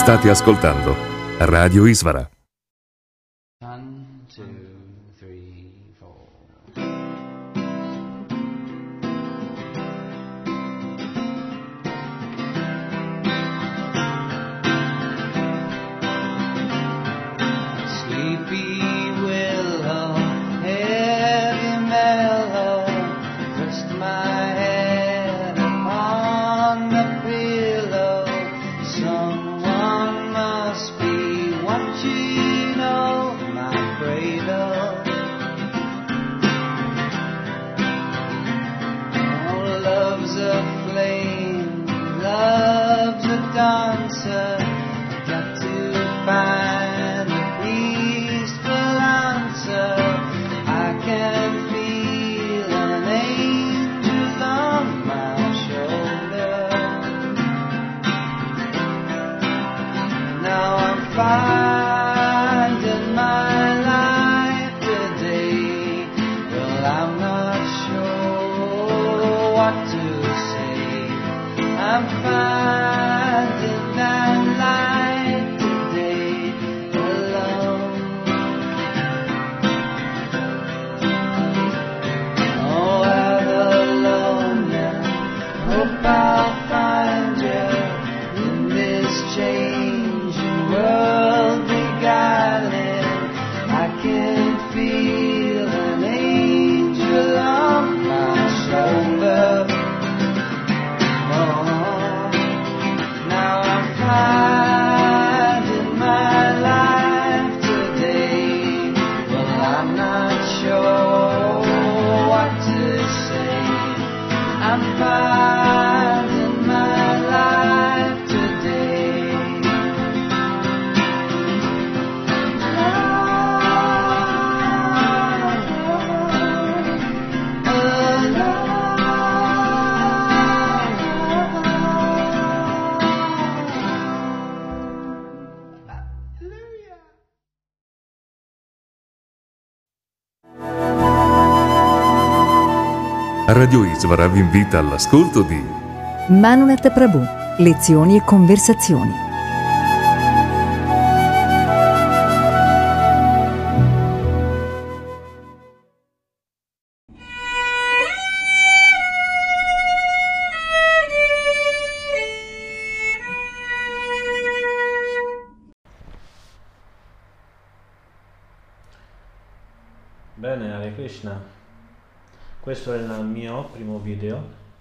State ascoltando Radio Isvara. 1, 2, 3, 4. Sleepy willow, heavy mellow, rest my head upon the pillow. Someone must be watching over my cradle. Oh, love's a flame, love's a dancer. Got to find a peaceful answer. I can feel an angel on my shoulder. Now I'm finding my life today. Well, I'm not sure what to say. I'm finding that light today alone. Oh, out alone now. Hope I'll find you in this changing world beguiling. I can feel an angel on my shoulder. Oh, now I'm finding my life today. Well, I'm not sure what to say. I'm finding my life today. Radio Isvara vi invita all'ascolto di Manonath Prabhu, lezioni e conversazioni. Bene, Hare Krishna. Questo è il mio primo video.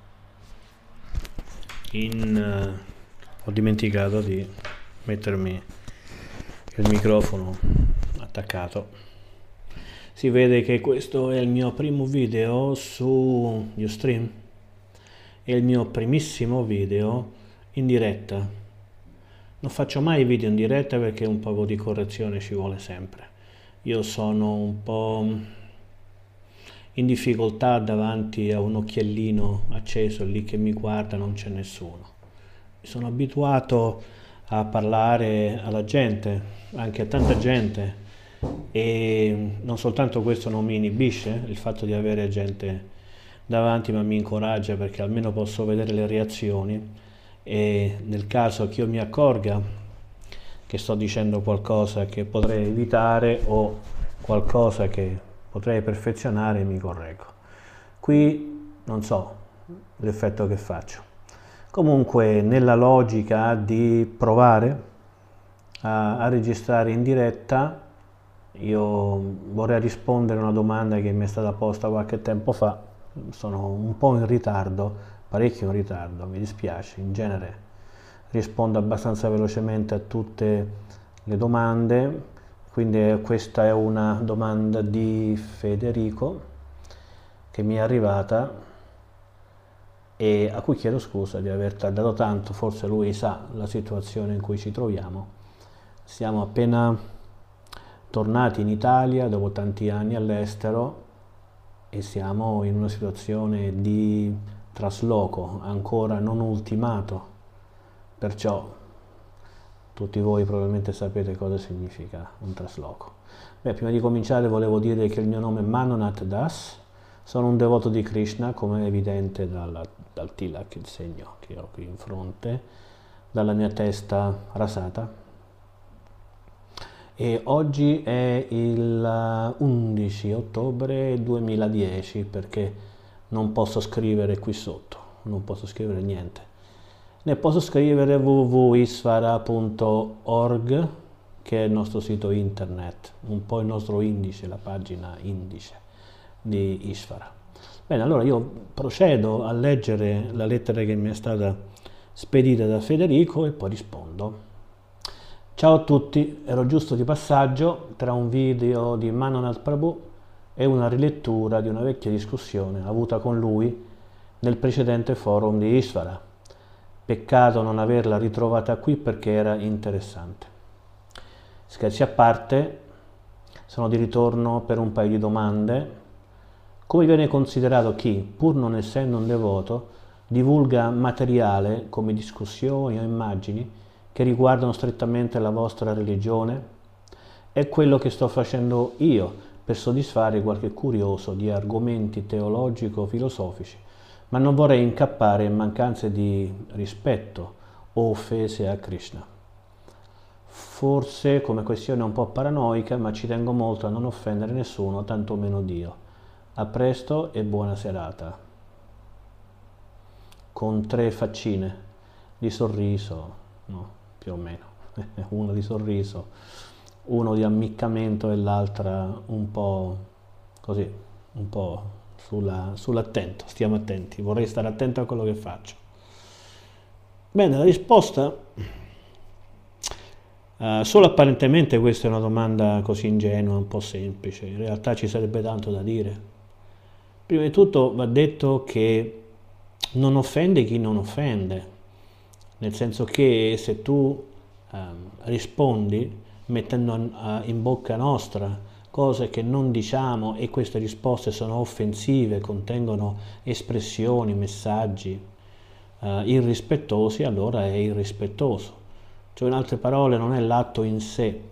Ho dimenticato di mettermi il microfono attaccato. Si vede che questo è il mio primo video su Ustream. È il mio primissimo video in diretta. Non faccio mai video in diretta perché un po' di correzione ci vuole sempre. Io sono un po' in difficoltà davanti a un occhiellino acceso lì che mi guarda, non c'è nessuno. Mi sono abituato a parlare alla gente, anche a tanta gente, e non soltanto questo non mi inibisce, il fatto di avere gente davanti, ma mi incoraggia perché almeno posso vedere le reazioni e nel caso che io mi accorga che sto dicendo qualcosa che potrei evitare o qualcosa che potrei perfezionare, mi correggo. Qui non so l'effetto che faccio. Comunque, nella logica di provare a registrare in diretta, io vorrei rispondere a una domanda che mi è stata posta qualche tempo fa. Sono un po' in ritardo, parecchio in ritardo, mi dispiace. In genere rispondo abbastanza velocemente a tutte le domande. Quindi questa è una domanda di Federico che mi è arrivata e a cui chiedo scusa di aver tardato tanto. Forse lui sa la situazione in cui ci troviamo. Siamo appena tornati in Italia dopo tanti anni all'estero e siamo in una situazione di trasloco ancora non ultimato, perciò tutti voi probabilmente sapete cosa significa un trasloco. Beh, prima di cominciare volevo dire che il mio nome è Manonath Das, sono un devoto di Krishna, come è evidente dal tilak, il segno che ho qui in fronte, dalla mia testa rasata. E oggi è il 11 ottobre 2010 perché non posso scrivere qui sotto, non posso scrivere niente. Ne posso scrivere www.isvara.org, che è il nostro sito internet, un po' il nostro indice, la pagina indice di Isvara. Bene, allora io procedo a leggere la lettera che mi è stata spedita da Federico e poi rispondo. Ciao a tutti, ero giusto di passaggio tra un video di Manonath Prabhu e una rilettura di una vecchia discussione avuta con lui nel precedente forum di Isvara. Peccato non averla ritrovata qui perché era interessante. Scherzi a parte, sono di ritorno per un paio di domande. Come viene considerato chi, pur non essendo un devoto, divulga materiale come discussioni o immagini che riguardano strettamente la vostra religione? È quello che sto facendo io per soddisfare qualche curioso di argomenti teologico-filosofici, ma non vorrei incappare in mancanze di rispetto o offese a Krishna. Forse come questione un po' paranoica, ma ci tengo molto a non offendere nessuno, tantomeno Dio. A presto e buona serata. Con 3 faccine di sorriso, no? Più o meno, uno di sorriso, uno di ammiccamento e l'altra un po' così, un po' sull'attento, stiamo attenti, vorrei stare attento a quello che faccio. Bene, la risposta, solo apparentemente questa è una domanda così ingenua, un po' semplice, in realtà ci sarebbe tanto da dire. Prima di tutto va detto che non offende chi non offende. Nel senso che se tu rispondi mettendo in bocca nostra cose che non diciamo e queste risposte sono offensive, contengono espressioni, messaggi irrispettosi, allora è irrispettoso. Cioè, in altre parole, non è l'atto in sé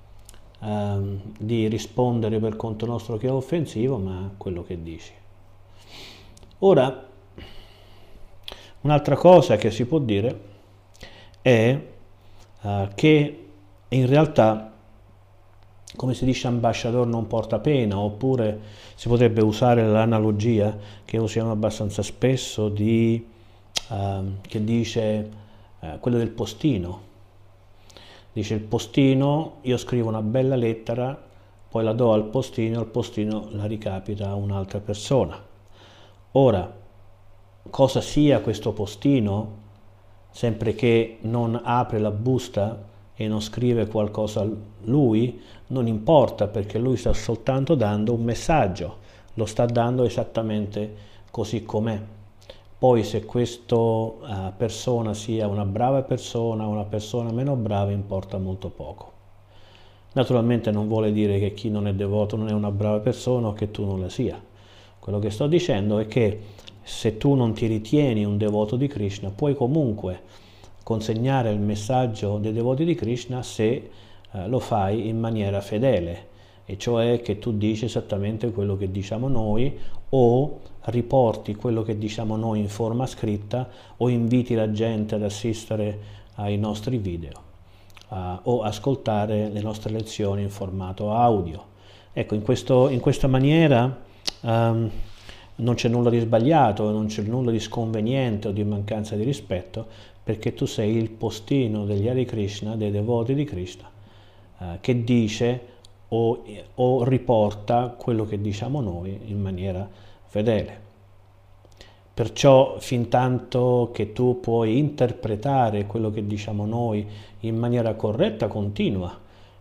di rispondere per conto nostro che è offensivo, ma quello che dici. Ora, un'altra cosa che si può dire è che in realtà, come si dice, ambasciatore non porta pena, oppure si potrebbe usare l'analogia che usiamo abbastanza spesso che dice quello del postino. Dice il postino, io scrivo una bella lettera, poi la do al postino, il postino la ricapita a un'altra persona. Ora, cosa sia questo postino, sempre che non apre la busta e non scrive qualcosa lui, non importa, perché lui sta soltanto dando un messaggio, lo sta dando esattamente così com'è. Poi se questa persona sia una brava persona o una persona meno brava importa molto poco. Naturalmente non vuole dire che chi non è devoto non è una brava persona o che tu non la sia. Quello che sto dicendo è che se tu non ti ritieni un devoto di Krishna, puoi comunque consegnare il messaggio dei devoti di Krishna se lo fai in maniera fedele, e cioè che tu dici esattamente quello che diciamo noi, o riporti quello che diciamo noi in forma scritta, o inviti la gente ad assistere ai nostri video o ascoltare le nostre lezioni in formato audio. Ecco, in questa maniera non c'è nulla di sbagliato, non c'è nulla di sconveniente o di mancanza di rispetto, perché tu sei il postino degli Hare Krishna, dei devoti di Krishna, che dice o riporta quello che diciamo noi in maniera fedele. Perciò, fin tanto che tu puoi interpretare quello che diciamo noi in maniera corretta, continua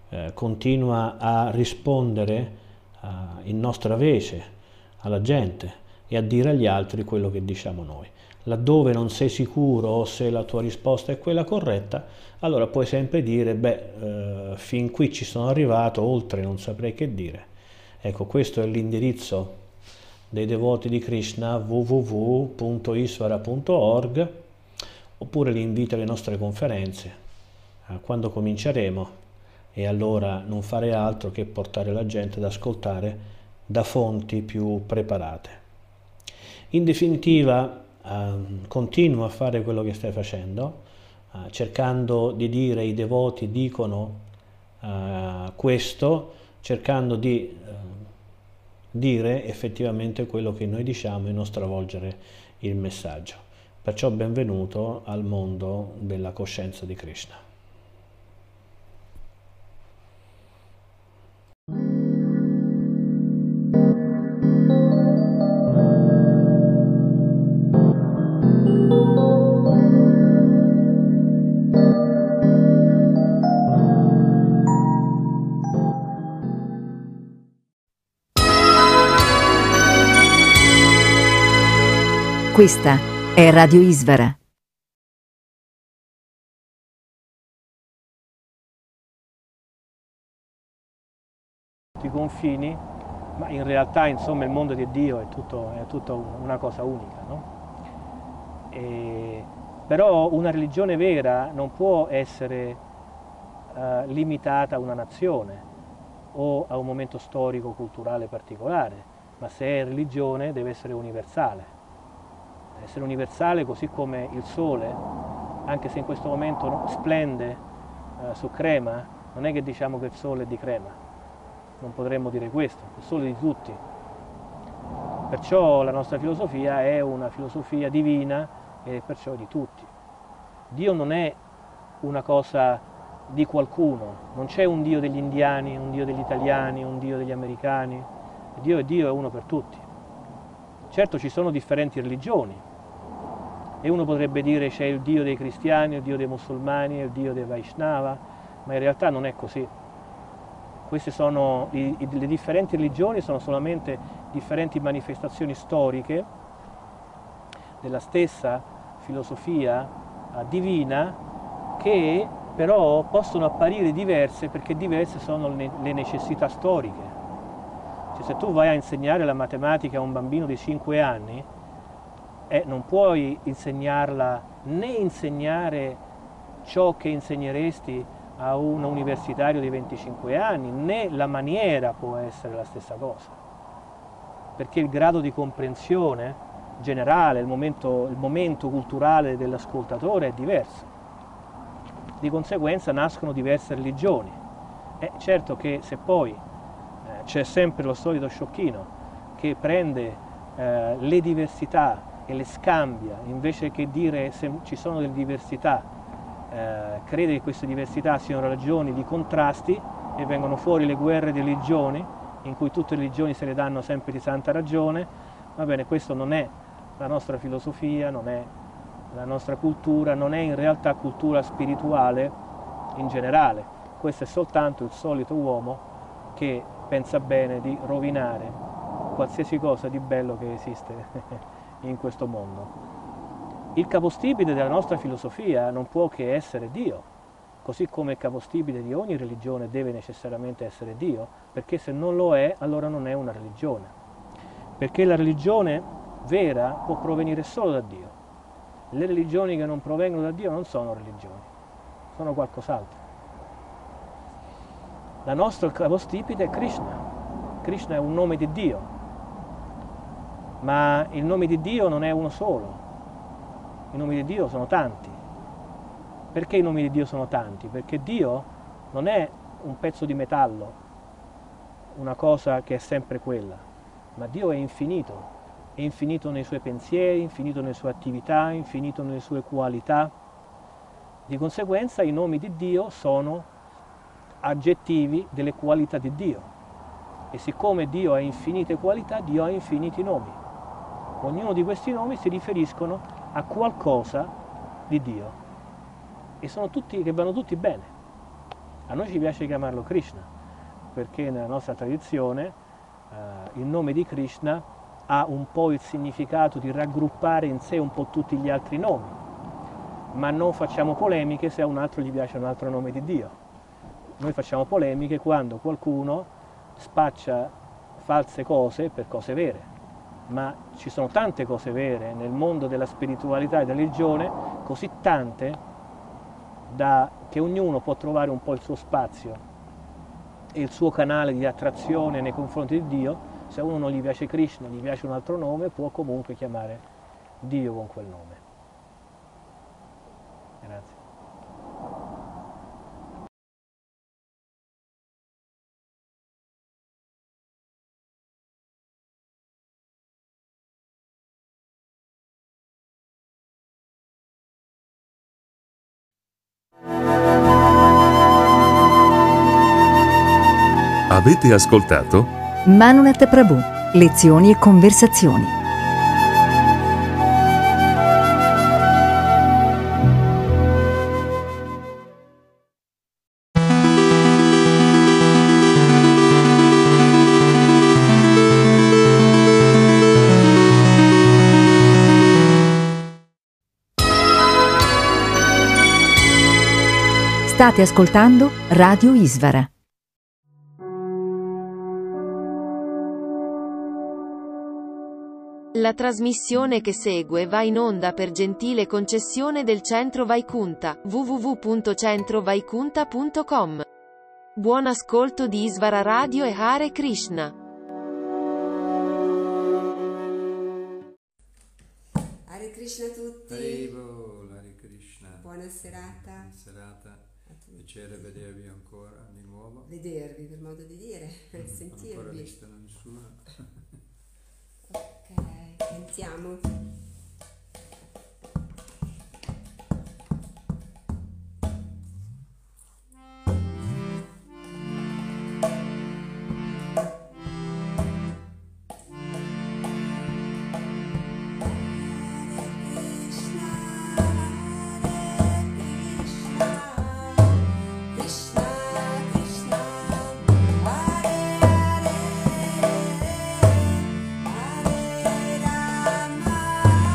a rispondere in nostra vece alla gente e a dire agli altri quello che diciamo noi. Laddove non sei sicuro se la tua risposta è quella corretta, allora puoi sempre dire, fin qui ci sono arrivato, oltre non saprei che dire. Ecco, questo è l'indirizzo dei devoti di Krishna, www.isvara.org, oppure l'invito alle nostre conferenze, quando cominceremo, e allora non fare altro che portare la gente ad ascoltare da fonti più preparate. In definitiva, continua a fare quello che stai facendo, cercando di dire, i devoti dicono questo, cercando di dire effettivamente quello che noi diciamo e non stravolgere il messaggio. Perciò benvenuto al mondo della coscienza di Krishna. Questa è Radio Isvara. I confini, ma in realtà insomma il mondo di Dio è tutto una cosa unica, no? Però una religione vera non può essere limitata a una nazione o a un momento storico culturale particolare, ma se è religione deve essere universale. Deve essere universale così come il sole, anche se in questo momento splende su Crema, non è che diciamo che il sole è di Crema, non potremmo dire questo, il sole è di tutti. Perciò la nostra filosofia è una filosofia divina e perciò di tutti. Dio non è una cosa di qualcuno, non c'è un Dio degli indiani, un Dio degli italiani, un Dio degli americani. Dio è uno per tutti. Certo ci sono differenti religioni e uno potrebbe dire c'è il Dio dei cristiani, il Dio dei musulmani, il Dio dei Vaishnava, ma in realtà non è così. Queste sono le differenti religioni, sono solamente differenti manifestazioni storiche della stessa filosofia divina, che però possono apparire diverse perché diverse sono le necessità storiche. Cioè, se tu vai a insegnare la matematica a un bambino di 5 anni, non puoi insegnarla né insegnare ciò che insegneresti a un universitario di 25 anni, né la maniera può essere la stessa cosa, perché il grado di comprensione generale, il momento culturale dell'ascoltatore è diverso. Di conseguenza nascono diverse religioni. Certo che se poi c'è sempre lo solito sciocchino che prende le diversità e le scambia, invece che dire se ci sono delle diversità, crede che queste diversità siano ragioni di contrasti e vengono fuori le guerre di religioni, in cui tutte le religioni se le danno sempre di santa ragione. Va bene, questo non è la nostra filosofia, non è la nostra cultura, non è in realtà cultura spirituale in generale. Questo è soltanto il solito uomo che pensa bene di rovinare qualsiasi cosa di bello che esiste in questo mondo. Il capostipite della nostra filosofia non può che essere Dio, così come il capostipite di ogni religione deve necessariamente essere Dio, perché se non lo è, allora non è una religione. Perché la religione vera può provenire solo da Dio. Le religioni che non provengono da Dio non sono religioni, sono qualcos'altro. La nostra capostipite è Krishna. Krishna è un nome di Dio, ma il nome di Dio non è uno solo. I nomi di Dio sono tanti. Perché i nomi di Dio sono tanti? Perché Dio non è un pezzo di metallo, una cosa che è sempre quella, ma Dio è infinito nei suoi pensieri, infinito nelle sue attività, infinito nelle sue qualità. Di conseguenza i nomi di Dio sono aggettivi delle qualità di Dio. E siccome Dio ha infinite qualità, Dio ha infiniti nomi. Ognuno di questi nomi si riferiscono a qualcosa di Dio e che vanno tutti bene. A noi ci piace chiamarlo Krishna perché nella nostra tradizione il nome di Krishna ha un po' il significato di raggruppare in sé un po' tutti gli altri nomi, ma non facciamo polemiche se a un altro gli piace un altro nome di Dio. Noi facciamo polemiche quando qualcuno spaccia false cose per cose vere. Ma ci sono tante cose vere nel mondo della spiritualità e della religione, così tante che ognuno può trovare un po' il suo spazio e il suo canale di attrazione nei confronti di Dio. Se a uno non gli piace Krishna, gli piace un altro nome, può comunque chiamare Dio con quel nome. Grazie. Avete ascoltato? Manunat Prabhu, lezioni e conversazioni. State ascoltando Radio Isvara. La trasmissione che segue va in onda per gentile concessione del Centro Vaikunta, www.centrovaikunta.com. Buon ascolto di Isvara Radio e Hare Krishna. Hare Krishna a tutti. Hare Krishna. Buona serata. Buona serata. Piacere vedervi ancora di nuovo. Vedervi, per modo di dire, Non ho ancora sentirvi. visto nessuno. Ok, iniziamo. Hare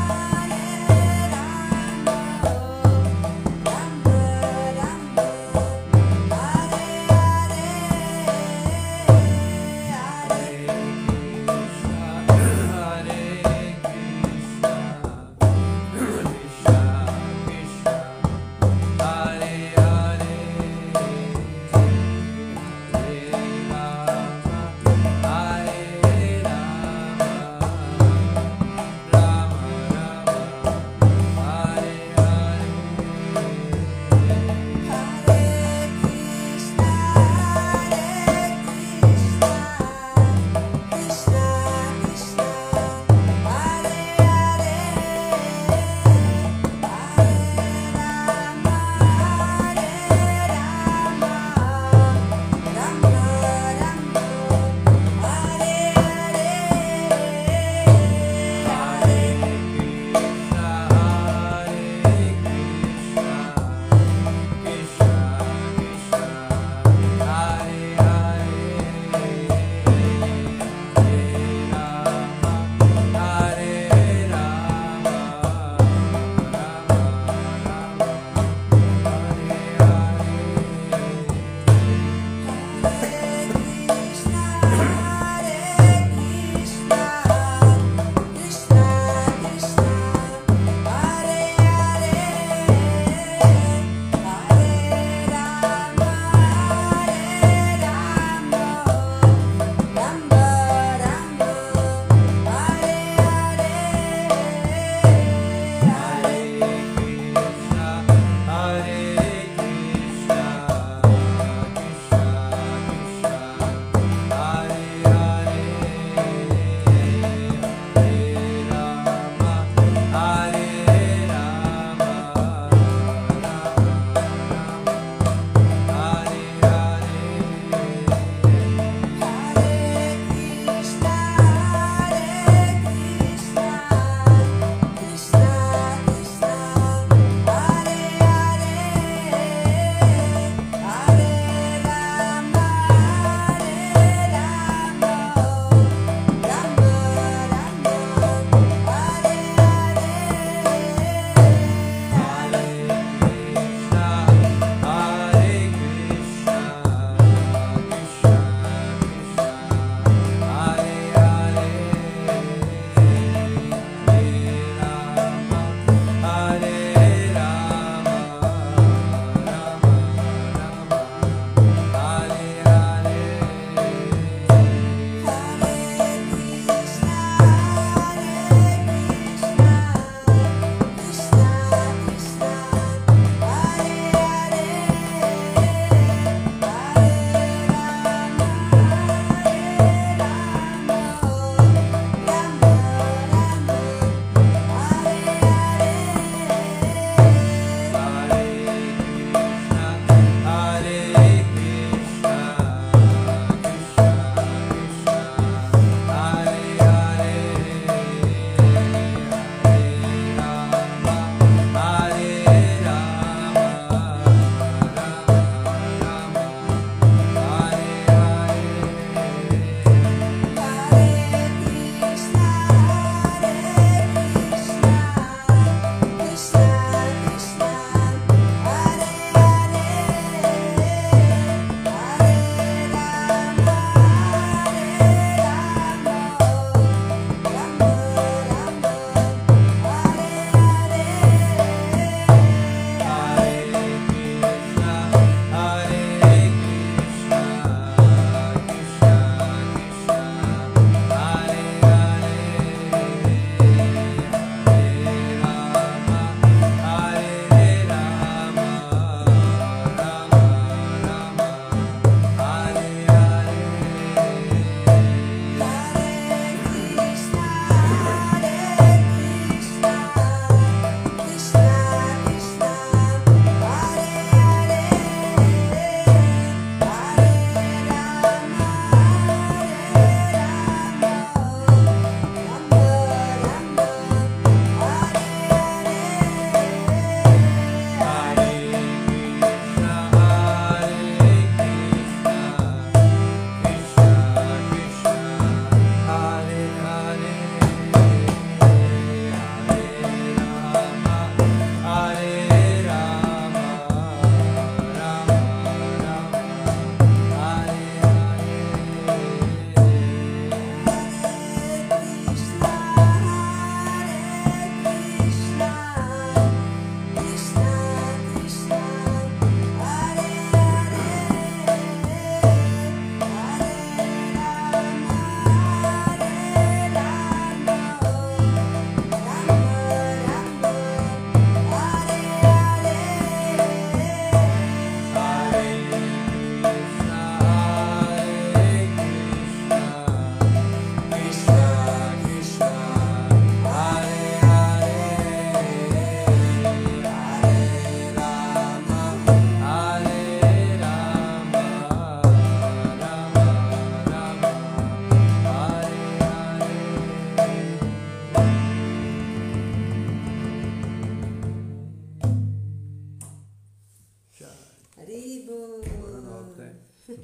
Haribo. Buonanotte.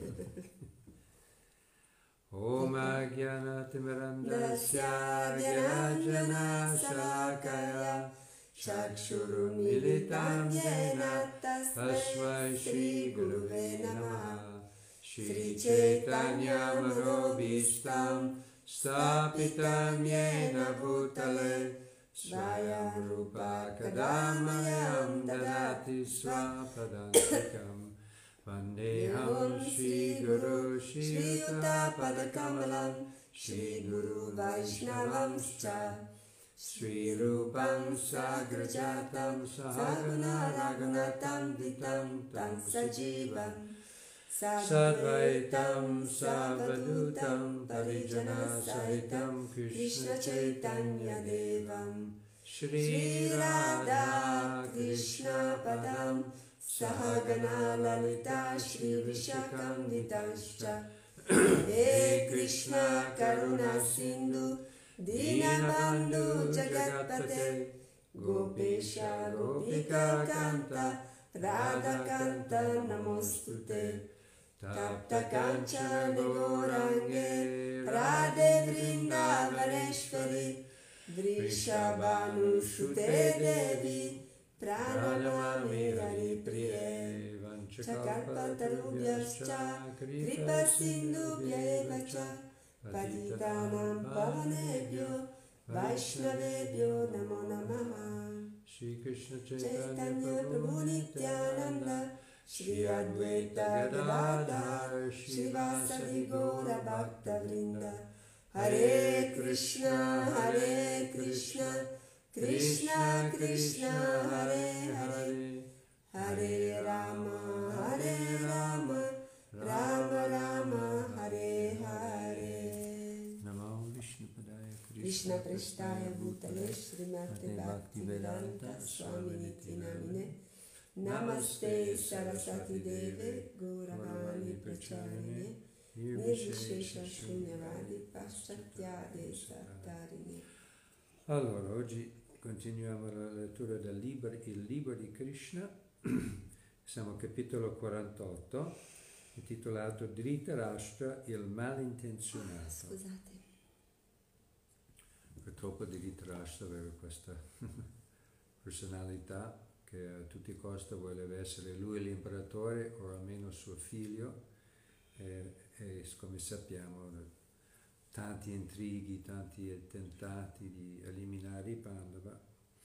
Om Ajnanatimirandasya Gyananjana Shalakaya Chakshurumilitam Yena Tasmai Shri Guruve Namaha Shri Chaitanya Manobhishtam Stapitam Yena Bhutale Svayam Rupa Kadamayam Dadati Swapadantikam Vandeham Shri Guru Shri Yuta Padakamalam Shri Guru Vaishnavamscha Shri Rupam Sagrajatam Sahagana Raghunatam Vitam Tam Sajivam Sadvaitam Savadutam Parijana Sahitam Krishna Chaitanya Devam Shri Radha Krishna Padam Sahagana Lalita Shri Vishakam Vitascha He Krishna Karuna Sindhu Dinabandhu Jagatpate Gopesha Gopika Kanta Radha Kanta Namostute Tapta Kanchana Gaurange Radhe Vrindavaneshwari Vrishabhanu Shute Devi Pranamami Haripriye Chakalpatarubhyascha Kripa Sindhubhya Evacha Patitanam Pavanebhyo Vaishnavebhyo Namo Namaha Shri Krishna Chaitanya Prabhu Nityananda Shri Advaita Gadadhar Shri Vasadi Gaura Bhakta Vrinda Hare Krishna Krishna Krishna Hare Hare Hare Rama Rama Rama Hare Hare Namo Vishnupadaya Krishna Prashtaya Bhutale Srimate Bhaktivedanta Swami Niti Namine Namaste Saraswati Deve Gauravani Pracharine Nirvishesha Shunyavadi Paschatya Tarini. Allora, oggi continuiamo la lettura del il libro di Krishna. Siamo al capitolo 48, intitolato Dhritarashtra, il malintenzionato. Scusate. Purtroppo Dhritarashtra aveva questa personalità che a tutti i costi voleva essere lui l'imperatore o almeno suo figlio, e come sappiamo tanti intrighi, tanti tentati di eliminare i Pandava,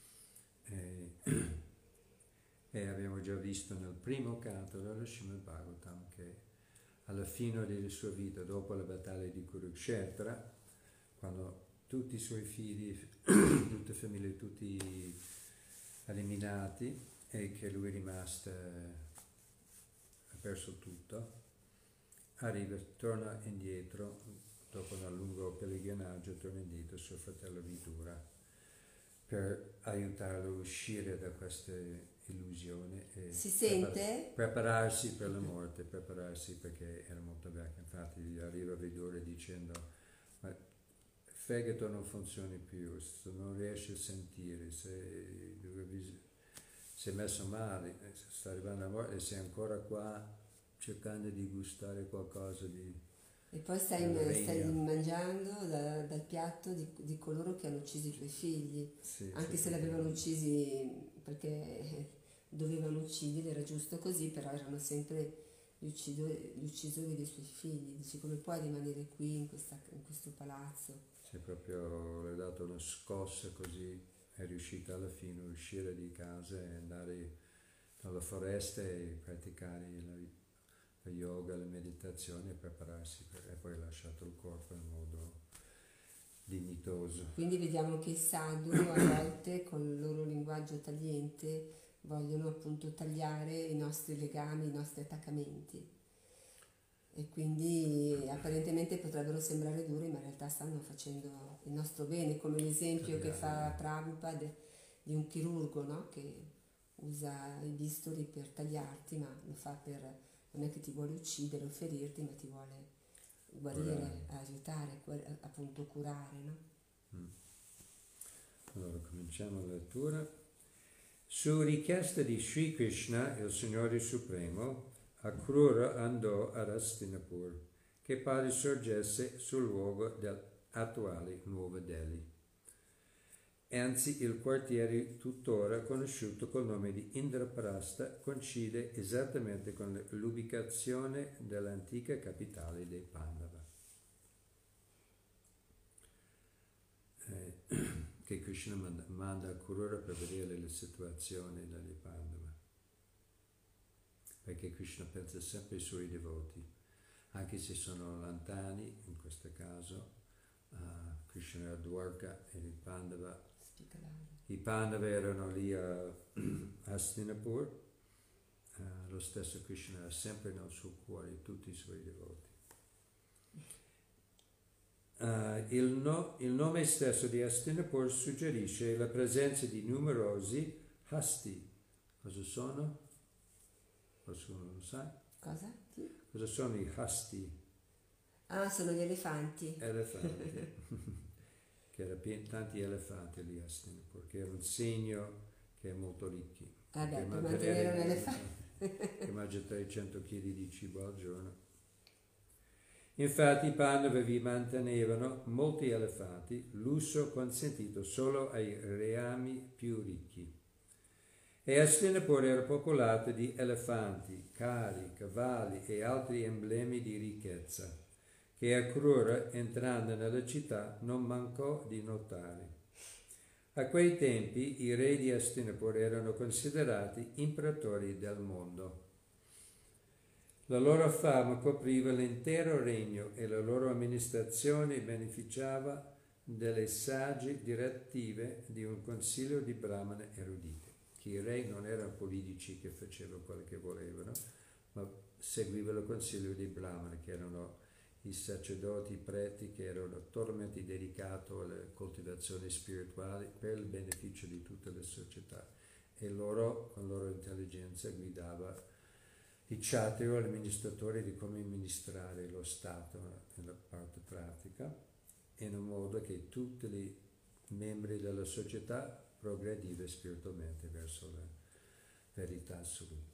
e abbiamo già visto nel primo canto dello Srimad Bhagavatam che alla fine della sua vita, dopo la battaglia di Kurukshetra, quando tutti i suoi figli, tutta la famiglia, tutti eliminati e che lui è rimasto, ha perso tutto, torna indietro, dopo un lungo pellegrinaggio, torna indietro suo fratello Vidura per aiutarlo a uscire da queste illusioni e Si sente? prepararsi per la morte, prepararsi perché era molto vecchio. Infatti arriva Vidura dicendo: ma il fegato non funziona più, non riesci a sentire, sei messo male, sta arrivando la morte e sei ancora qua cercando di gustare qualcosa di... E poi stai mangiando dal piatto di coloro che hanno ucciso i tuoi figli, Sì, anche sì, se li avevano uccisi perché dovevano ucciderli, era giusto così, però erano sempre gli uccisori dei suoi figli. Dici, come puoi rimanere qui in questo palazzo? Sì, proprio le ha dato una scossa, così è riuscita alla fine a uscire di casa e andare nella foresta e praticare la yoga, la meditazione e prepararsi e poi ha lasciato il corpo in modo dignitoso. Quindi vediamo che i sadhu a volte con il loro linguaggio tagliente vogliono appunto tagliare i nostri legami, i nostri attaccamenti, e quindi apparentemente potrebbero sembrare duri, ma in realtà stanno facendo il nostro bene, come l'esempio che fa Prabhupada di un chirurgo, no? Che usa i bisturi per tagliarti, ma lo fa per... non è che ti vuole uccidere o ferirti, ma ti vuole guarire, aiutare, appunto curare, no? Allora cominciamo la lettura. Su richiesta di Sri Krishna, il Signore Supremo, Akrura andò ad Hastinapur, che pare sorgesse sul luogo dell'attuale Nuova Delhi. Anzi, il quartiere tuttora conosciuto col nome di Indraprastha coincide esattamente con l'ubicazione dell'antica capitale dei Pandava, che Krishna manda a Akrura per vedere la situazione dei Pandava, perché Krishna pensa sempre ai suoi devoti, anche se sono lontani, in questo caso Krishna era a Dwarka e i Pandava erano lì a Hastinapur. Lo stesso Krishna era sempre nel suo cuore, tutti i suoi devoti. Il nome stesso di Hastinapur suggerisce la presenza di numerosi hasti. Cosa sono? Qualcuno lo sa? Cosa? Sì. Cosa sono i hasti? Ah, sono gli elefanti. Elefanti. Che era tanti elefanti lì a Hastinapur, che era un segno che è molto ricchi. Per mantenere un elefante. Che mangia 300 kg di cibo al giorno. Infatti i Pandava vi mantenevano molti elefanti, lusso consentito solo ai reami più ricchi. E Hastinapur era popolata di elefanti, carri, cavalli e altri emblemi di ricchezza, che Akrura, entrando nella città, non mancò di notare. A quei tempi i re di Hastinapur erano considerati imperatori del mondo. La loro fama copriva l'intero regno e la loro amministrazione beneficiava delle sagge direttive di un consiglio di brahmana eruditi. Che i re non erano politici che facevano quello che volevano, ma seguivano il consiglio di brahmana, che erano i sacerdoti, i preti, che erano totalmente dedicati alla coltivazione spirituale per il beneficio di tutta la società, e loro, con la loro intelligenza, guidava i kshatriya, l'amministratore, di come amministrare lo Stato nella parte pratica, in un modo che tutti i membri della società progrediva spiritualmente verso la verità assoluta.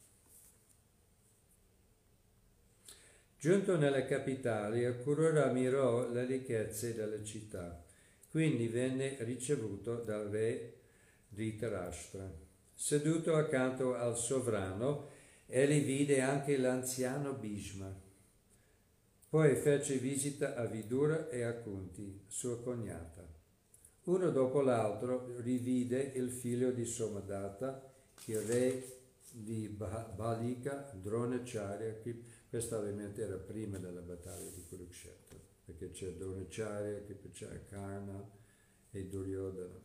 Giunto nella capitale, Akrura ammirò le ricchezze della città, quindi venne ricevuto dal re Dhritarashtra. Seduto accanto al sovrano, egli vide anche l'anziano Bhishma. Poi fece visita a Vidura e a Kunti, sua cognata. Uno dopo l'altro rivide il figlio di Somadatta, il re di Balika, Dronacharya. Questa ovviamente era prima della battaglia di Kurukshetra, perché c'è Dronacharya, c'è Karna e Duryodhana.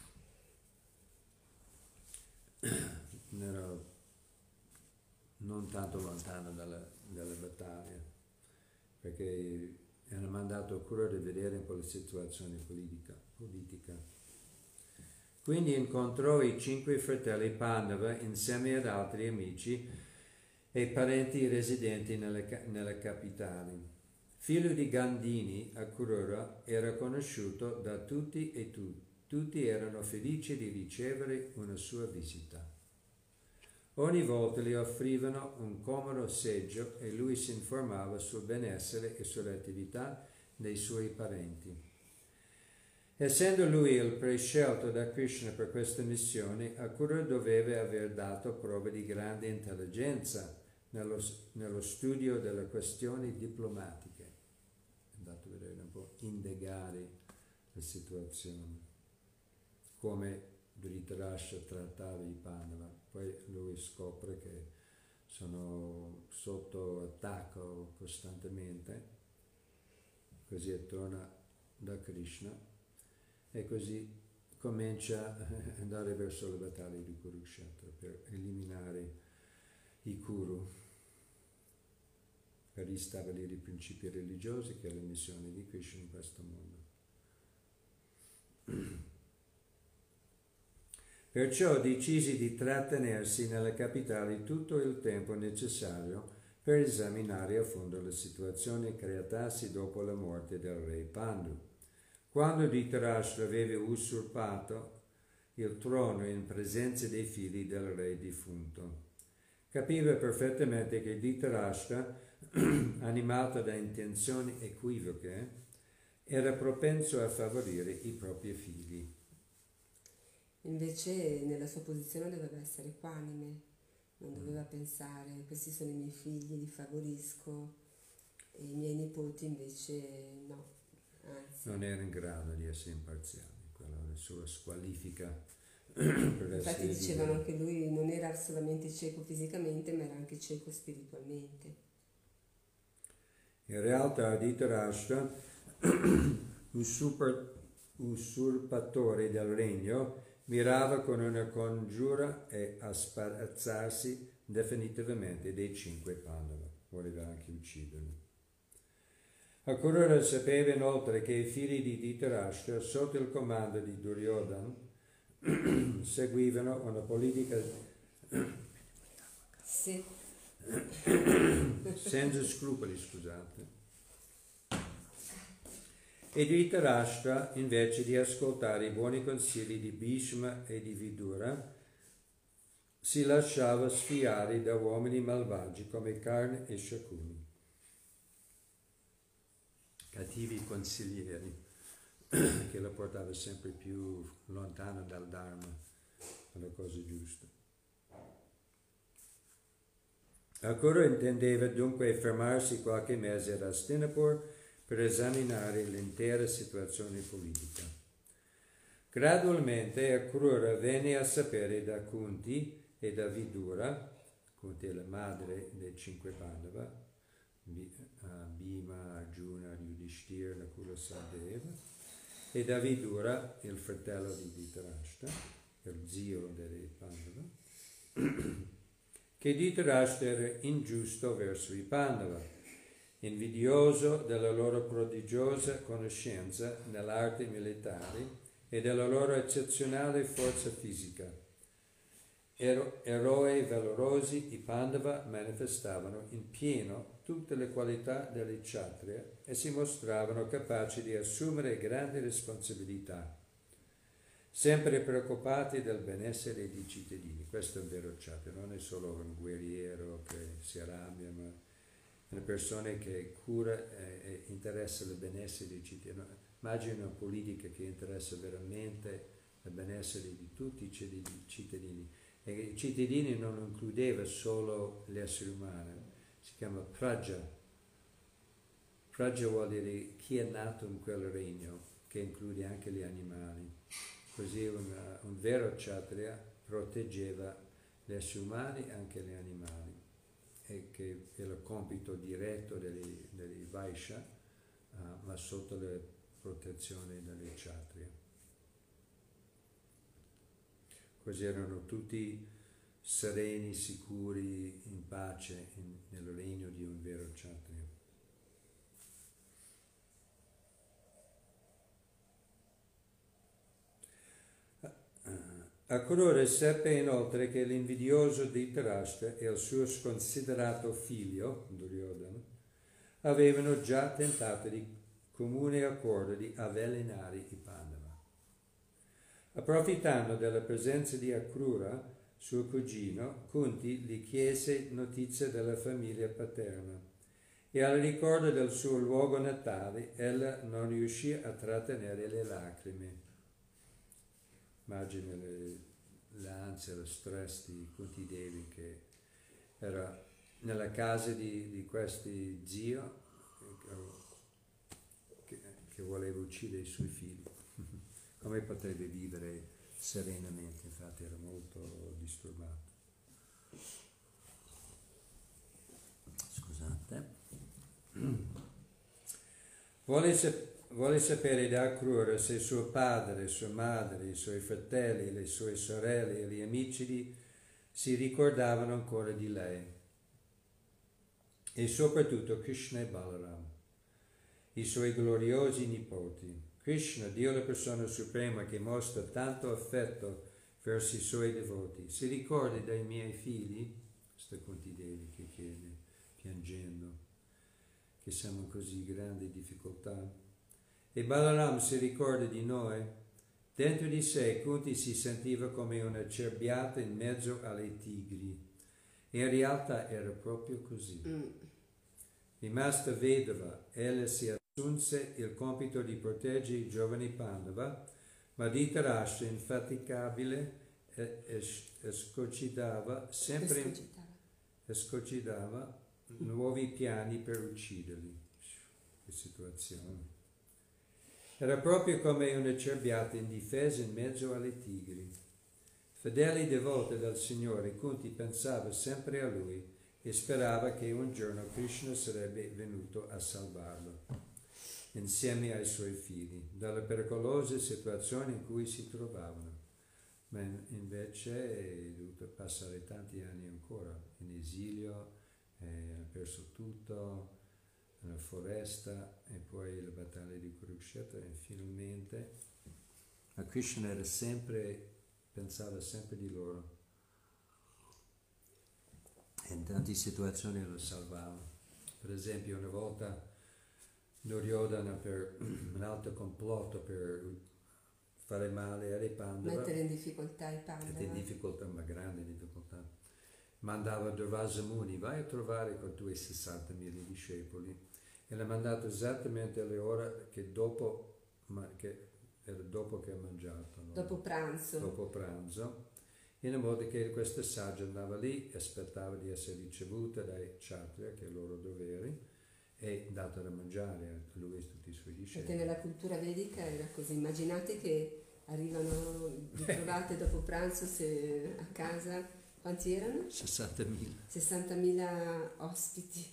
Era non tanto lontano dalla battaglia, perché hanno mandato a Akrura di vedere un po' la situazione politica. Quindi incontrò i 5 fratelli Pandava insieme ad altri amici e parenti residenti nella capitale. Figlio di Gandhini, Akrura era conosciuto da tutti e tutti erano felici di ricevere una sua visita. Ogni volta gli offrivano un comodo seggio e lui si informava sul benessere e sulle attività dei suoi parenti. Essendo lui il prescelto da Krishna per questa missione, Akrura doveva aver dato prove di grande intelligenza nello studio delle questioni diplomatiche. È andato a vedere un po', indagare la situazione, come Dhritarashtra trattava i Pandava. Poi lui scopre che sono sotto attacco costantemente, così torna da Krishna e così comincia ad andare verso la battaglia di Kurukshetra per eliminare i Kuru, per ristabilire i principi religiosi, che è la missione di Krishna in questo mondo. Perciò decisi di trattenersi nella capitale tutto il tempo necessario per esaminare a fondo la situazione creatasi dopo la morte del re Pandu. Quando Dhritarashtra aveva usurpato il trono in presenza dei figli del re defunto, Capiva perfettamente che Dhritarashtra, animato da intenzioni equivoche, era propenso a favorire i propri figli. Invece nella sua posizione doveva essere equanime, non doveva pensare questi sono i miei figli, li favorisco, e i miei nipoti invece no, anzi. Non era in grado di essere imparziale, quella era la sua squalifica. Infatti dicevano che lui non era solamente cieco fisicamente, ma era anche cieco spiritualmente. In realtà Dhritarashtra, usurpatore del regno, mirava con una congiura a sparazzarsi definitivamente dei 5 Pandava, voleva anche ucciderli. Akrura sapeva inoltre che i figli di Dhritarashtra, sotto il comando di Duryodhana, seguivano una politica Sì. senza scrupoli, scusate. E Dhritarashtra, invece di ascoltare i buoni consigli di Bhishma e di Vidura, si lasciava sfiare da uomini malvagi come Karna e Shakuni, cattivi consiglieri che lo portava sempre più lontano dal Dharma, dalla cosa giusta. Akrura intendeva dunque fermarsi qualche mese ad Hastinapur per esaminare l'intera situazione politica. Gradualmente Akrura venne a sapere da Kunti e da Vidura, Kunti è la madre dei 5 Pandava, Bhima, Arjuna, Yudhishthira, Nakula, Sahadeva, e da Vidura, il fratello di Dhritarashtra, il zio dei Pandava, che Dhritarashtra era ingiusto verso i Pandava, invidioso della loro prodigiosa conoscenza nell'arte militare e della loro eccezionale forza fisica. Eroi valorosi, i Pandava manifestavano in pieno tutte le qualità degli Kshatriya e si mostravano capaci di assumere grandi responsabilità, sempre preoccupati del benessere dei cittadini. Questo è un vero Kshatriya, non è solo un guerriero che si arrabbia, ma una persona che cura e interessa il benessere dei cittadini. Immagina una politica che interessa veramente il benessere di tutti i cittadini. E i cittadini non includeva solo gli esseri umani, si chiama Praja. Praja vuol dire chi è nato in quel regno, che include anche gli animali. Così un vero Kshatriya proteggeva gli esseri umani e anche gli animali, e che è il compito diretto degli Vaishya, ma sotto la protezione degli Kshatriya. Così erano tutti sereni, sicuri, in pace nel regno di un vero Kshatriya. Akrura seppe inoltre che l'invidioso Dhritarashtra e il suo sconsiderato figlio, Duryodhana, avevano già tentato di comune accordo di avvelenare i Pandava. Approfittando della presenza di Akrura, suo cugino, Kunti gli chiese notizia della famiglia paterna e al ricordo del suo luogo natale ella non riuscì a trattenere le lacrime. Immagina l'ansia, lo stress di Kunti Devi, che era nella casa di questi zio che voleva uccidere i suoi figli. Come potrebbe vivere serenamente? Infatti era molto disturbato. Scusate. Vuole sapere da Akrura se suo padre, sua madre, i suoi fratelli, le sue sorelle e gli amici si ricordavano ancora di lei. E soprattutto Krishna e Balaram, i suoi gloriosi nipoti. Krishna, Dio la persona suprema che mostra tanto affetto verso i suoi devoti, si ricorda dei miei figli? Sta Kunti Devi che chiede, piangendo, che siamo in così grandi difficoltà. E Balaram si ricorda di noi? Dentro di sé Kunti si sentiva come una cerbiata in mezzo alle tigri In realtà era proprio così. Rimasta vedova, ella si assunse il compito di proteggere i giovani Pandava, ma Dhritarashtra, infaticabile, escocidava nuovi piani per ucciderli. Che situazione. Era proprio come una cerbiata indifesa in mezzo alle tigri. Fedele e devota del Signore, Kunti pensava sempre a lui e sperava che un giorno Krishna sarebbe venuto a salvarlo, insieme ai suoi figli, dalle pericolose situazioni in cui si trovavano. Ma invece è dovuto passare tanti anni ancora in esilio, ha perso tutto nella foresta e poi la battaglia di Kurukshetra e finalmente. Ma Krishna era sempre, pensava sempre di loro. E in tante situazioni lo salvava. Per esempio una volta Duryodhana, per un altro complotto per fare male ai Pandava, mettere in difficoltà i Pandava, in difficoltà, ma grande difficoltà, mandava Durvasa Muni, vai a trovare con i tuoi 60.000 discepoli, e l'ha mandato esattamente alle ore che era dopo che ha mangiato, no? Dopo pranzo, in modo che questa saggia andava lì e aspettava di essere ricevuta dai Kshatriya, che è il loro dovere, e data da mangiare a lui e tutti i suoi discepoli. Perché nella cultura vedica era così. Immaginate che arrivano, vi trovate dopo pranzo a casa, quanti erano? 60.000 ospiti.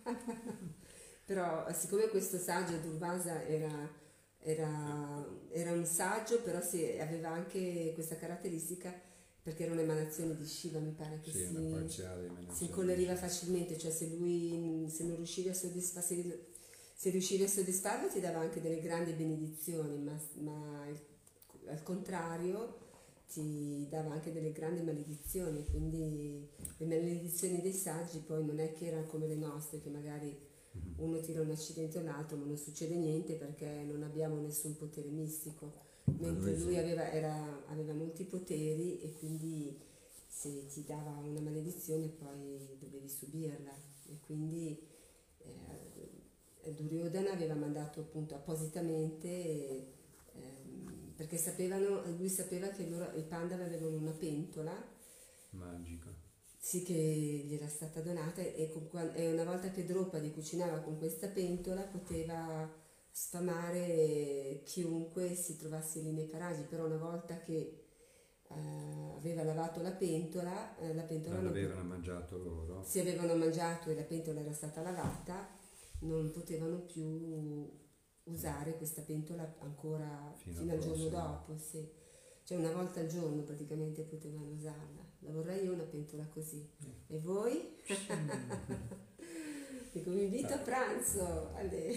Però siccome questo saggio Durvasa era un saggio, però aveva anche questa caratteristica, perché era un'emanazione di Shiva, mi pare che si incolleriva facilmente, cioè se non riuscivi a soddisfarlo, se riuscivi a soddisfarlo ti dava anche delle grandi benedizioni, ma al contrario ti dava anche delle grandi maledizioni. Quindi le maledizioni dei saggi poi non è che erano come le nostre, che magari uno tira un accidente o un altro ma non succede niente perché non abbiamo nessun potere mistico. Mentre lui aveva molti poteri e quindi se ti dava una maledizione poi dovevi subirla, e quindi Duryodhana aveva mandato appunto appositamente perché lui sapeva che i Pandava avevano una pentola magica, sì, che gli era stata donata, e una volta che Draupadi cucinava con questa pentola poteva sfamare chiunque si trovasse lì nei paraggi. Però una volta che aveva lavato la pentola non avevano mangiato loro, se avevano mangiato e la pentola era stata lavata, non potevano più usare questa pentola ancora fino al giorno dopo, sì. Cioè una volta al giorno praticamente potevano usarla. La vorrei io una pentola così. E voi? Dico, vi invito a pranzo.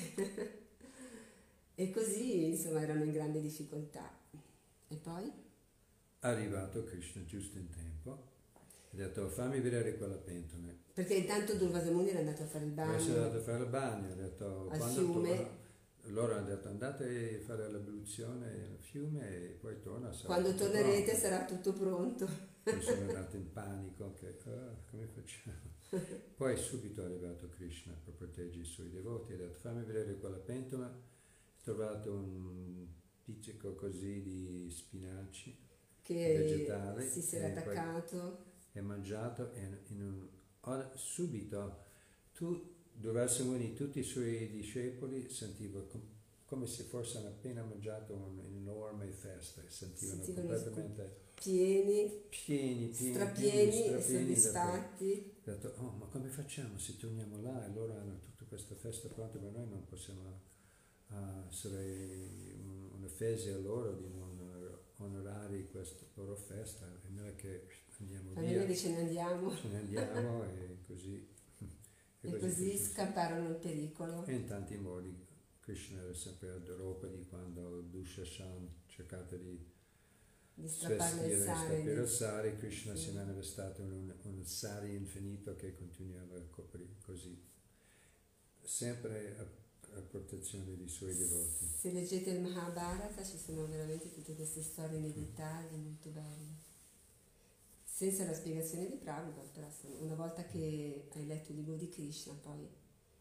E così, insomma, erano in grande difficoltà. E poi? È arrivato Krishna giusto in tempo, ha detto fammi vedere quella pentola. Perché intanto Durvasa Muni era andato a fare il bagno. Poi è andato a fare il bagno, ha detto, al fiume. Loro hanno detto andate a fare l'abluzione al fiume e poi torna. Quando tornerete pronto. Sarà tutto pronto. Poi sono andato in panico, come facciamo? Poi subito è arrivato Krishna per proteggere i suoi devoti, ha detto fammi vedere quella pentola. Ho trovato un pizzico così di spinaci vegetali, si era attaccato e mangiato, e subito Durvasa Muni, tutti i suoi discepoli sentivano come se fossero appena mangiato un'enorme festa, sentivano completamente pieni, strapieni e soddisfatti. Ho detto, oh, ma come facciamo se torniamo là e loro hanno tutta questa festa pronta, ma noi non possiamo essere un'offesa a loro di non onorare questa loro festa, e noi che andiamo via. Noi ce ne andiamo e così. E così scapparono il pericolo. E in tanti modi Krishna era sempre a Draupadi quando Dushashan cercava di strappare il sari, Krishna si è manifestato in un sari infinito che continuava a coprire così, sempre a protezione dei suoi devoti. Se leggete il Mahabharata ci sono veramente tutte queste storie nei dettagli molto belle. senza la spiegazione di Prabhupada, una volta che hai letto il libro di Krishna, poi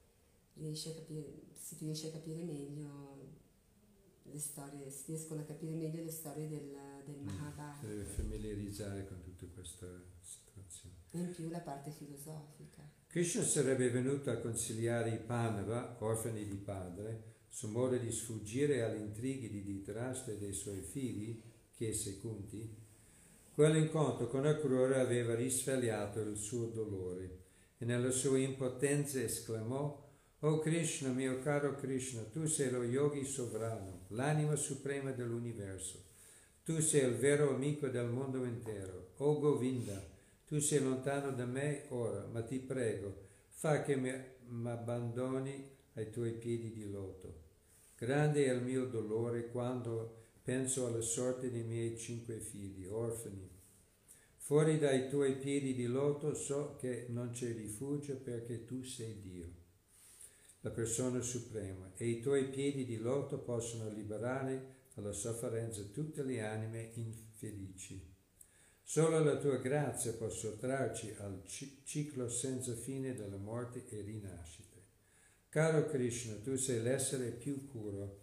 si riesce a capire meglio le storie, si riescono a capire meglio le storie del Mahabharata. Si deve familiarizzare con tutta questa situazione. E in più la parte filosofica. Krishna sarebbe venuto a consigliare i Pandava, orfani di padre, su modo di sfuggire agli intrighi di Dhritarashtra e dei suoi figli, chiese Kunti. Quell'incontro con Akrura aveva risvegliato il suo dolore e nella sua impotenza esclamò: «O Krishna, mio caro Krishna, tu sei lo yogi sovrano, l'anima suprema dell'universo. Tu sei il vero amico del mondo intero. O Govinda, tu sei lontano da me ora, ma ti prego, fa che mi abbandoni ai tuoi piedi di loto. Grande è il mio dolore quando penso alla sorte dei miei 5 figli, orfani. Fuori dai tuoi piedi di loto so che non c'è rifugio perché tu sei Dio, la persona suprema, e i tuoi piedi di loto possono liberare dalla sofferenza tutte le anime infelici. Solo la tua grazia può sottrarci al ciclo senza fine della morte e rinascite. Caro Krishna, tu sei l'essere più puro,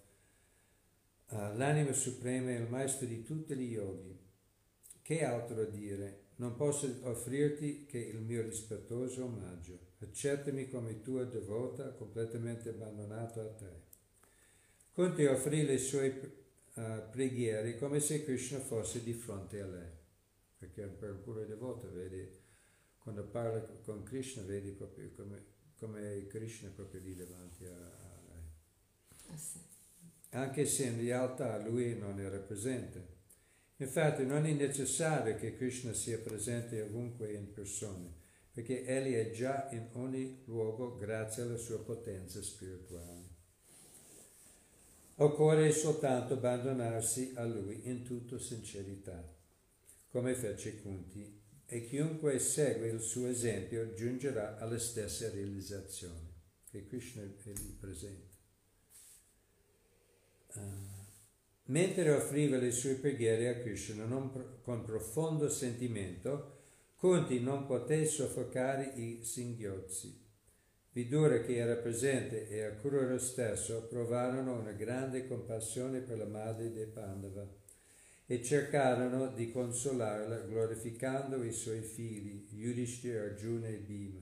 l'anima suprema e il maestro di tutti gli yogi. Che altro dire? Non posso offrirti che il mio rispettoso omaggio. Accettami come tua devota, completamente abbandonata a te. Kunti offrì le sue preghiere come se Krishna fosse di fronte a lei. Perché per un puro devoto, vedi, quando parla con Krishna, vedi proprio come Krishna è proprio lì davanti a lei. Anche se in realtà lui non era presente. Infatti non è necessario che Krishna sia presente ovunque in persona, perché egli è già in ogni luogo grazie alla sua potenza spirituale. Occorre soltanto abbandonarsi a lui in tutta sincerità, come fece Kunti, e chiunque segue il suo esempio giungerà alla stessa realizzazione, che Krishna è lì presente. Mentre offriva le sue preghiere a Krishna con profondo sentimento, Kunti non poté soffocare i singhiozzi. Vidura, che era presente, e Akrura stesso provarono una grande compassione per la madre dei Pandava e cercarono di consolarla glorificando i suoi figli, Yudhishthira, Arjuna e Bhima.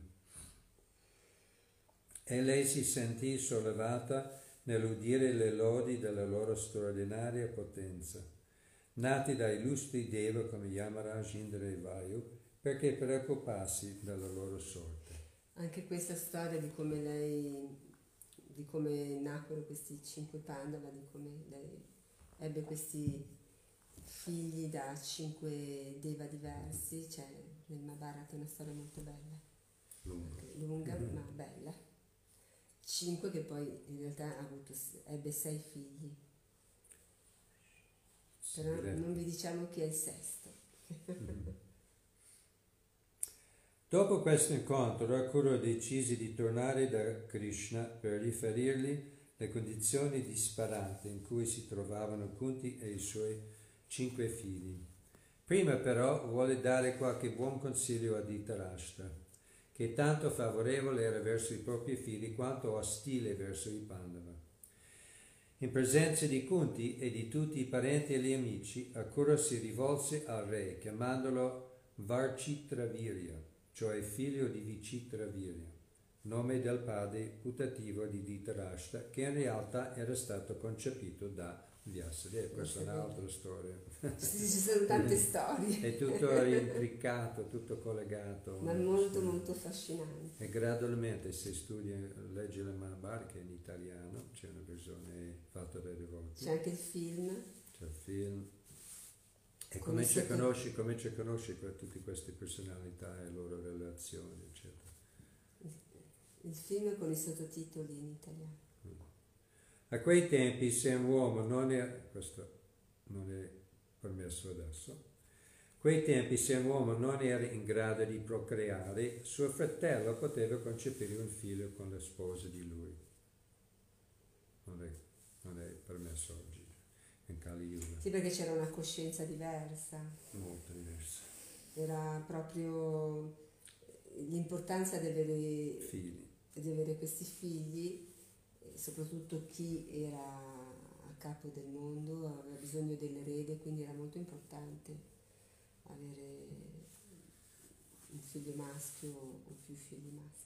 E lei si sentì sollevata nell'udire le lodi della loro straordinaria potenza, nati da illustri deva come Yamaraj, Indra e Vayu, perché preoccuparsi della loro sorte. Anche questa storia di come nacquero questi 5 Pandava, di come lei ebbe questi figli da 5 deva diversi, cioè nel Mahabharata è una storia molto bella, lunga ma bella. 5 che poi in realtà ebbe 6 figli, però non vi diciamo chi è il sesto. Dopo questo incontro, Akrura decise di tornare da Krishna per riferirgli le condizioni disparate in cui si trovavano Kunti e i suoi 5 figli. Prima però vuole dare qualche buon consiglio a Dhritarashtra, che tanto favorevole era verso i propri figli quanto ostile verso i Pandava. In presenza di Kunti e di tutti i parenti e gli amici, Akrura si rivolse al re chiamandolo Varchitravirya, cioè figlio di Vichitravirya, nome del padre putativo di Dhritarashtra, che in realtà era stato concepito da Vyasadeva. Questa è un'altra storia. Ci sono tante storie. È tutto intricato, tutto collegato. Ma molto molto affascinante. E gradualmente, se studi, leggi la Mahabharata, che è in italiano, c'è una versione fatta dai devoti. C'è anche il film. C'è il film. E comincia a conoscere tutte queste personalità e le loro relazioni, eccetera. Il film con i sottotitoli in italiano. A quei tempi, se un uomo questo non è permesso adesso, a quei tempi se un uomo non era in grado di procreare, suo fratello poteva concepire un figlio con la sposa di lui. Non è permesso oggi, in Kali Yuga. Sì, perché c'era una coscienza diversa. Molto diversa. era proprio l'importanza Figli. di avere questi figli, e soprattutto chi era a capo del mondo aveva bisogno dell'erede, quindi era molto importante avere un figlio maschio o più figli maschi.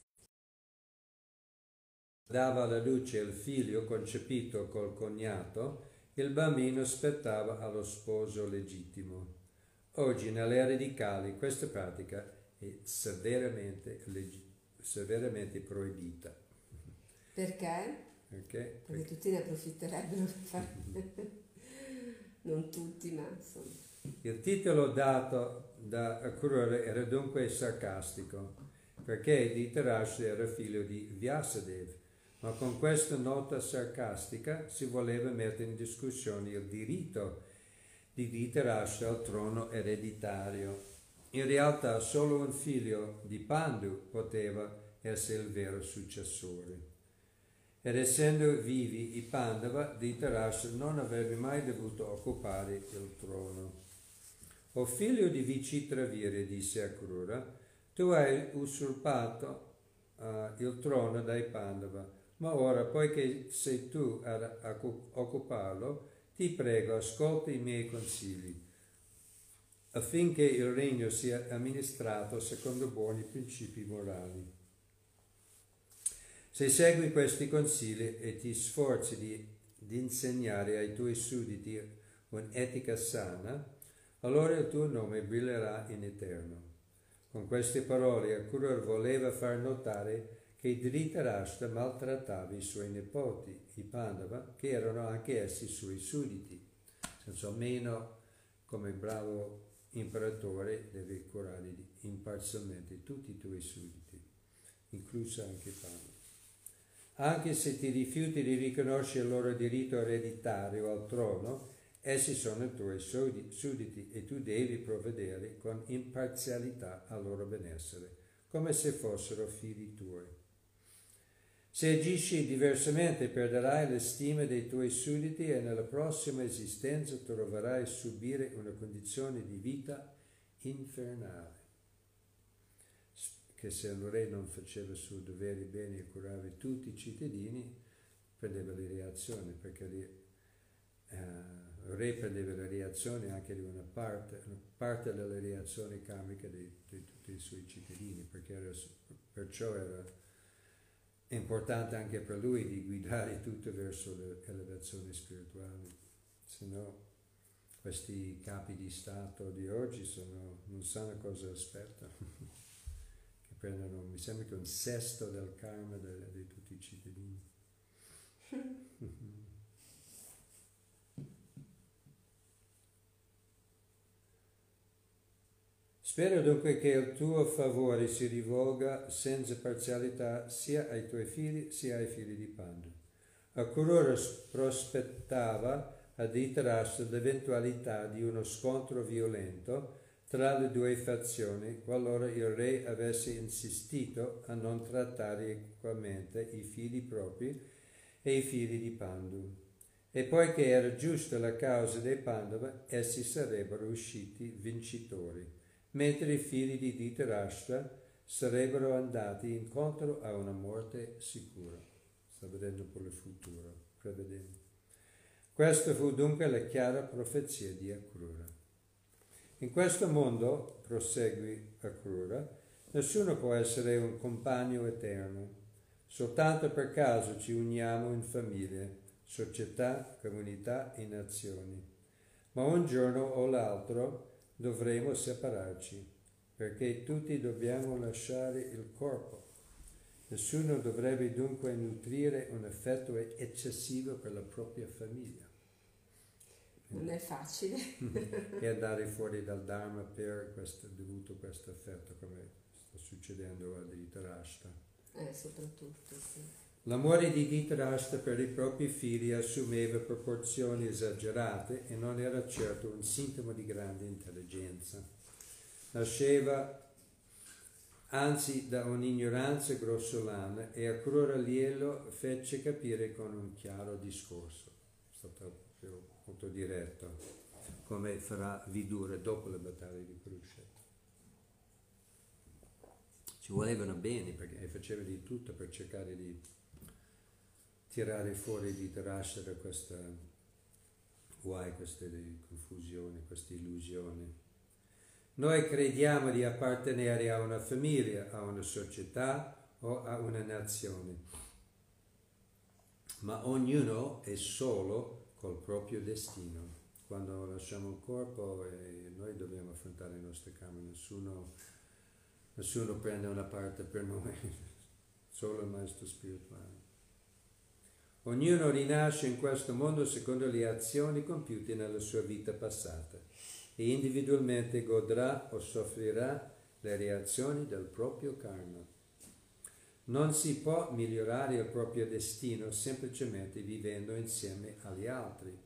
Dava alla luce il figlio concepito col cognato, il bambino spettava allo sposo legittimo. Oggi nelle radicali questa pratica è severamente proibita. Perché? Perché tutti ne approfitterebbero per fare. Non tutti, ma insomma. Il titolo dato da Akrura era dunque sarcastico, perché Dhritarashtra era figlio di Vyasadeva, ma con questa nota sarcastica si voleva mettere in discussione il diritto di Dhritarashtra al trono ereditario. In realtà solo un figlio di Pandu poteva essere il vero successore. Ed essendo vivi i Pandava, Dhritarashtra non avrebbe mai dovuto occupare il trono. O figlio di Vichitravirya, disse Akrura, tu hai usurpato il trono dai Pandava, ma ora, poiché sei tu a occuparlo, ti prego, ascolta i miei consigli, affinché il regno sia amministrato secondo buoni principi morali. Se segui questi consigli e ti sforzi di insegnare ai tuoi sudditi un'etica sana, allora il tuo nome brillerà in eterno. Con queste parole Akrura voleva far notare che Dhritarashtra maltrattava i suoi nipoti, i Pandava, che erano anche essi suoi sudditi. Senza almeno, come bravo imperatore, devi curare imparzialmente tutti i tuoi sudditi, incluso anche i Pandava. Anche se ti rifiuti di riconoscere il loro diritto ereditario al trono, essi sono i tuoi sudditi e tu devi provvedere con imparzialità al loro benessere, come se fossero figli tuoi. Se agisci diversamente perderai le stime dei tuoi sudditi e nella prossima esistenza troverai a subire una condizione di vita infernale. Che se il re non faceva il suo dovere bene e curava tutti i cittadini, prendeva le reazioni, perché il re prendeva le reazioni anche di una parte delle reazioni karmiche di tutti i suoi cittadini, perciò era importante anche per lui di guidare tutto verso l'elevazione spirituale, se no questi capi di Stato di oggi non sanno cosa aspettano. Prendono, mi sembra che un sesto del karma di tutti i cittadini. Spero dunque che il tuo favore si rivolga senza parzialità sia ai tuoi figli sia ai figli di Pandu. Akrura prospettava a Dhritarashtra l'eventualità di uno scontro violento tra le due fazioni, qualora il re avesse insistito a non trattare equamente i figli propri e i figli di Pandu. E poiché era giusta la causa dei Pandava, essi sarebbero usciti vincitori, mentre i figli di Dhritarashtra sarebbero andati incontro a una morte sicura. Sta vedendo per il futuro, prevedendo. Questa fu dunque la chiara profezia di Akrura. In questo mondo, prosegui Akrura, nessuno può essere un compagno eterno. Soltanto per caso ci uniamo in famiglie, società, comunità e nazioni. Ma un giorno o l'altro dovremo separarci, perché tutti dobbiamo lasciare il corpo. Nessuno dovrebbe dunque nutrire un affetto eccessivo per la propria famiglia. Non è facile. E andare fuori dal Dharma dovuto questo affetto, come sta succedendo a Dhritarashtra. Soprattutto, sì. L'amore di Dhritarashtra per i propri figli assumeva proporzioni esagerate e non era certo un sintomo di grande intelligenza. Nasceva anzi da un'ignoranza grossolana e Akrura glielo fece capire con un chiaro discorso. È stato molto diretto, come farà Vidura dopo la battaglia di Kurukshetra. ci volevano bene perché faceva di tutto per cercare di tirare fuori di Dhritarashtra da questa guai, queste confusioni, queste illusioni. Noi crediamo di appartenere a una famiglia, a una società o a una nazione, ma ognuno è solo col proprio destino. Quando lasciamo il corpo noi dobbiamo affrontare il nostro karma, nessuno prende una parte per noi, solo il maestro spirituale. Ognuno rinasce in questo mondo secondo le azioni compiute nella sua vita passata e individualmente godrà o soffrirà le reazioni del proprio karma. Non si può migliorare il proprio destino semplicemente vivendo insieme agli altri.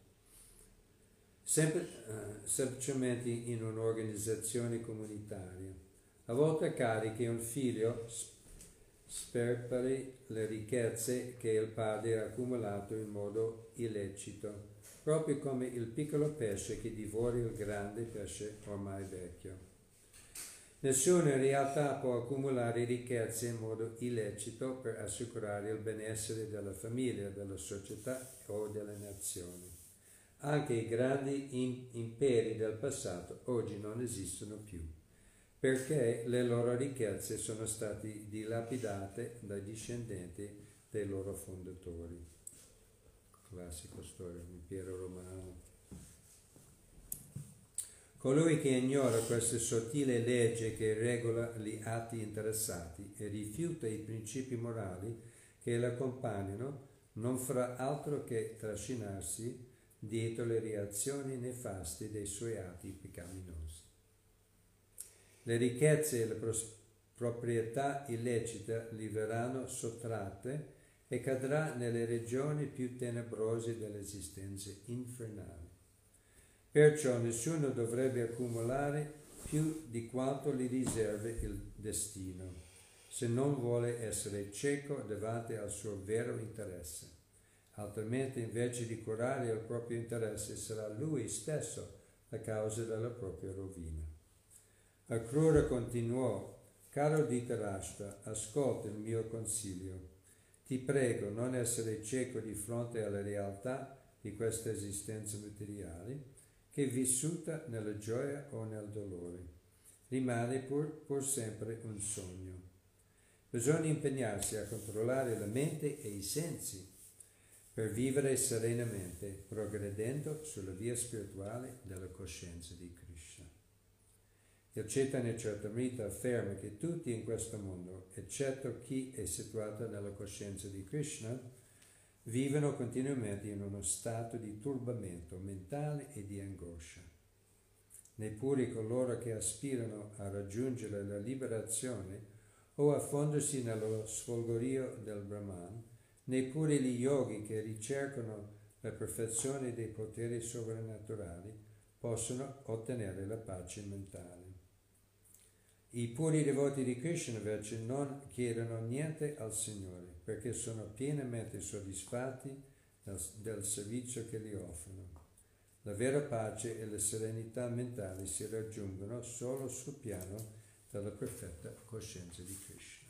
Semplicemente in un'organizzazione comunitaria. A volte accade che un figlio sperperi le ricchezze che il padre ha accumulato in modo illecito, proprio come il piccolo pesce che divora il grande pesce ormai vecchio. Nessuno in realtà può accumulare ricchezze in modo illecito per assicurare il benessere della famiglia, della società o delle nazioni. Anche i grandi imperi del passato oggi non esistono più, perché le loro ricchezze sono state dilapidate dai discendenti dei loro fondatori. Classico storia, impero romano. Colui che ignora questa sottile legge che regola gli atti interessati e rifiuta i principi morali che l'accompagnano non farà altro che trascinarsi dietro le reazioni nefaste dei suoi atti peccaminosi. Le ricchezze e le proprietà illecite gli verranno sottratte e cadrà nelle regioni più tenebrose dell'esistenza infernale. Perciò nessuno dovrebbe accumulare più di quanto gli riserva il destino, se non vuole essere cieco davanti al suo vero interesse. Altrimenti, invece di curare il proprio interesse, sarà lui stesso la causa della propria rovina. Akrura continuò: caro Dhritarashtra, ascolta il mio consiglio. Ti prego, non essere cieco di fronte alla realtà di questa esistenza materiale, che vissuta nella gioia o nel dolore, rimane pur sempre un sogno. Bisogna impegnarsi a controllare la mente e i sensi per vivere serenamente, progredendo sulla via spirituale della coscienza di Krishna. Il Chaitanya Charitamrita afferma che tutti in questo mondo, eccetto chi è situato nella coscienza di Krishna, vivono continuamente in uno stato di turbamento mentale e di angoscia. Neppure coloro che aspirano a raggiungere la liberazione o a fondersi nello sfolgorio del Brahman, neppure gli yogi che ricercano la perfezione dei poteri sovrannaturali possono ottenere la pace mentale. I puri devoti di Krishna invece non chiedono niente al Signore perché sono pienamente soddisfatti del servizio che gli offrono. La vera pace e la serenità mentale si raggiungono solo sul piano della perfetta coscienza di Krishna.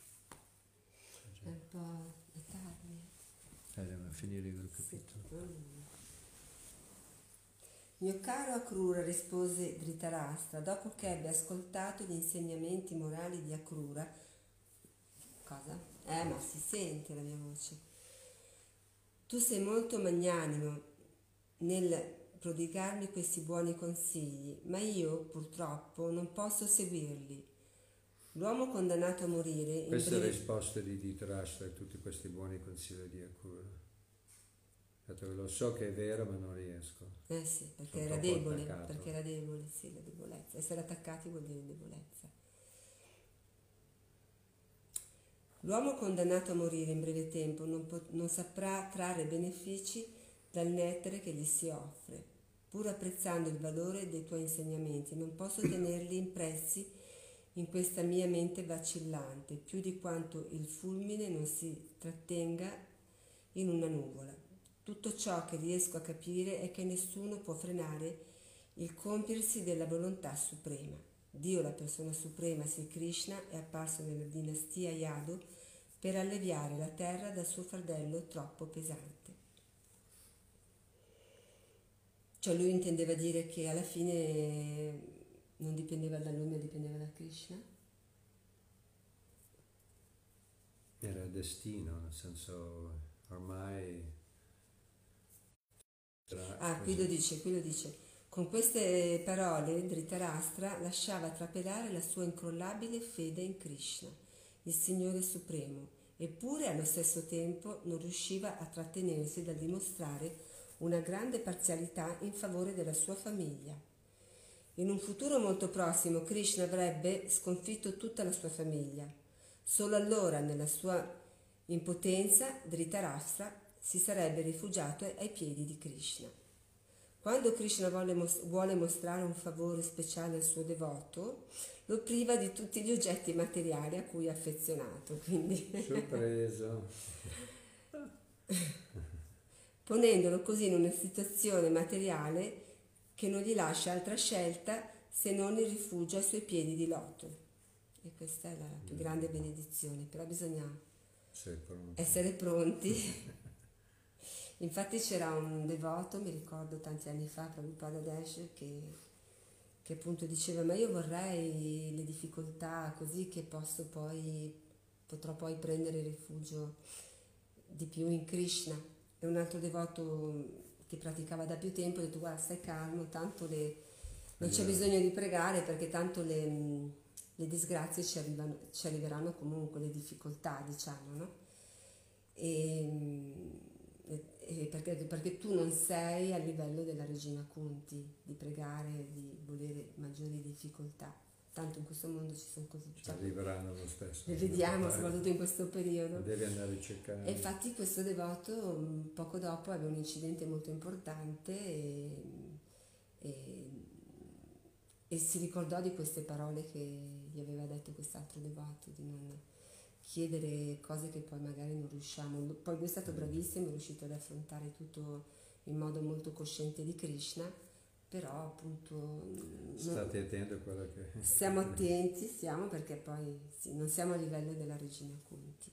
È un po' tardi. Devo finire il capitolo. Mio caro Akrura, rispose Dhritarashtra, dopo che ebbe ascoltato gli insegnamenti morali di Akrura. Cosa? Ma si sente la mia voce. Tu sei molto magnanimo nel prodigarmi questi buoni consigli, ma io purtroppo non posso seguirli. L'uomo condannato a morire... Questa è la risposta di Dhritarashtra a tutti questi buoni consigli di Akrura. Lo so che è vero, ma non riesco. Sì, perché era debole, sì, la debolezza. Essere attaccati vuol dire debolezza. L'uomo condannato a morire in breve tempo non saprà trarre benefici dal nettare che gli si offre. Pur apprezzando il valore dei tuoi insegnamenti, non posso tenerli impressi in questa mia mente vacillante, più di quanto il fulmine non si trattenga in una nuvola. Tutto ciò che riesco a capire è che nessuno può frenare il compiersi della volontà suprema. Dio, la persona suprema, Sri Krishna, è apparso nella dinastia Yadu per alleviare la terra dal suo fardello troppo pesante. Cioè lui intendeva dire che alla fine non dipendeva da lui, ma dipendeva da Krishna. Era il destino, nel senso ormai... Qui lo dice. Con queste parole Dhritarashtra lasciava trapelare la sua incrollabile fede in Krishna, il Signore Supremo, eppure allo stesso tempo non riusciva a trattenersi dal dimostrare una grande parzialità in favore della sua famiglia. In un futuro molto prossimo Krishna avrebbe sconfitto tutta la sua famiglia. Solo allora, nella sua impotenza, Dhritarashtra si sarebbe rifugiato ai piedi di Krishna. Quando Krishna vuole mostrare un favore speciale al suo devoto, lo priva di tutti gli oggetti materiali a cui è affezionato. Quindi sorpreso. Ponendolo così in una situazione materiale che non gli lascia altra scelta se non il rifugio ai suoi piedi di loto. E questa è la più grande benedizione, però bisogna essere pronti. Infatti c'era un devoto, mi ricordo tanti anni fa, Prabhupada Dash, che appunto diceva: ma io vorrei le difficoltà così che potrò poi prendere rifugio di più in Krishna. E un altro devoto che praticava da più tempo ha detto: guarda, stai calmo, tanto non c'è bisogno di pregare, perché tanto le disgrazie ci arriveranno comunque, le difficoltà, diciamo, no? Perché tu non sei a livello della regina Kunti di pregare, di volere maggiori difficoltà, tanto in questo mondo ci sono così, ci arriveranno lo stesso, le vediamo soprattutto in questo periodo, devi andare a cercare. E infatti questo devoto poco dopo aveva un incidente molto importante e si ricordò di queste parole che gli aveva detto quest'altro devoto, di non chiedere cose che poi magari non riusciamo. Poi lui è stato bravissimo, è riuscito ad affrontare tutto in modo molto cosciente di Krishna, però appunto state attenti a quello che stiamo attenti, perché poi sì, non siamo a livello della regina Kunti.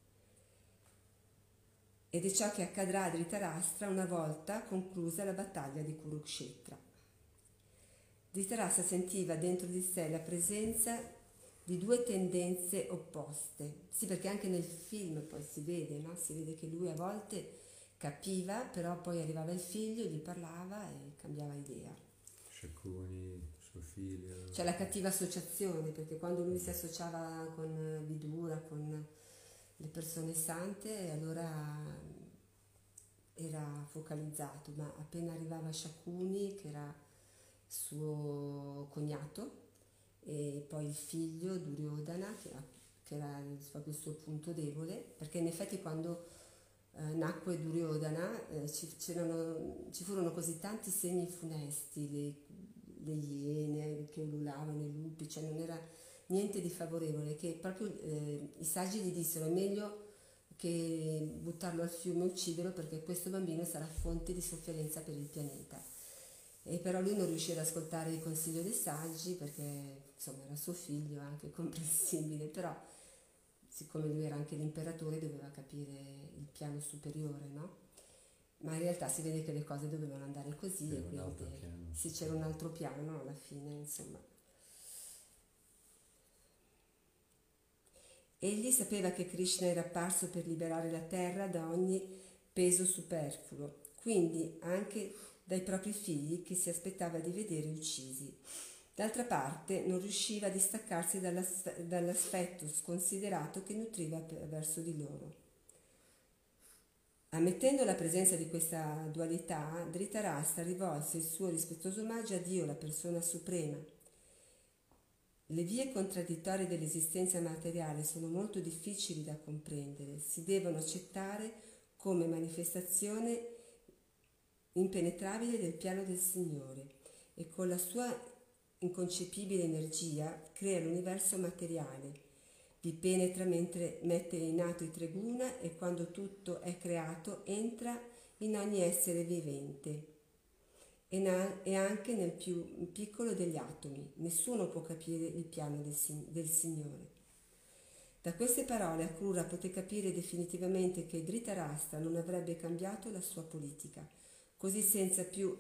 Ed è ciò che accadrà a Dhritarashtra una volta conclusa la battaglia di Kurukshetra. Dhritarashtra sentiva dentro di sé la presenza di due tendenze opposte. Sì, perché anche nel film poi si vede, no? Si vede che lui a volte capiva, però poi arrivava il figlio, gli parlava e cambiava idea. Shakuni, suo figlio. Cioè la cattiva associazione, perché quando lui si associava con Vidura, con le persone sante, allora era focalizzato, ma appena arrivava Shakuni, che era suo cognato, e poi il figlio Duryodhana, che era proprio il suo punto debole, perché in effetti quando nacque Duryodhana ci furono così tanti segni funesti, le iene che ululavano, i lupi, cioè non era niente di favorevole, che proprio i saggi gli dissero: è meglio che buttarlo al fiume e ucciderlo, perché questo bambino sarà fonte di sofferenza per il pianeta. E però lui non riuscì ad ascoltare il consiglio dei saggi, perché insomma era suo figlio, anche comprensibile, però siccome lui era anche l'imperatore doveva capire il piano superiore, no? Ma in realtà si vede che le cose dovevano andare così, e quindi sì, c'era un altro piano alla fine, insomma. Egli sapeva che Krishna era apparso per liberare la terra da ogni peso superfluo, quindi anche dai propri figli che si aspettava di vedere uccisi. D'altra parte non riusciva a distaccarsi dall'aspetto sconsiderato che nutriva verso di loro. Ammettendo la presenza di questa dualità, Dhritarashtra rivolse il suo rispettoso omaggio a Dio, la persona suprema. Le vie contraddittorie dell'esistenza materiale sono molto difficili da comprendere, si devono accettare come manifestazione impenetrabile del piano del Signore, e con la sua inconcepibile energia crea l'universo materiale, vi penetra mentre mette in atto i tre guna, e quando tutto è creato entra in ogni essere vivente. e anche nel più piccolo degli atomi. Nessuno può capire il piano del Signore. Da queste parole Akrura poté capire definitivamente che Dhritarashtra non avrebbe cambiato la sua politica. Così, senza più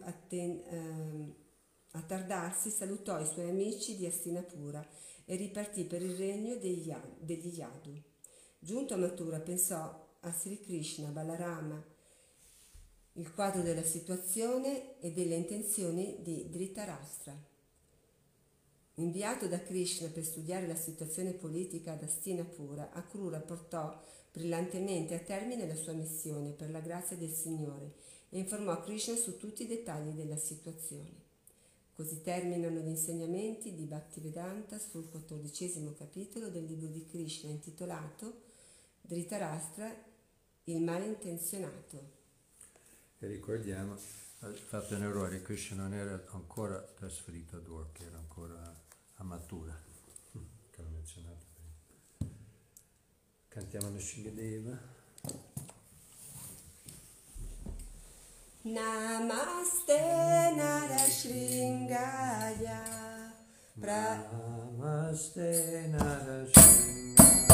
attardarsi, salutò i suoi amici di Hastinapura e ripartì per il regno degli Yadu. Giunto a Mathura pensò a Sri Krishna, Balarama, il quadro della situazione e delle intenzioni di Dhritarashtra. Inviato da Krishna per studiare la situazione politica ad Hastinapura, Akrura portò brillantemente a termine la sua missione per la grazia del Signore e informò Krishna su tutti i dettagli della situazione. Così terminano gli insegnamenti di Bhaktivedanta sul 14° capitolo del libro di Krishna intitolato Dhritarashtra, il malintenzionato. E ricordiamo, ha fatto un errore, Krishna non era ancora trasferito a Dwarka, era ancora a Mathura, che l'ho menzionato prima. Cantiamo la Shingadeva. Namaste Narashringaya Namaste Narashingaya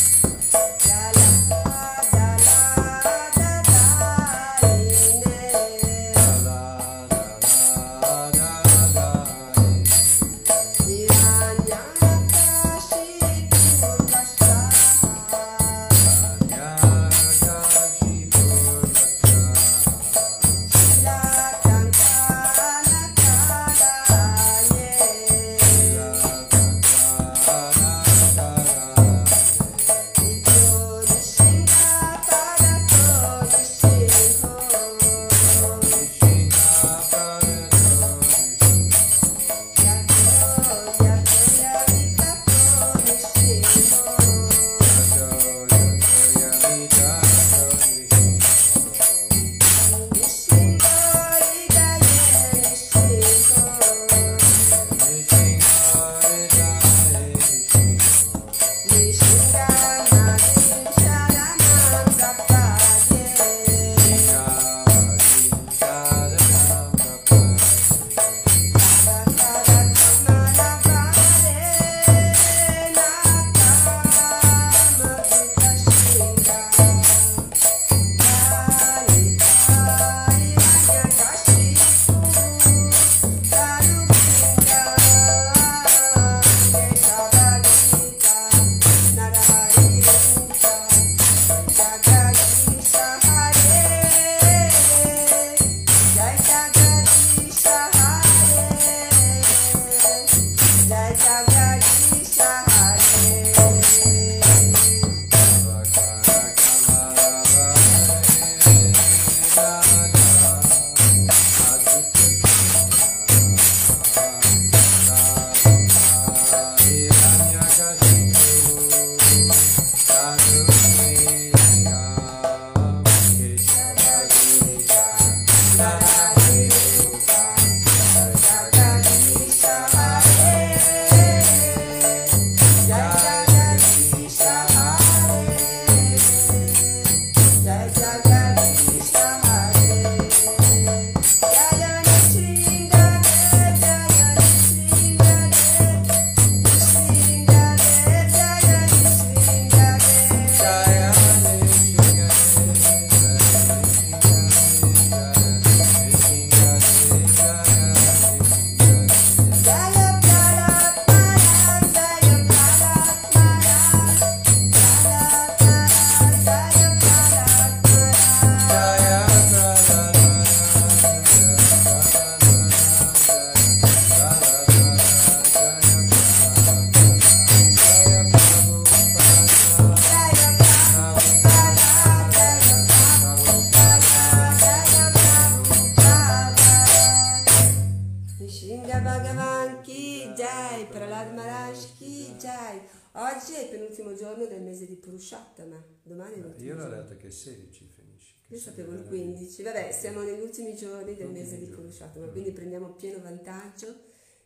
Oggi è il penultimo giorno del mese di Purushottama, domani è l'ultimo Io l'ho giorno. detto che 16 finisce. Io sapevo il 15, vabbè, siamo negli ultimi giorni del mese di Purushottama, quindi prendiamo pieno vantaggio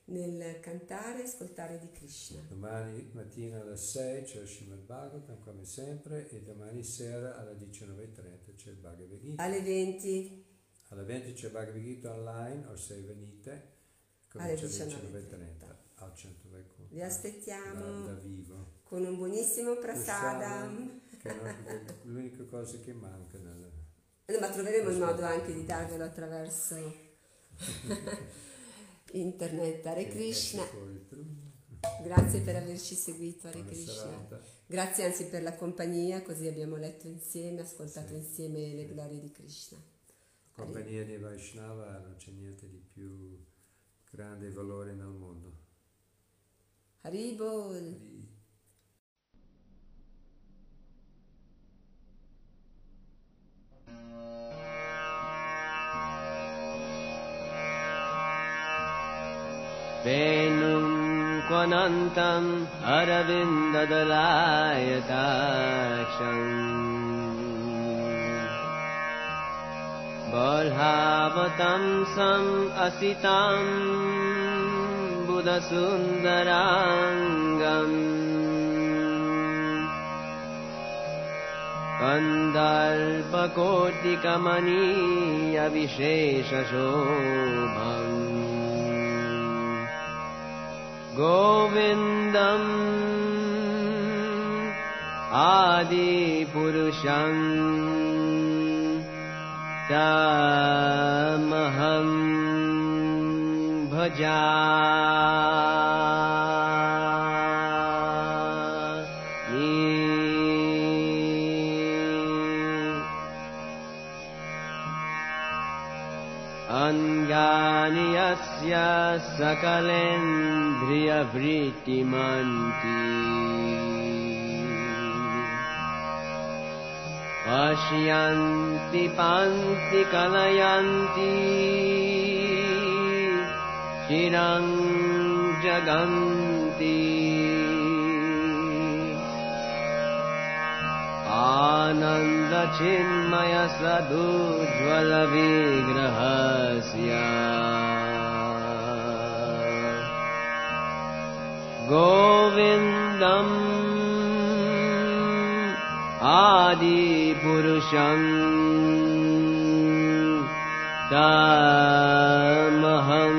nel cantare e ascoltare di Krishna. Domani mattina alle 6 c'è il Srimad Bhagavatam come sempre e domani sera alle 19:30 c'è il Bhagavad Gita. Alle 20. alle 20 c'è Bhagavad Gita online, o se venite alle comincia alle 19:30 al centro del culto. Vi aspettiamo da vivo. con un buonissimo prasadam. Che è l'unica cosa che manca Ma troveremo il modo anche di darvelo attraverso internet. Hare Krishna. Grazie per averci seguito, Hare Krishna. Grazie anzi per la compagnia, così abbiamo letto insieme, ascoltato insieme le glorie di Krishna. Compagnia di Vaishnava, non c'è niente di più grande valore nel mondo. Haribol. Venum quanantam aravindadalayataksam Balhavatam sam asitam buddhasundarangam Kandalpakotikamaniya vishesha shobham Govindam Adi Purusham Tamaham Angani yasya sakalendriya vrittimanti Pashyanti panti kalayanti Chirang jaganti Ananda chinmaya sadujvala vigrahasya Govindam Adi Purusham Tamaham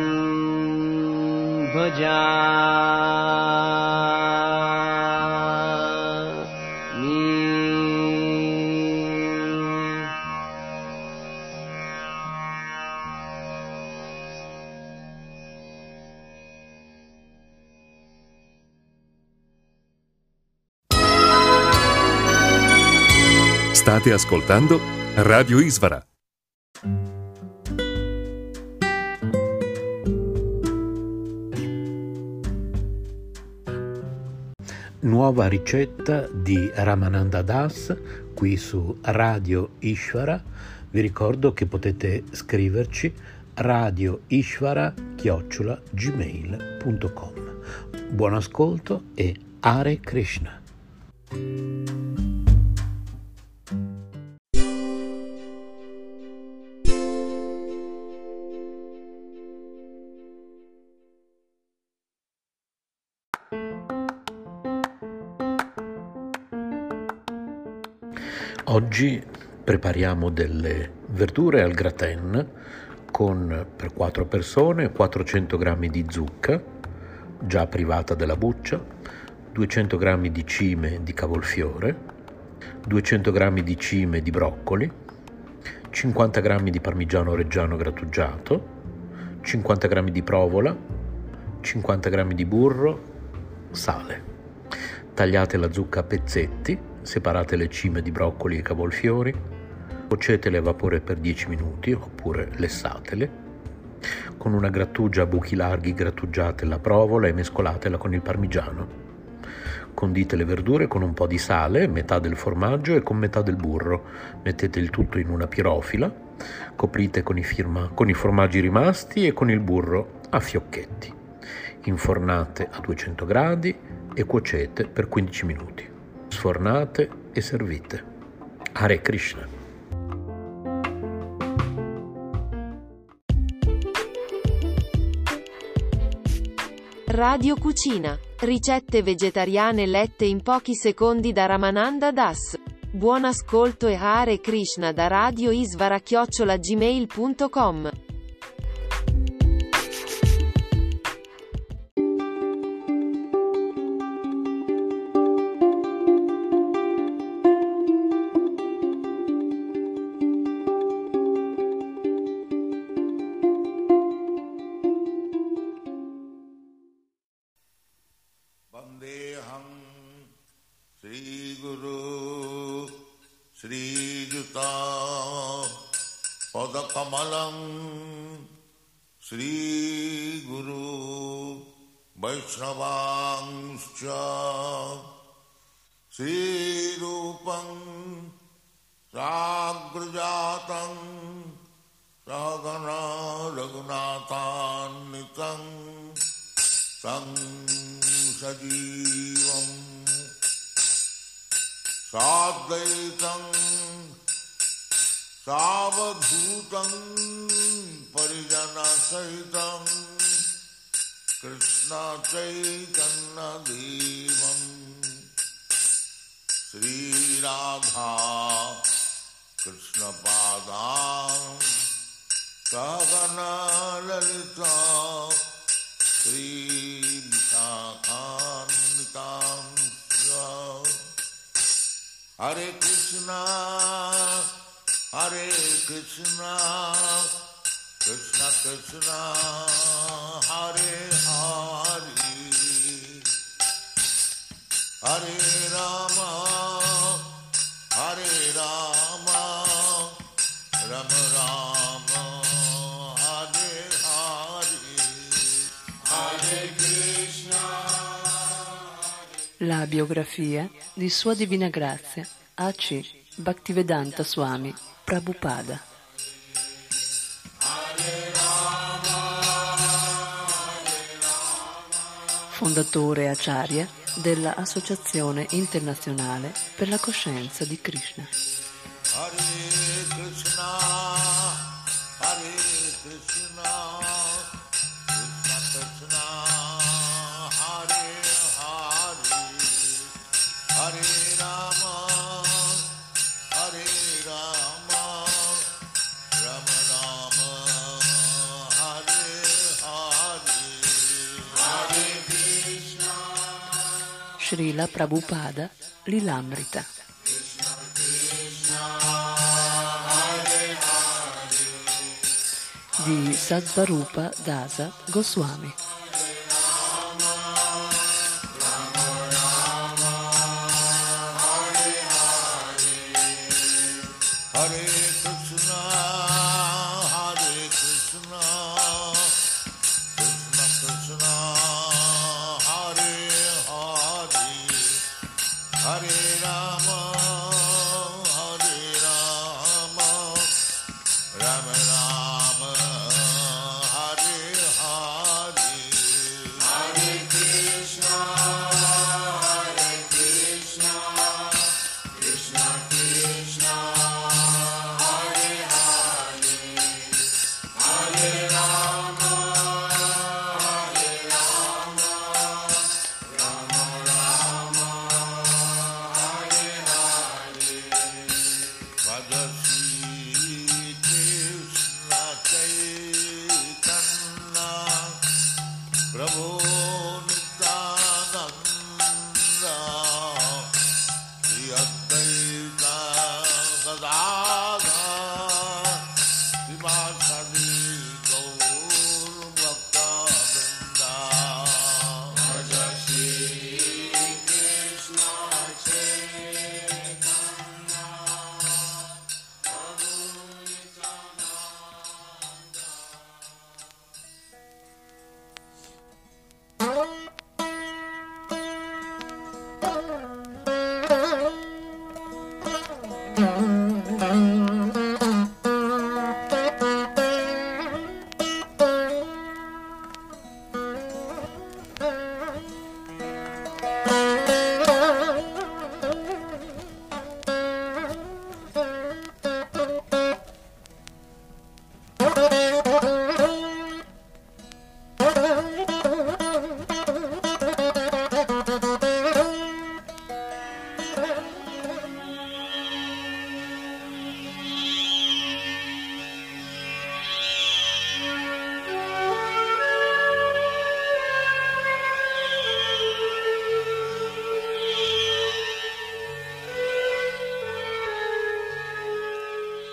State ascoltando Radio Isvara. Nuova ricetta di Ramananda Das qui su Radio Ishvara. Vi ricordo che potete scriverci radioishvara@gmail.com. Buon ascolto e Hare Krishna. Oggi prepariamo delle verdure al gratin per 4 persone, 400 g di zucca, già privata della buccia, 200 g di cime di cavolfiore, 200 g di cime di broccoli, 50 g di parmigiano reggiano grattugiato, 50 g di provola, 50 g di burro, sale. Tagliate la zucca a pezzetti, separate le cime di broccoli e cavolfiori, cuocetele a vapore per 10 minuti oppure lessatele. Con una grattugia a buchi larghi grattugiate la provola e mescolatela con il parmigiano. Condite le verdure con un po' di sale, metà del formaggio e con metà del burro. Mettete il tutto in una pirofila, coprite con i formaggi rimasti e con il burro a fiocchetti. Infornate a 200 gradi e cuocete per 15 minuti. Sfornate e servite. Hare Krishna. Radio Cucina. Ricette vegetariane lette in pochi secondi da Ramananda Das. Buon ascolto e Hare Krishna da Radio Isvara@gmail.com. Kamalam Sri Guru Vaishnavangscha Sri Rupam Sagrajatam Sagana Raghunathannitam Sang Sajivam Sadvaitam Savadhutam Parijana Sahitam Krishna Chaitanya Devam Sri Radha Krishna Padam Sagana Lalita Sri Vishakanitam Hare Krishna Hare Krishna, Krishna Krishna, Hare Hare, Hare Rama, Hare Rama, Rama Rama, Hare Hare, Hare Krishna. La biografia di Sua Divina Grazia A.C. Bhaktivedanta Swami Prabhupada. Fondatore Acharya della Associazione Internazionale per la Coscienza di Krishna. Hare Krishna, Hare Krishna, Krishna Krishna, Hare Hare, Hare Rama, Hare Rama, Rama Rama, Hare Hare, Hare Krishna. Srila Prabhupada Lilamrita. Di Sadvarupa Dasa Goswami. Hare Krishna, Hare Krishna, Krishna Krishna, Hare Hare, Hare Rama, Hare Rama, Rama Rama, Hare Hare, Hare Krishna, Hare Krishna, Krishna Krishna, Hare Hare, Hare Rama, Hare Rama, Rama Rama, Hare Hare. Bhaja Shri Krishna Chaitanya Prabhu Nityananda Shri Advaita Gadadhar Srimad Gaur Bhakta Vrinda. Bhaja Shri Krishna Chaitanya Prabhu Nityananda.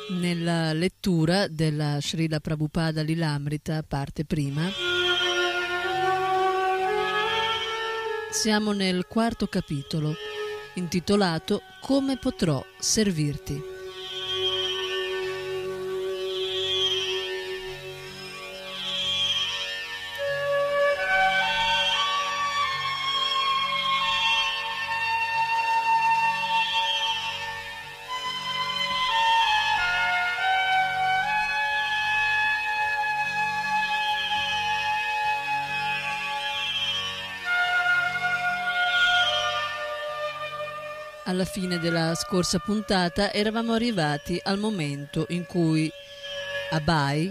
Nella lettura della Srila Prabhupada Lilamrita, parte prima, siamo nel quarto capitolo, intitolato Come potrò servirti? Alla fine della scorsa puntata eravamo arrivati al momento in cui Abai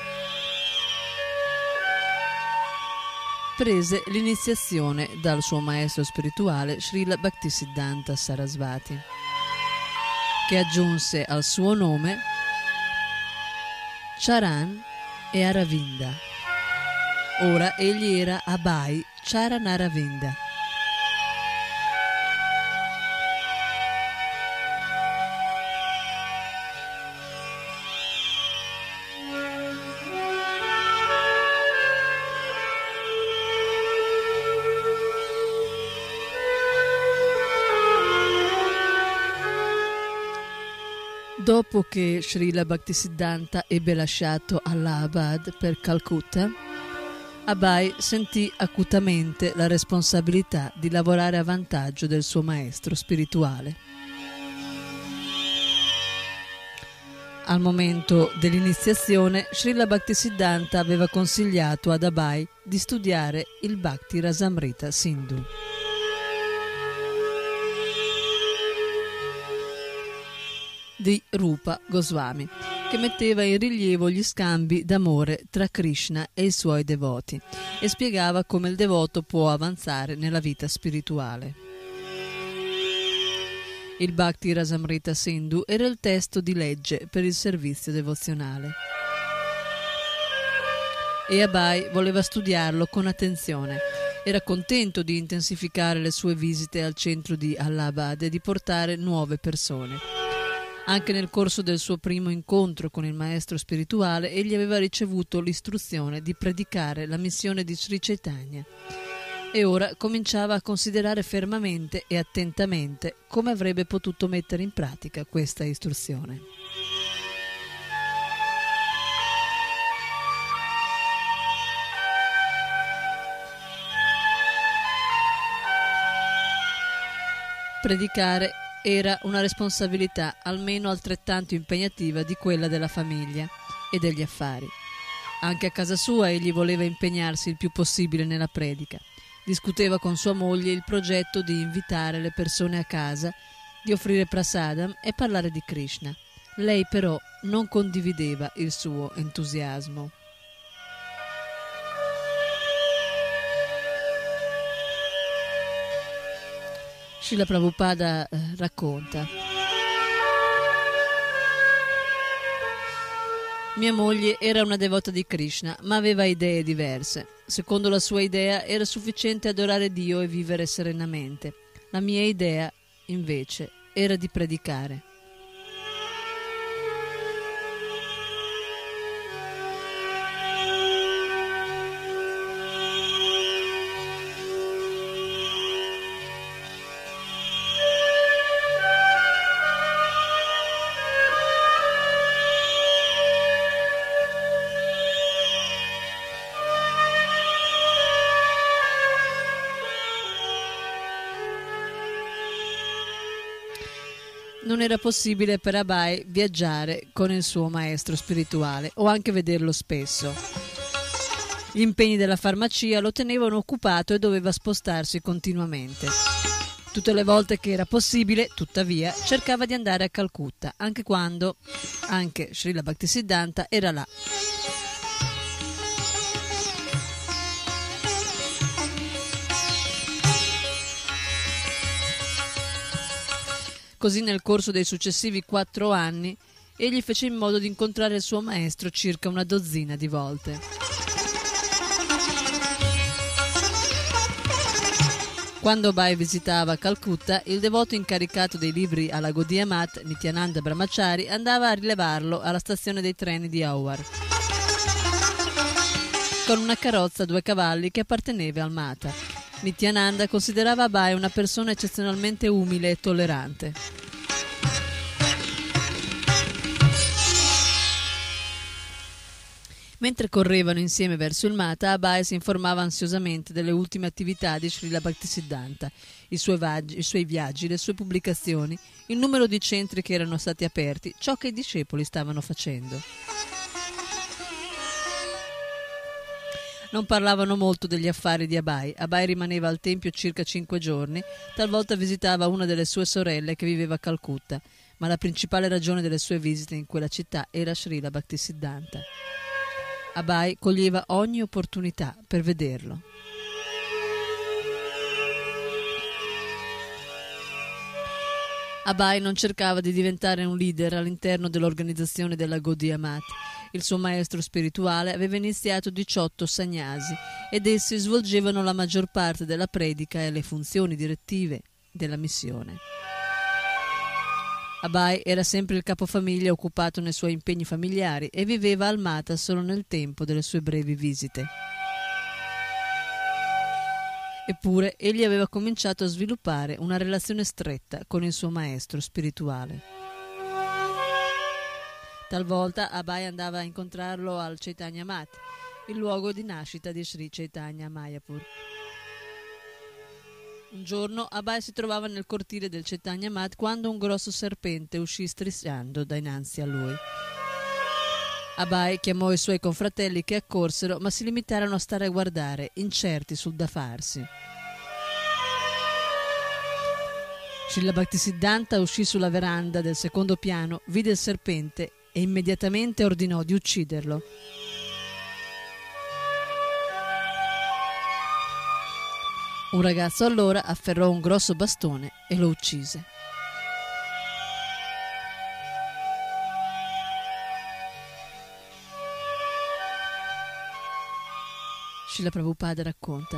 prese l'iniziazione dal suo maestro spirituale Srila Bhaktisiddhanta Sarasvati, che aggiunse al suo nome Charan e Aravinda. Ora egli era Abai Charan Aravinda. Dopo che Srila Bhaktisiddhanta ebbe lasciato Allahabad per Calcutta, Abai sentì acutamente la responsabilità di lavorare a vantaggio del suo maestro spirituale. Al momento dell'iniziazione, Srila Bhaktisiddhanta aveva consigliato ad Abai di studiare il Bhakti Rasamrita Sindhu. Di Rupa Goswami, che metteva in rilievo gli scambi d'amore tra Krishna e i suoi devoti e spiegava come il devoto può avanzare nella vita spirituale. Il Bhakti Rasamrita Sindhu era il testo di legge per il servizio devozionale e Abai voleva studiarlo con attenzione. Era contento di intensificare le sue visite al centro di Allahabad e di portare nuove persone. Anche nel corso del suo primo incontro con il maestro spirituale, egli aveva ricevuto l'istruzione di predicare la missione di Sri Chaitanya e ora cominciava a considerare fermamente e attentamente come avrebbe potuto mettere in pratica questa istruzione. Predicare era una responsabilità almeno altrettanto impegnativa di quella della famiglia e degli affari. Anche a casa sua egli voleva impegnarsi il più possibile nella predica. Discuteva con sua moglie il progetto di invitare le persone a casa, di offrire prasadam e parlare di Krishna. Lei però non condivideva il suo entusiasmo. Srila Prabhupada racconta: mia moglie era una devota di Krishna, ma aveva idee diverse. Secondo la sua idea era sufficiente adorare Dio e vivere serenamente. La mia idea, invece, era di predicare. Non era possibile per Abai viaggiare con il suo maestro spirituale o anche vederlo spesso. Gli impegni della farmacia lo tenevano occupato e doveva spostarsi continuamente. Tutte le volte che era possibile, tuttavia, cercava di andare a Calcutta, anche quando anche Srila Bhaktisiddhanta era là. Così nel corso dei successivi 4 anni egli fece in modo di incontrare il suo maestro circa una dozzina di volte. Quando Abai visitava Calcutta, il devoto incaricato dei libri alla Gaudiya Math, Nityananda Brahmachari, andava a rilevarlo alla stazione dei treni di Howrah con una carrozza a 2 cavalli che apparteneva al Mata. Nityananda considerava Abai una persona eccezionalmente umile e tollerante. Mentre correvano insieme verso il Mata, Abai si informava ansiosamente delle ultime attività di Srila Bhaktisiddhanta, i suoi viaggi, le sue pubblicazioni, il numero di centri che erano stati aperti, ciò che i discepoli stavano facendo. Non parlavano molto degli affari di Abai. Abai rimaneva al tempio circa 5 giorni, talvolta visitava una delle sue sorelle che viveva a Calcutta, ma la principale ragione delle sue visite in quella città era Srila Bhaktisiddhanta. Abai coglieva ogni opportunità per vederlo. Abai non cercava di diventare un leader all'interno dell'organizzazione della Gaudiya Math. Il suo maestro spirituale aveva iniziato 18 sannyasi ed essi svolgevano la maggior parte della predica e le funzioni direttive della missione. Abai era sempre il capofamiglia occupato nei suoi impegni familiari e viveva al Mata solo nel tempo delle sue brevi visite. Eppure egli aveva cominciato a sviluppare una relazione stretta con il suo maestro spirituale. Talvolta Abai andava a incontrarlo al Chaitanya Math, il luogo di nascita di Sri Chaitanya Mayapur. Un giorno Abai si trovava nel cortile del Chaitanya Math quando un grosso serpente uscì strisciando dinanzi a lui. Abai chiamò i suoi confratelli che accorsero, ma si limitarono a stare a guardare, incerti sul da farsi. Srila Bhaktisiddhanta uscì sulla veranda del secondo piano, vide il serpente e immediatamente ordinò di ucciderlo. Un ragazzo allora afferrò un grosso bastone e lo uccise. Srila Prabhupada racconta: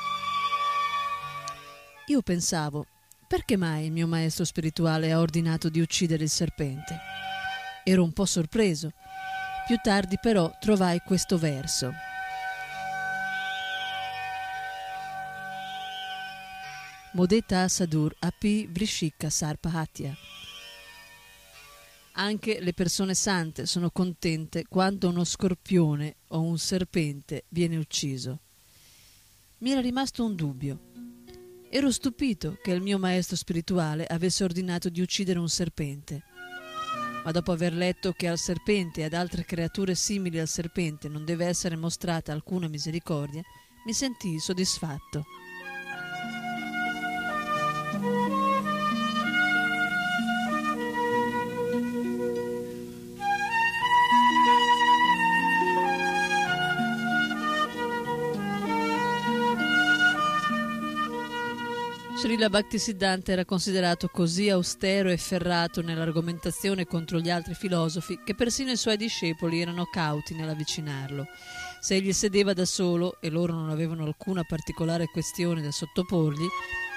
io pensavo, perché mai il mio maestro spirituale ha ordinato di uccidere il serpente? Ero un po' sorpreso. Più tardi però trovai questo verso. Modeta Sadur api vrishika sarpahatya. Anche le persone sante sono contente quando uno scorpione o un serpente viene ucciso. Mi era rimasto un dubbio. Ero stupito che il mio maestro spirituale avesse ordinato di uccidere un serpente. Ma dopo aver letto che al serpente e ad altre creature simili al serpente non deve essere mostrata alcuna misericordia, mi sentii soddisfatto. Srila Bhaktisiddhanta era considerato così austero e ferrato nell'argomentazione contro gli altri filosofi che persino i suoi discepoli erano cauti nell'avvicinarlo. Se egli sedeva da solo e loro non avevano alcuna particolare questione da sottoporgli,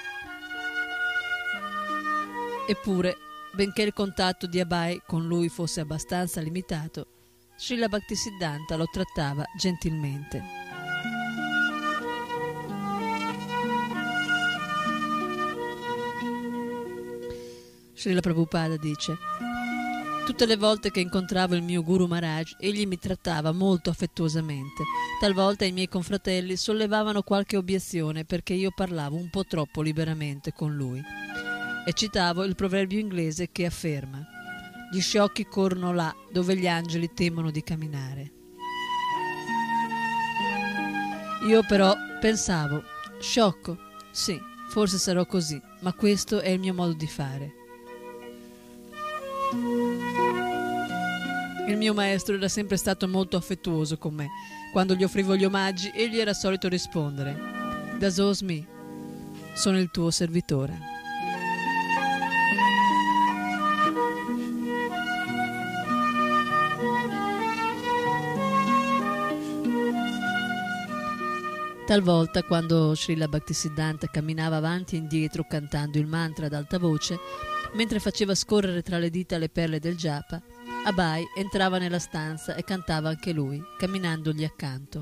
eppure, benché il contatto di Abai con lui fosse abbastanza limitato, Srila Bhaktisiddhanta lo trattava gentilmente. Srila Prabhupada dice: tutte le volte che incontravo il mio Guru Maharaj, egli mi trattava molto affettuosamente. Talvolta i miei confratelli sollevavano qualche obiezione perché io parlavo un po' troppo liberamente con lui. E citavo il proverbio inglese che afferma: gli sciocchi corrono là dove gli angeli temono di camminare. Io però pensavo: sciocco, sì, forse sarò così, ma questo è il mio modo di fare. Il mio maestro era sempre stato molto affettuoso con me. Quando gli offrivo gli omaggi, egli era solito rispondere: Dasos mi, sono il tuo servitore. Talvolta, quando Srila Bhaktisiddhanta camminava avanti e indietro cantando il mantra ad alta voce, mentre faceva scorrere tra le dita le perle del japa, Abai entrava nella stanza e cantava anche lui, camminandogli accanto.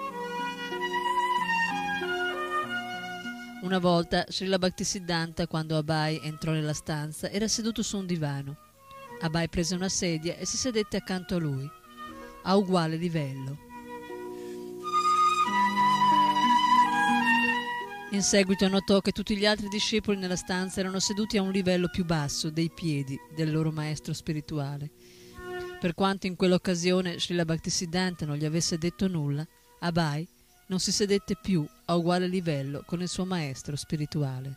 Una volta Srila Bhaktisiddhanta, quando Abai entrò nella stanza, era seduto su un divano. Abai prese una sedia e si sedette accanto a lui, a uguale livello. In seguito notò che tutti gli altri discepoli nella stanza erano seduti a un livello più basso dei piedi del loro maestro spirituale. Per quanto in quell'occasione Srila Bhaktisiddhanta non gli avesse detto nulla, Abai non si sedette più a uguale livello con il suo maestro spirituale.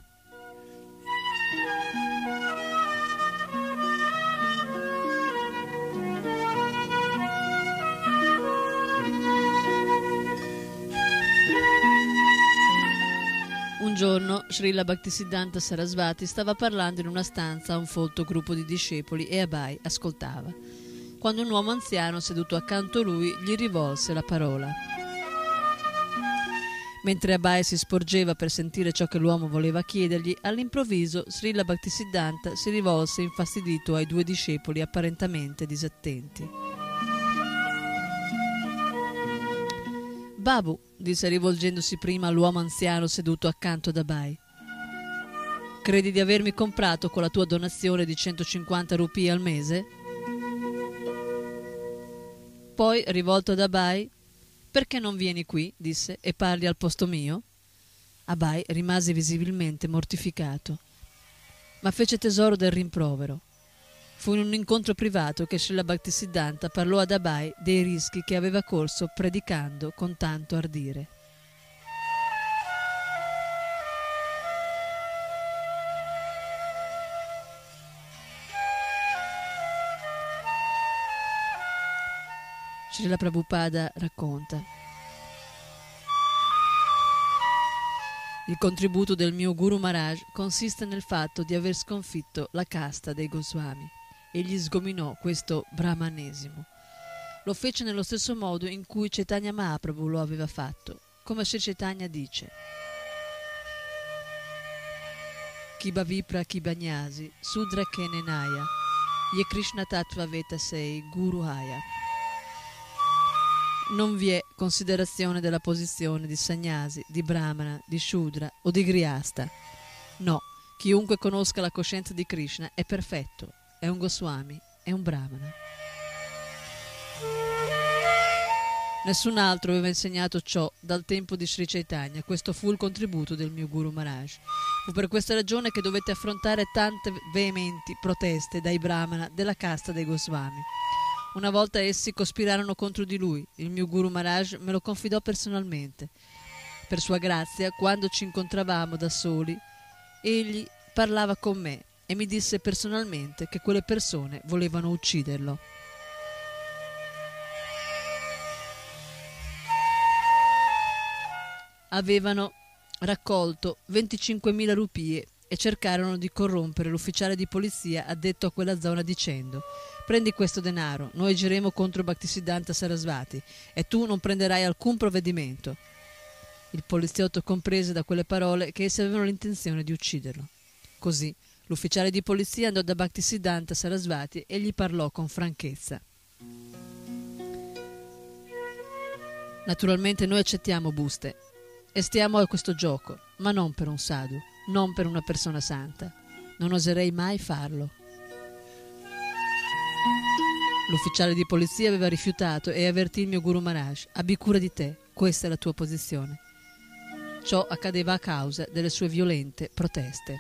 Un giorno Srila Bhaktisiddhanta Sarasvati stava parlando in una stanza a un folto gruppo di discepoli e Abai ascoltava, quando un uomo anziano seduto accanto a lui gli rivolse la parola. Mentre Abai si sporgeva per sentire ciò che l'uomo voleva chiedergli, all'improvviso Srila Bhaktisiddhanta si rivolse infastidito ai due discepoli apparentemente disattenti. Babu, disse rivolgendosi prima all'uomo anziano seduto accanto ad Abai, credi di avermi comprato con la tua donazione di 150 rupie al mese? Poi, rivolto ad Abai, perché non vieni qui, disse, e parli al posto mio? Abai rimase visibilmente mortificato, ma fece tesoro del rimprovero. Fu in un incontro privato che Srila Bhaktisiddhanta parlò ad Abai dei rischi che aveva corso predicando con tanto ardire. Srila Prabhupada racconta: il contributo del mio Guru Maharaj consiste nel fatto di aver sconfitto la casta dei Goswami. Egli sgominò questo brahmanesimo. Lo fece nello stesso modo in cui Chaitanya Mahaprabhu lo aveva fatto, come Sri Chaitanya dice: Kiba Vipra Kiba Gnasi, Sudra Kenenaya, Ye Krishna Tattva Veta Sei, Guru Haya. Non vi è considerazione della posizione di Sannyasi, di Brahmana, di Shudra o di Grihasta. No, chiunque conosca la coscienza di Krishna è perfetto, è un Goswami, è un Brahmana. Nessun altro aveva insegnato ciò dal tempo di Sri Chaitanya. Questo fu il contributo del mio Guru Maharaj. Fu per questa ragione che dovette affrontare tante veementi proteste dai Brahmana della casta dei Goswami. Una volta essi cospirarono contro di lui. Il mio Guru Maharaj me lo confidò personalmente. Per sua grazia, quando ci incontravamo da soli, egli parlava con me e mi disse personalmente che quelle persone volevano ucciderlo. Avevano raccolto 25.000 rupie e cercarono di corrompere l'ufficiale di polizia addetto a quella zona dicendo: prendi questo denaro, noi agiremo contro Bhaktisiddhanta Sarasvati e tu non prenderai alcun provvedimento. Il poliziotto comprese da quelle parole che essi avevano l'intenzione di ucciderlo. Così l'ufficiale di polizia andò da Bhaktisiddhanta Sarasvati e gli parlò con franchezza. Naturalmente noi accettiamo buste e stiamo a questo gioco, ma non per un sadhu, non per una persona santa. Non oserei mai farlo. L'ufficiale di polizia aveva rifiutato e avvertì il mio Guru Maharaj: abbi cura di te, questa è la tua posizione. Ciò accadeva a causa delle sue violente proteste.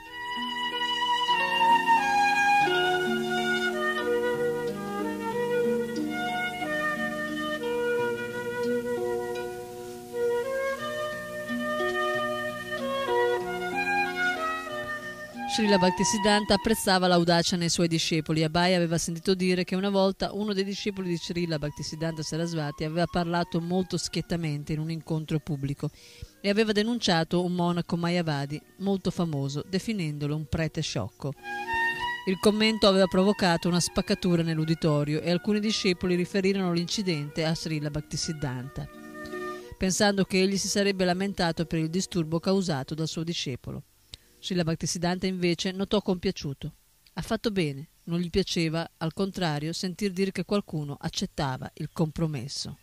Srila Bhaktisiddhanta apprezzava l'audacia nei suoi discepoli. Abai aveva sentito dire che una volta uno dei discepoli di Srila Bhaktisiddhanta Sarasvati aveva parlato molto schiettamente in un incontro pubblico e aveva denunciato un monaco Mayavadi molto famoso, definendolo un prete sciocco. Il commento aveva provocato una spaccatura nell'uditorio e alcuni discepoli riferirono l'incidente a Srila Bhaktisiddhanta. pensando che egli si sarebbe lamentato per il disturbo causato dal suo discepolo. Srila Bhaktisiddhanta invece notò compiaciuto. Ha fatto bene, non gli piaceva, al contrario, sentir dire che qualcuno accettava il compromesso.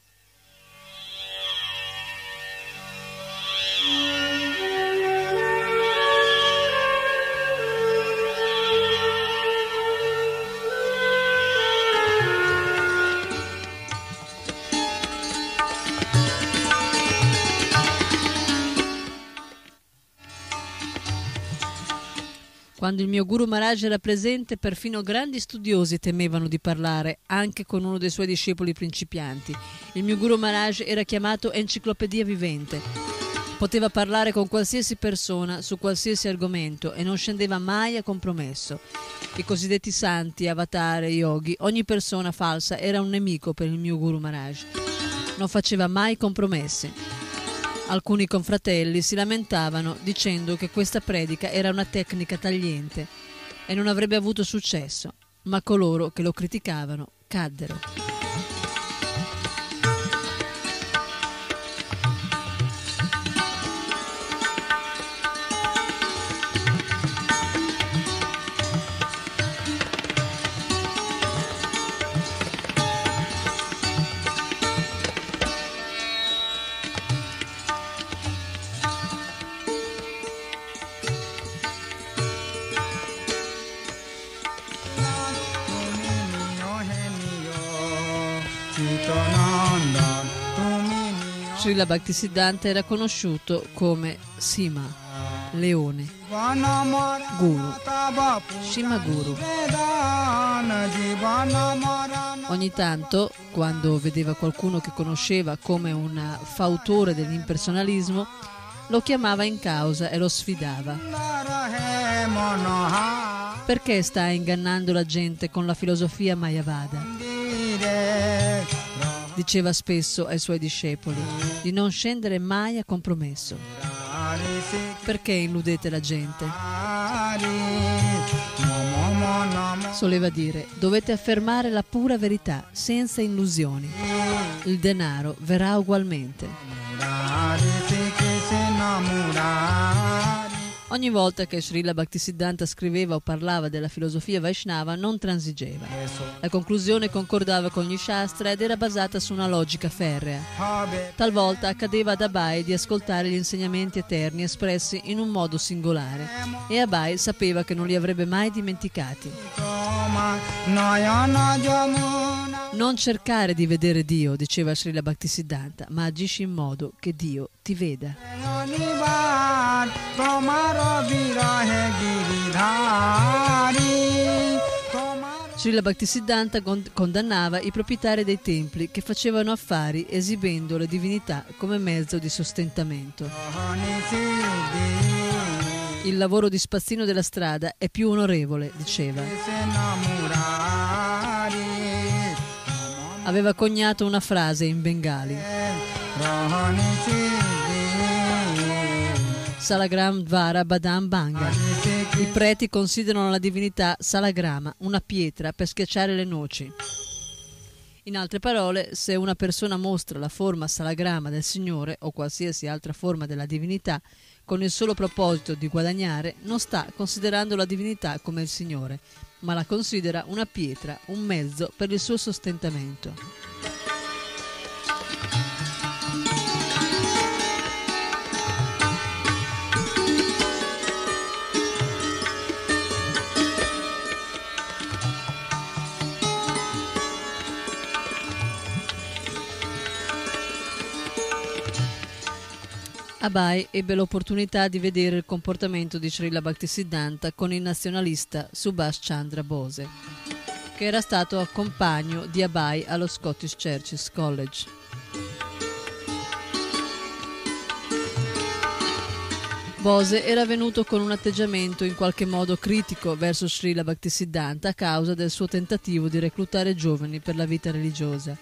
Quando il mio Guru Maharaj era presente, perfino grandi studiosi temevano di parlare, anche con uno dei suoi discepoli principianti. Il mio Guru Maharaj era chiamato enciclopedia vivente. Poteva parlare con qualsiasi persona su qualsiasi argomento e non scendeva mai a compromesso. I cosiddetti santi, avatar e yogi, ogni persona falsa era un nemico per il mio Guru Maharaj. Non faceva mai compromessi. Alcuni confratelli si lamentavano dicendo che questa predica era una tecnica tagliente e non avrebbe avuto successo, ma coloro che lo criticavano caddero. Srila Bhaktisiddhanta era conosciuto come Sima, leone, Guru, Shima Guru. Ogni tanto, quando vedeva qualcuno che conosceva come un fautore dell'impersonalismo, lo chiamava in causa e lo sfidava. Perché stai ingannando la gente con la filosofia Mayavada? Diceva spesso ai suoi discepoli di non scendere mai a compromesso. Perché illudete la gente? Soleva dire: dovete affermare la pura verità senza illusioni. Il denaro verrà ugualmente. Ogni volta che Srila Bhaktisiddhanta scriveva o parlava della filosofia Vaishnava non transigeva. La conclusione concordava con gli Shastra ed era basata su una logica ferrea. Talvolta accadeva ad Abai di ascoltare gli insegnamenti eterni espressi in un modo singolare e Abai sapeva che non li avrebbe mai dimenticati. Non cercare di vedere Dio, diceva Srila Bhaktisiddhanta, ma agisci in modo che Dio ti veda. Srila Bhaktisiddhanta condannava i proprietari dei templi che facevano affari esibendo le divinità come mezzo di sostentamento. Il lavoro di spazzino della strada è più onorevole, diceva. Aveva coniato una frase in bengali: Salagram Dvara Badam Banga. I preti considerano la divinità Salagrama, una pietra per schiacciare le noci. In altre parole, se una persona mostra la forma Salagrama del Signore o qualsiasi altra forma della divinità con il solo proposito di guadagnare, non sta considerando la divinità come il Signore, ma la considera una pietra, un mezzo per il suo sostentamento. Abai ebbe l'opportunità di vedere il comportamento di Srila Bhaktisiddhanta con il nazionalista Subhash Chandra Bose, che era stato compagno di Abai allo Scottish Churches College. Bose era venuto con un atteggiamento in qualche modo critico verso Srila Bhaktisiddhanta a causa del suo tentativo di reclutare giovani per la vita religiosa.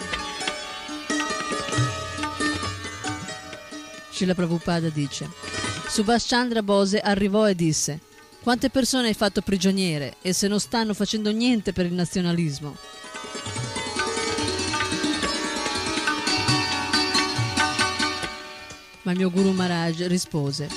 Srila Prabhupada dice: Subhash Chandra Bose arrivò e disse: quante persone hai fatto prigioniere e se non stanno facendo niente per il Ma il mio Guru Maharaj rispose: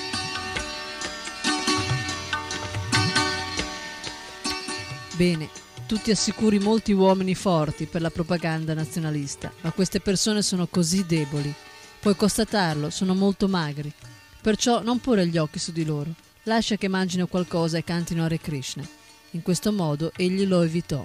bene, tu ti assicuri molti uomini forti per la propaganda nazionalista, ma queste persone sono così deboli. Puoi constatarlo, sono molto magri. Perciò non porre gli occhi su di loro. Lascia che mangino qualcosa e cantino Hare Krishna. In questo modo egli lo evitò.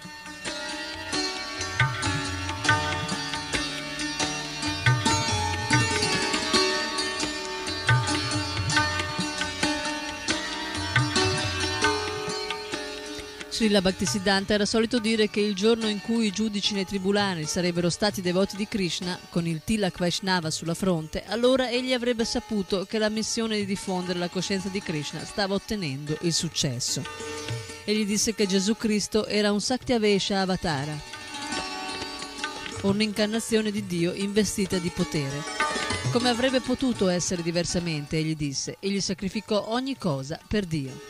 Srila Bhaktisiddhanta era solito dire che il giorno in cui i giudici nei tribunali sarebbero stati devoti di Krishna, con il Tilak Vaishnava sulla fronte, allora egli avrebbe saputo che la missione di diffondere la coscienza di Krishna stava ottenendo il successo. Egli disse che Gesù Cristo era un Saktyavesha Avatara, un'incarnazione di Dio investita di potere. Come avrebbe potuto essere diversamente, egli disse, egli sacrificò ogni cosa per Dio.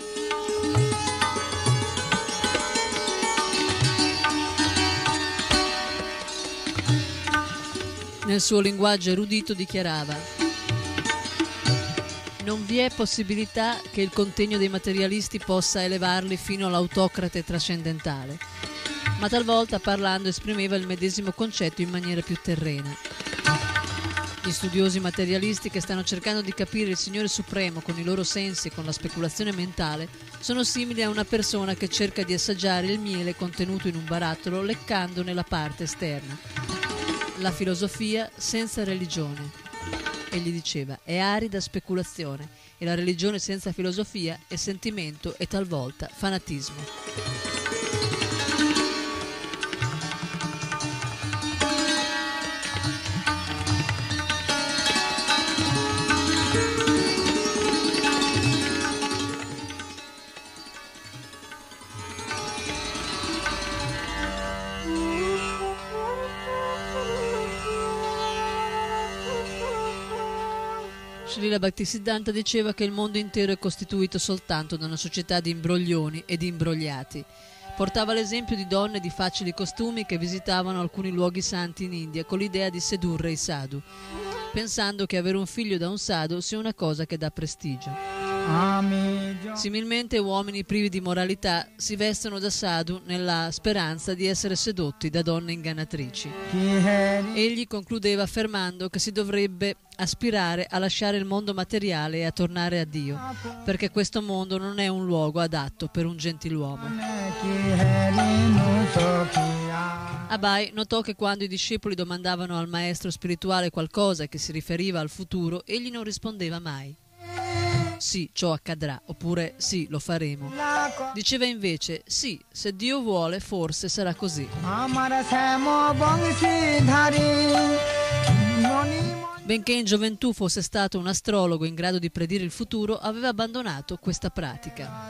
Nel suo linguaggio erudito dichiarava: non vi è possibilità che il contegno dei materialisti possa elevarli fino all'autocrate trascendentale, ma talvolta parlando esprimeva il medesimo concetto in maniera più terrena. Gli studiosi materialisti che stanno cercando di capire il Signore Supremo con i loro sensi e con la speculazione mentale sono simili a una persona che cerca di assaggiare il miele contenuto in un barattolo leccandone la parte esterna. La filosofia senza religione, egli diceva, è arida speculazione, e la religione senza filosofia è sentimento e talvolta fanatismo. Srila Bhaktisiddhanta diceva che il mondo intero è costituito soltanto da una società di imbroglioni e di imbrogliati. Portava l'esempio di donne di facili costumi che visitavano alcuni luoghi santi in India con l'idea di sedurre i sadhu, pensando che avere un figlio da un sadhu sia una cosa che dà prestigio. Similmente uomini privi di moralità si vestono da sadhu nella speranza di essere sedotti da donne ingannatrici. Egli concludeva affermando che si dovrebbe aspirare a lasciare il mondo materiale e a tornare a Dio, perché questo mondo non è un luogo adatto per un gentiluomo. Abai notò che quando i discepoli domandavano al maestro spirituale qualcosa che si riferiva al futuro, egli non rispondeva mai. Sì, ciò accadrà, oppure sì, lo faremo. Diceva invece, sì, se Dio vuole, forse sarà così. Benché in gioventù fosse stato un astrologo in grado di predire il futuro, aveva abbandonato questa pratica.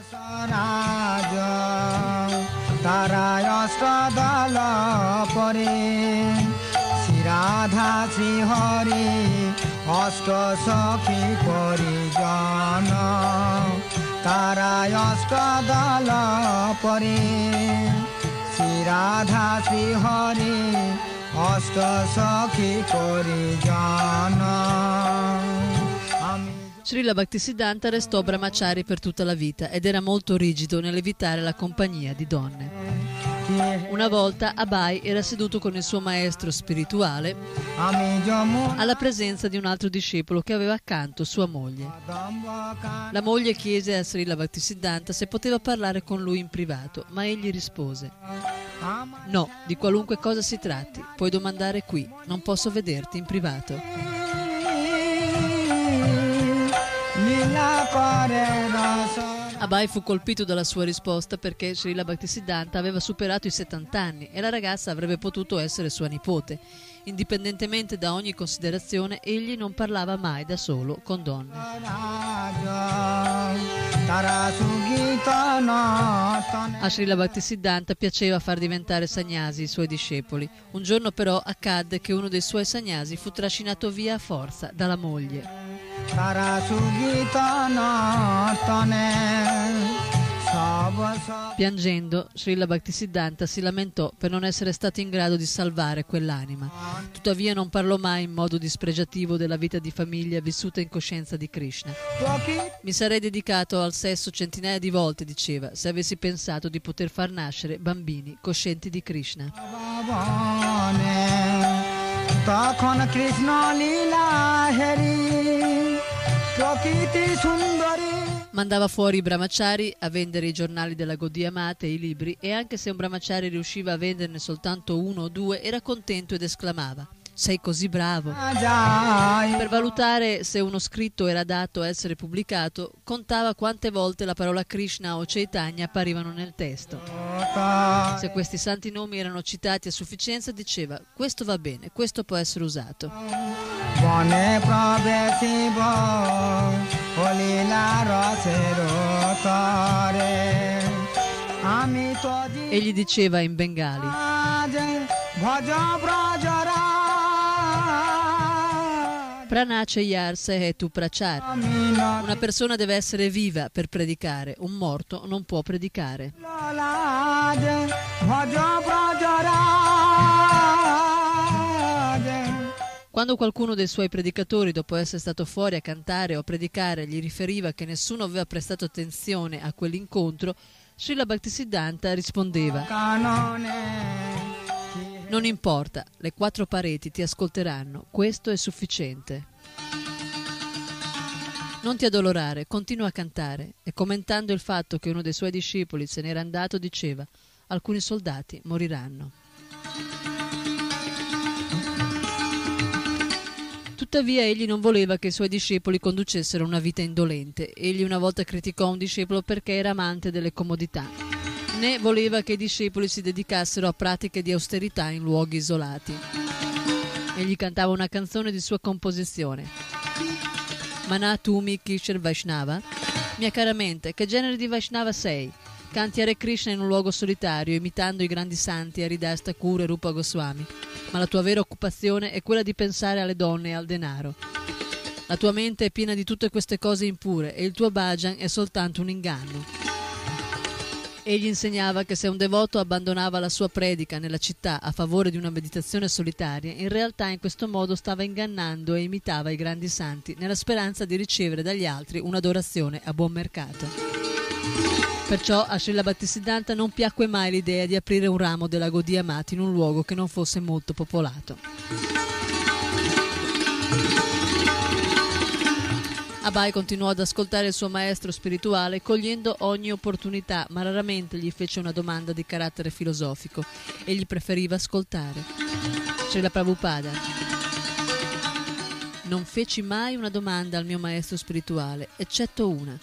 Radha Sri Hari Ashta Sakhi Parijana Taray Ashta Dala Pare Sri Radha Sri Hari Ashta Sakhi Parijana. Srila Bhaktisiddhanta restò brahmachari per tutta la vita ed era molto rigido nell'evitare la compagnia di donne. Una volta Abai era seduto con il suo maestro spirituale alla presenza di un altro discepolo che aveva accanto sua moglie. La moglie chiese a Srila Bhaktisiddhanta se poteva parlare con lui in privato, ma egli rispose: no, di qualunque cosa si tratti, puoi domandare qui, non posso vederti in privato. Abai fu colpito dalla sua risposta perché Srila Bhaktisiddhanta aveva superato i 70 anni e la ragazza avrebbe potuto essere sua nipote. Indipendentemente da ogni considerazione, egli non parlava mai da solo con donne. A Srila Bhaktisiddhanta piaceva far diventare sannyasi i suoi discepoli. Un giorno però accadde che uno dei suoi sannyasi fu trascinato via a forza dalla moglie. Piangendo, Srila Bhaktisiddhanta si lamentò per non essere stato in grado di salvare quell'anima. Tuttavia non parlò mai in modo dispregiativo della vita di famiglia vissuta in coscienza di Krishna. Mi sarei dedicato al sesso centinaia di volte, diceva, se avessi pensato di poter far nascere bambini coscienti di Krishna. Mandava fuori i brahmachari a vendere i giornali della Gaudiya Mata e i libri, e anche se un brahmachari riusciva a venderne soltanto uno o due era contento ed esclamava: sei così bravo. Per valutare se uno scritto era adatto a essere pubblicato, contava quante volte la parola Krishna o Chaitanya apparivano nel testo. Se questi santi nomi erano citati a sufficienza, diceva: questo va bene, questo può essere usato. Egli diceva in bengali: Pranace yar sehetu prachar. Una persona deve essere viva per predicare, un morto non può predicare. Quando qualcuno dei suoi predicatori, dopo essere stato fuori a cantare o a predicare, gli riferiva che nessuno aveva prestato attenzione a quell'incontro, Srila Bhaktisiddhanta rispondeva: non importa, le quattro pareti ti ascolteranno, questo è sufficiente. Non ti addolorare, continua a cantare. E commentando il fatto che uno dei suoi discepoli se n'era andato, diceva: alcuni soldati moriranno. Tuttavia egli non voleva che i suoi discepoli conducessero una vita indolente. Egli una volta criticò un discepolo perché era amante delle comodità. Né voleva che i discepoli si dedicassero a pratiche di austerità in luoghi isolati. Egli cantava una canzone di sua composizione: Mana Tumi Kishar Vaishnava. Mia cara mente, che genere di Vaishnava sei? Canti Hare Krishna in un luogo solitario, imitando i grandi santi Haridas Thakur e Rupa Goswami, ma la tua vera occupazione è quella di pensare alle donne e al denaro. La tua mente è piena di tutte queste cose impure e il tuo bhajan è soltanto un inganno. Egli insegnava che se un devoto abbandonava la sua predica nella città a favore di una meditazione solitaria, in realtà in questo modo stava ingannando e imitava i grandi santi nella speranza di ricevere dagli altri un'adorazione a buon mercato. Perciò a Srila Bhaktisiddhanta non piacque mai l'idea di aprire un ramo della Gaudiya Mata in un luogo che non fosse molto popolato. Abai continuò ad ascoltare il suo maestro spirituale cogliendo ogni opportunità, ma raramente gli fece una domanda di carattere filosofico. Egli preferiva ascoltare. Srila Prabhupada: non feci mai una domanda al mio maestro spirituale, eccetto una: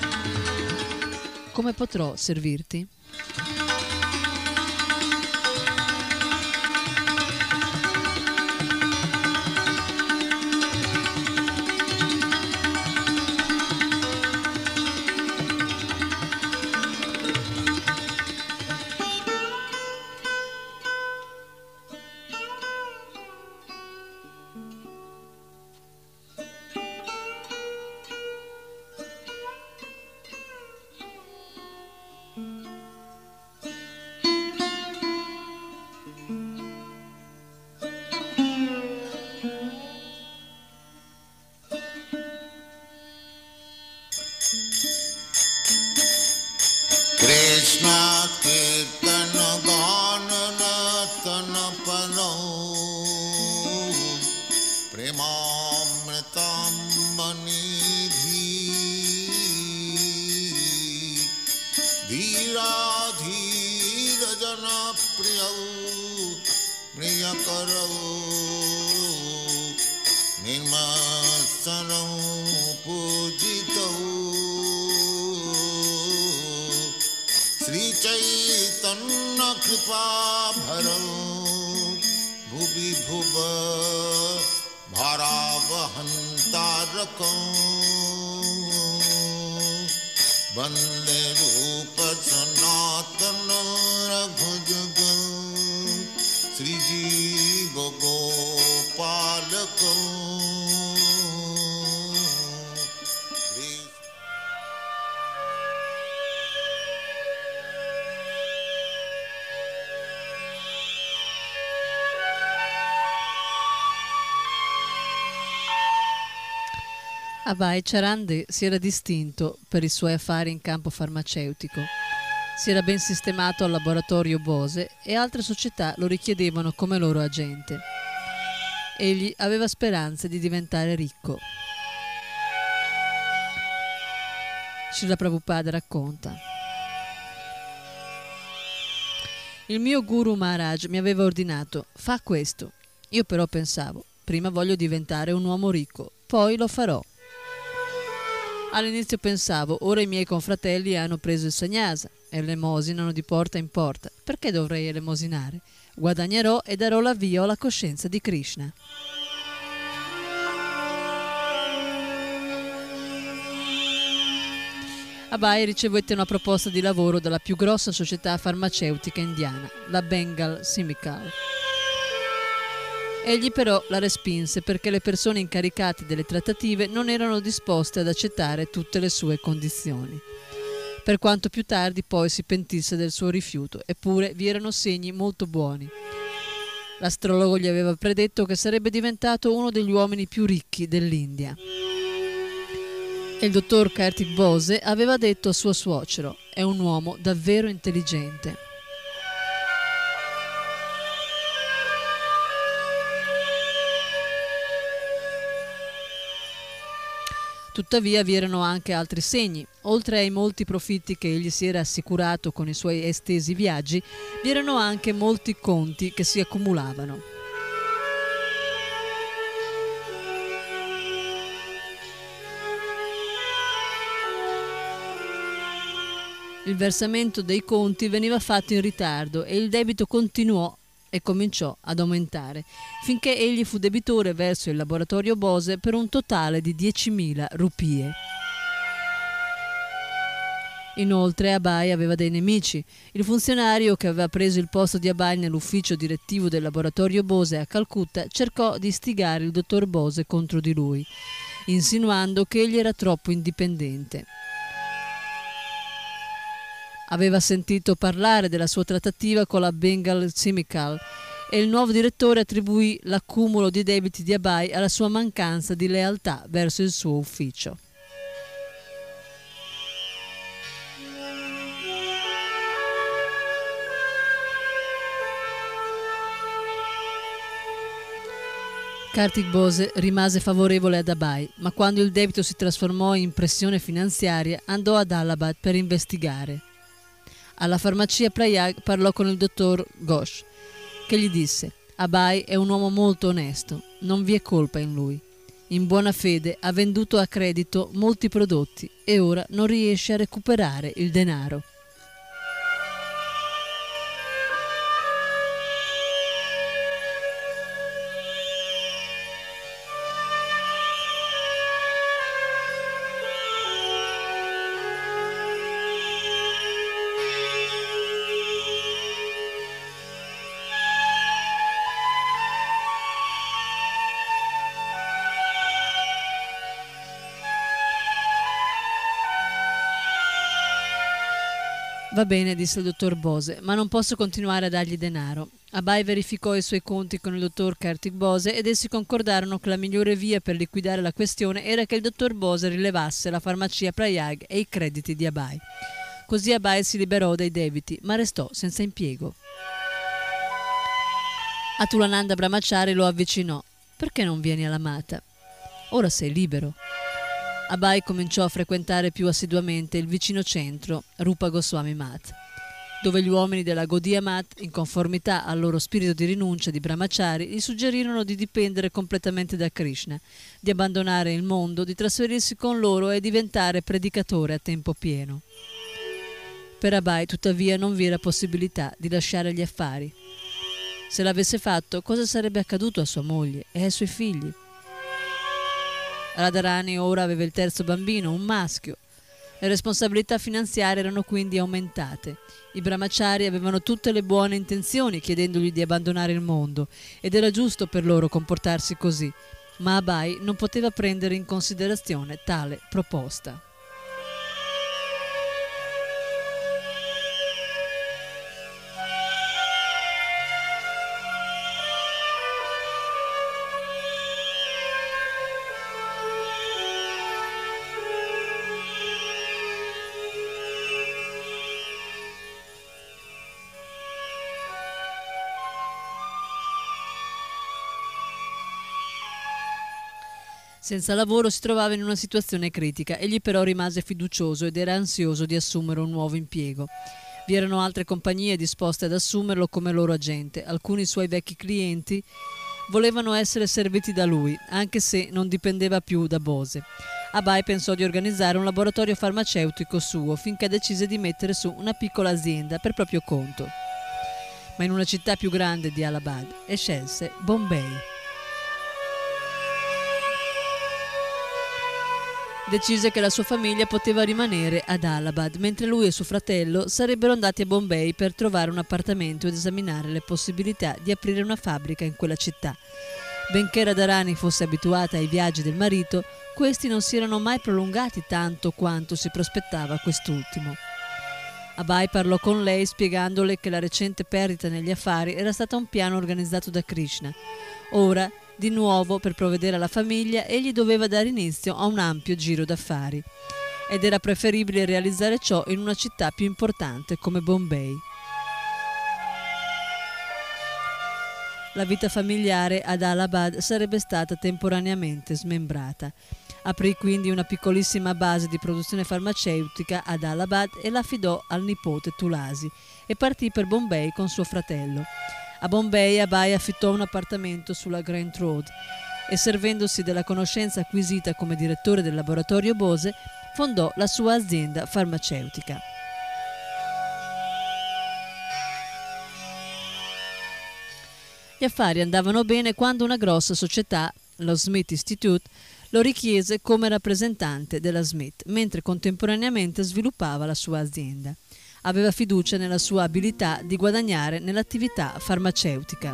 come potrò servirti? Krishna Kirtana Gana Tana Pano Premamritam Manidhi Dhira Dhira Jana Priyau Priyakarau Nirmasanau Pujitau Sri Chaitanya Kripa Bharam Bhubi Bhuva Bharavahantarakam Bande Rupa Sanatana Raghujagam Sri Jiva Gopalakam. Abai Charande si era distinto per i suoi affari in campo farmaceutico. Si era ben sistemato al laboratorio Bose e altre società lo richiedevano come loro agente. Egli aveva speranze di diventare ricco. Srila Prabhupada racconta: il mio guru Maharaj mi aveva ordinato: fa questo. Io però pensavo: prima voglio diventare un uomo ricco, poi lo farò. All'inizio pensavo: ora i miei confratelli hanno preso il sannyasa e elemosinano di porta in porta, perché dovrei elemosinare? Guadagnerò e darò l'avvio alla coscienza di Krishna. Abai ricevette una proposta di lavoro dalla più grossa società farmaceutica indiana, la Bengal Chemical. Egli però la respinse perché le persone incaricate delle trattative non erano disposte ad accettare tutte le sue condizioni. Per quanto più tardi poi si pentisse del suo rifiuto, eppure vi erano segni molto buoni. L'astrologo gli aveva predetto che sarebbe diventato uno degli uomini più ricchi dell'India. E il dottor Kartik Bose aveva detto a suo suocero: è un uomo davvero intelligente. Tuttavia vi erano anche altri segni. Oltre ai molti profitti che egli si era assicurato con i suoi estesi viaggi, vi erano anche molti conti che si accumulavano. Il versamento dei conti veniva fatto in ritardo e il debito continuò e cominciò ad aumentare, finché egli fu debitore verso il laboratorio Bose per un totale di 10.000 rupie. Inoltre Abai aveva dei nemici. Il funzionario che aveva preso il posto di Abai nell'ufficio direttivo del laboratorio Bose a Calcutta cercò di istigare il dottor Bose contro di lui, insinuando che egli era troppo indipendente. Aveva sentito parlare della sua trattativa con la Bengal Chemical e il nuovo direttore attribuì l'accumulo di debiti di Abai alla sua mancanza di lealtà verso il suo ufficio. Kartik Bose rimase favorevole ad Abai, ma quando il debito si trasformò in pressione finanziaria andò ad Allahabad per investigare. Alla farmacia Prayag parlò con il dottor Ghosh, che gli disse: Abai è un uomo molto onesto, non vi è colpa in lui. In buona fede ha venduto a credito molti prodotti e ora non riesce a recuperare il denaro. Va bene, disse il dottor Bose, ma non posso continuare a dargli denaro. Abai verificò i suoi conti con il dottor Kartik Bose ed essi concordarono che la migliore via per liquidare la questione era che il dottor Bose rilevasse la farmacia Prayag e i crediti di Abai. Così Abai si liberò dai debiti, ma restò senza impiego. Atulananda Brahmachari lo avvicinò. Perché non vieni alla Mata? Ora sei libero. Abai cominciò a frequentare più assiduamente il vicino centro Rupa Goswami Math, dove gli uomini della Gaudiya Math, in conformità al loro spirito di rinuncia di Brahmachari, gli suggerirono di dipendere completamente da Krishna, di abbandonare il mondo, di trasferirsi con loro e diventare predicatore a tempo pieno. Per Abai, tuttavia, non vi era possibilità di lasciare gli affari. Se l'avesse fatto, cosa sarebbe accaduto a sua moglie e ai suoi figli? Radharani ora aveva il terzo bambino, un maschio. Le responsabilità finanziarie erano quindi aumentate. I brahmachari avevano tutte le buone intenzioni chiedendogli di abbandonare il mondo ed era giusto per loro comportarsi così, ma Abai non poteva prendere in considerazione tale proposta. Senza lavoro si trovava in una situazione critica, egli però rimase fiducioso ed era ansioso di assumere un nuovo impiego. Vi erano altre compagnie disposte ad assumerlo come loro agente. Alcuni suoi vecchi clienti volevano essere serviti da lui, anche se non dipendeva più da Bose. Abai pensò di organizzare un laboratorio farmaceutico suo finché decise di mettere su una piccola azienda per proprio conto, ma in una città più grande di Allahabad, e scelse Bombay. Decise che la sua famiglia poteva rimanere ad Allahabad, mentre lui e suo fratello sarebbero andati a Bombay per trovare un appartamento ed esaminare le possibilità di aprire una fabbrica in quella città. Benché Radharani fosse abituata ai viaggi del marito, questi non si erano mai prolungati tanto quanto si prospettava quest'ultimo. Abai parlò con lei spiegandole che la recente perdita negli affari era stata un piano organizzato da Krishna. Ora, di nuovo, per provvedere alla famiglia, egli doveva dare inizio a un ampio giro d'affari ed era preferibile realizzare ciò in una città più importante come Bombay. La vita familiare ad Allahabad sarebbe stata temporaneamente smembrata. Aprì quindi una piccolissima base di produzione farmaceutica ad Allahabad e la affidò al nipote Tulasi e partì per Bombay con suo fratello. A Bombay Abai affittò un appartamento sulla Grant Road e, servendosi della conoscenza acquisita come direttore del laboratorio Bose, fondò la sua azienda farmaceutica. Gli affari andavano bene quando una grossa società, lo Smith Institute, lo richiese come rappresentante della Smith, mentre contemporaneamente sviluppava la sua azienda. Aveva fiducia nella sua abilità di guadagnare nell'attività farmaceutica.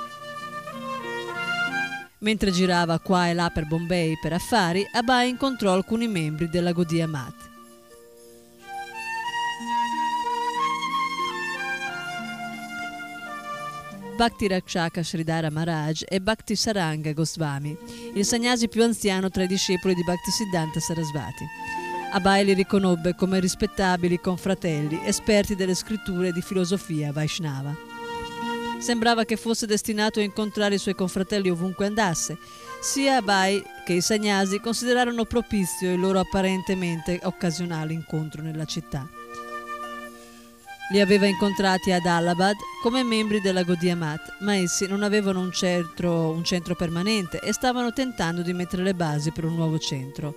Mentre girava qua e là per Bombay per affari, Abai incontrò alcuni membri della Gaudiya Math. Bhakti Rakshaka Sridhara Maharaj e Bhakti Saranga Goswami, il sannyasi più anziano tra i discepoli di Bhaktisiddhanta Sarasvati. Abai li riconobbe come rispettabili confratelli, esperti delle scritture di filosofia Vaishnava. Sembrava che fosse destinato a incontrare i suoi confratelli ovunque andasse. Sia Abai che i sannyasi considerarono propizio il loro apparentemente occasionale incontro nella città. Li aveva incontrati ad Allahabad come membri della Gaudiya Math, ma essi non avevano un centro permanente e stavano tentando di mettere le basi per un nuovo centro.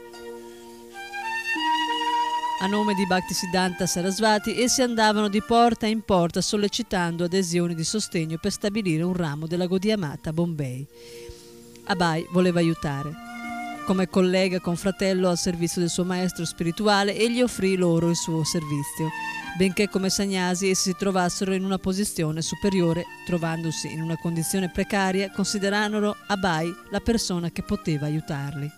A nome di Bhaktisiddhanta Sarasvati, essi andavano di porta in porta sollecitando adesioni di sostegno per stabilire un ramo della Gaudiya Math a Bombay. Abai voleva aiutare. Come collega confratello al servizio del suo maestro spirituale, egli offrì loro il suo servizio, benché come sannyasi essi si trovassero in una posizione superiore, trovandosi in una condizione precaria, considerarono Abai la persona che poteva aiutarli.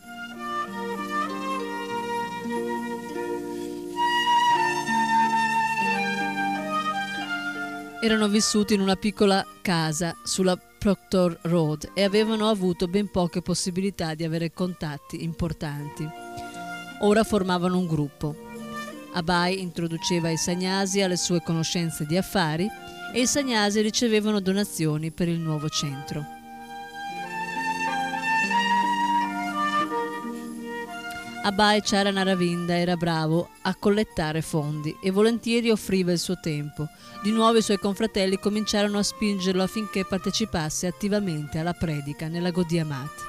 Erano vissuti in una piccola casa sulla Proctor Road e avevano avuto ben poche possibilità di avere contatti importanti. Ora formavano un gruppo. Abai introduceva i sannyasi alle sue conoscenze di affari e i sannyasi ricevevano donazioni per il nuovo centro. Abai Charanaravinda era bravo a collettare fondi e volentieri offriva il suo tempo. Di nuovo i suoi confratelli cominciarono a spingerlo affinché partecipasse attivamente alla predica nella Gaudiya Math.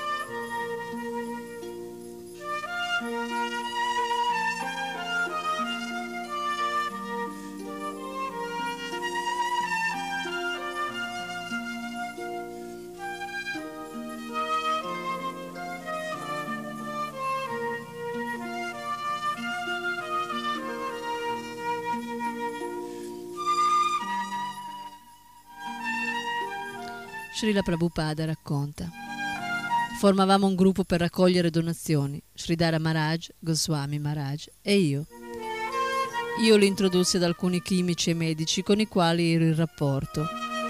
Srila Prabhupada racconta: formavamo un gruppo per raccogliere donazioni, Sridhara Maharaj, Goswami Maharaj e io. Io li introdussi ad alcuni chimici e medici con i quali ero in rapporto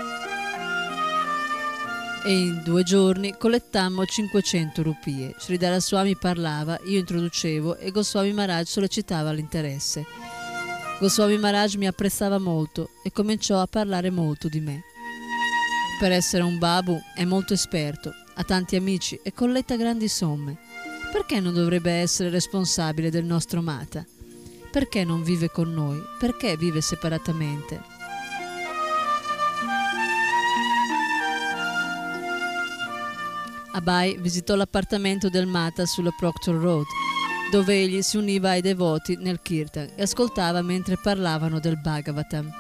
e in 2 giorni collettammo 500 rupie. Sridhara Swami parlava, io introducevo e Goswami Maharaj sollecitava l'interesse. Goswami Maharaj mi apprezzava molto e cominciò a parlare molto di me. Per essere un babu è molto esperto, ha tanti amici e colletta grandi somme. Perché non dovrebbe essere responsabile del nostro Mata? Perché non vive con noi? Perché vive separatamente? Abai visitò l'appartamento del Mata sulla Proctor Road, dove egli si univa ai devoti nel Kirtan e ascoltava mentre parlavano del Bhagavatam.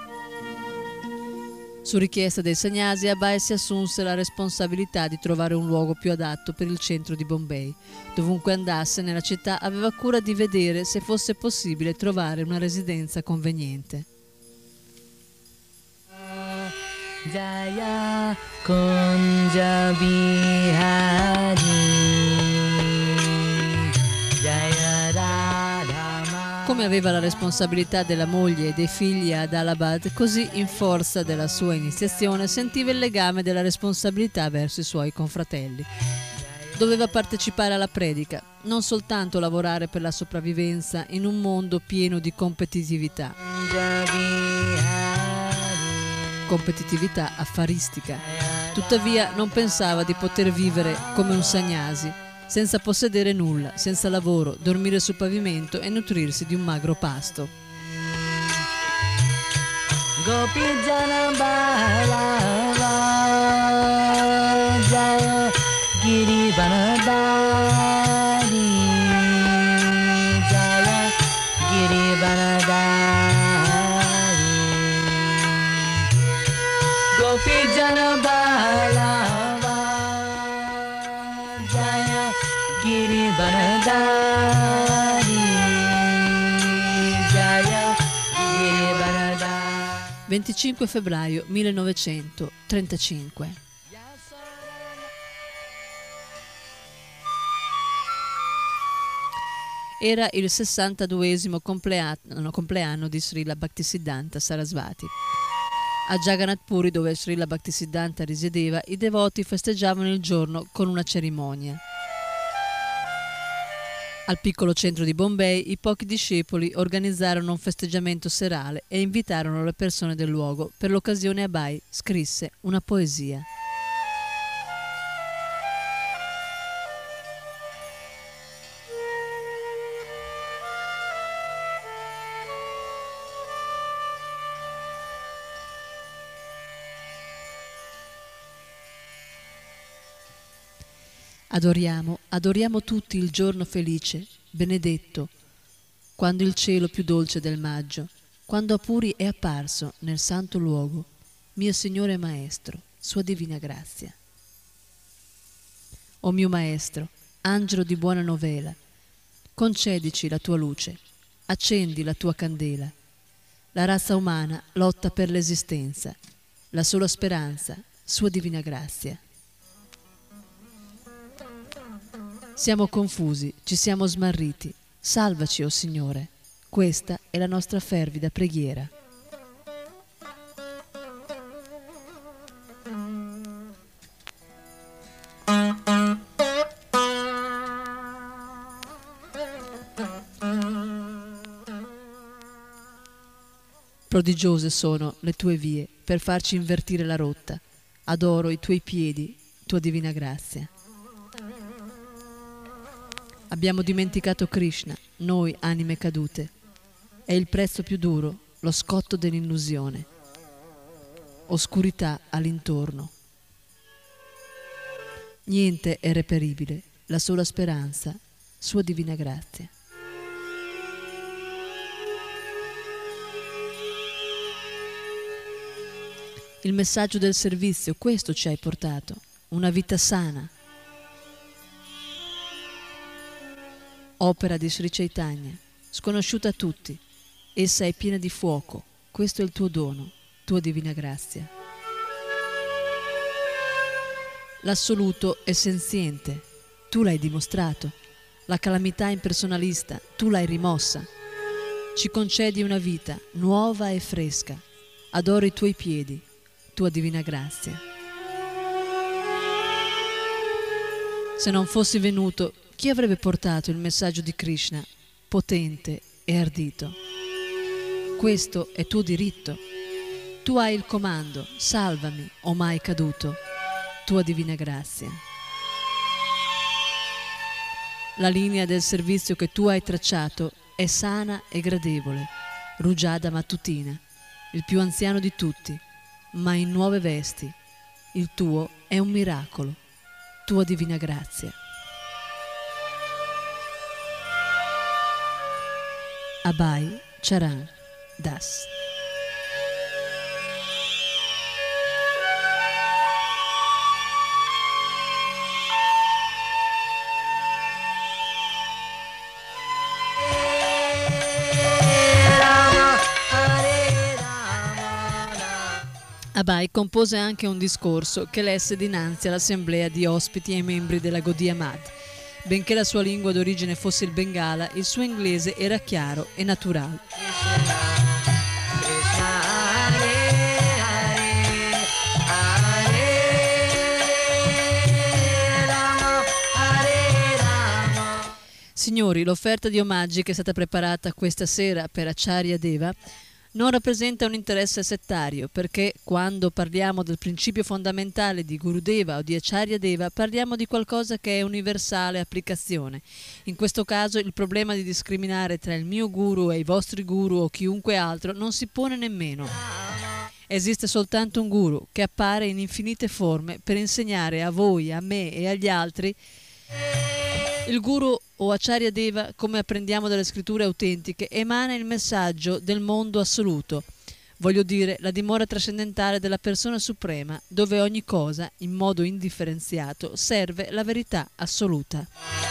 Su richiesta dei sannyasi, Abai si assunse la responsabilità di trovare un luogo più adatto per il centro di Bombay. Dovunque andasse nella città aveva cura di vedere se fosse possibile trovare una residenza conveniente. Jaya Kunja Bihari Jaya Radha. Come aveva la responsabilità della moglie e dei figli ad Allahabad, così in forza della sua iniziazione sentiva il legame della responsabilità verso i suoi confratelli. Doveva partecipare alla predica, non soltanto lavorare per la sopravvivenza in un mondo pieno di competitività affaristica. Tuttavia non pensava di poter vivere come un sannyasi, senza possedere nulla, senza lavoro, dormire sul pavimento e nutrirsi di un magro pasto. Gopi Janabala Jaya Giri Banadari Jaya Giri Banadari Gopi Janabala Jaya Giri Banadari Jaya Giri Banadari. 25 febbraio 1935. Era il 62esimo compleanno di Srila Bhaktisiddhanta Sarasvati. A Jagannath Puri, dove Srila Bhaktisiddhanta risiedeva, i devoti festeggiavano il giorno con una cerimonia. Al piccolo centro di Bombay, i pochi discepoli organizzarono un festeggiamento serale e invitarono le persone del luogo. Per l'occasione Abai scrisse una poesia. Adoriamo tutti il giorno felice, benedetto, quando il cielo più dolce del maggio, quando Apuri è apparso nel santo luogo, mio Signore e Maestro, Sua Divina Grazia. O mio Maestro, angelo di buona novela, concedici la tua luce, accendi la tua candela. La razza umana lotta per l'esistenza, la sola speranza, Sua Divina Grazia. Siamo confusi, ci siamo smarriti. Salvaci, o Signore. Questa è la nostra fervida preghiera. Prodigiose sono le tue vie per farci invertire la rotta. Adoro i tuoi piedi, tua divina grazia. Abbiamo dimenticato Krishna, noi anime cadute. È il prezzo più duro, lo scotto dell'illusione. Oscurità all'intorno. Niente è reperibile, la sola speranza, Sua Divina Grazia. Il messaggio del servizio, questo ci hai portato, una vita sana. Opera di Sri Chaitanya, sconosciuta a tutti, essa è piena di fuoco, questo è il tuo dono, tua divina grazia. L'assoluto è senziente, tu l'hai dimostrato, la calamità impersonalista, tu l'hai rimossa. Ci concedi una vita nuova e fresca, adoro i tuoi piedi, tua divina grazia. Se non fossi venuto, chi avrebbe portato il messaggio di Krishna, potente e ardito? Questo è tuo diritto. Tu hai il comando, salvami, o mai caduto, tua divina grazia. La linea del servizio che tu hai tracciato è sana e gradevole. Rugiada Mattutina, il più anziano di tutti, ma in nuove vesti. Il tuo è un miracolo. Tua divina grazia. Abhay Charan Das. Abhay compose anche un discorso che lesse dinanzi all'assemblea di ospiti e membri della Gaudiya Math. Benché la sua lingua d'origine fosse il Bengala, il suo inglese era chiaro e naturale. Signori, l'offerta di omaggi che è stata preparata questa sera per Acharya Deva non rappresenta un interesse settario, perché quando parliamo del principio fondamentale di Gurudeva o di Acharya Deva parliamo di qualcosa che è universale applicazione. In questo caso il problema di discriminare tra il mio guru e i vostri guru o chiunque altro non si pone nemmeno. Esiste soltanto un guru che appare in infinite forme per insegnare a voi, a me e agli altri. Il guru o Acharya Deva, come apprendiamo dalle scritture autentiche, emana il messaggio del mondo assoluto, voglio dire la dimora trascendentale della persona suprema, dove ogni cosa, in modo indifferenziato, serve la verità assoluta.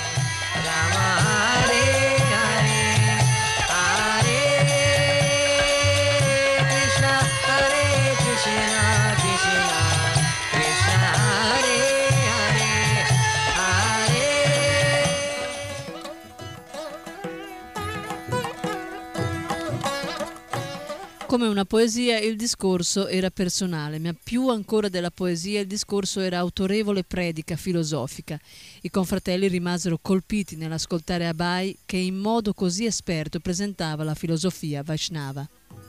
Come una poesia il discorso era personale, ma più ancora della poesia il discorso era autorevole predica filosofica. I confratelli rimasero colpiti nell'ascoltare Abhay che in modo così esperto presentava la filosofia Vaishnava.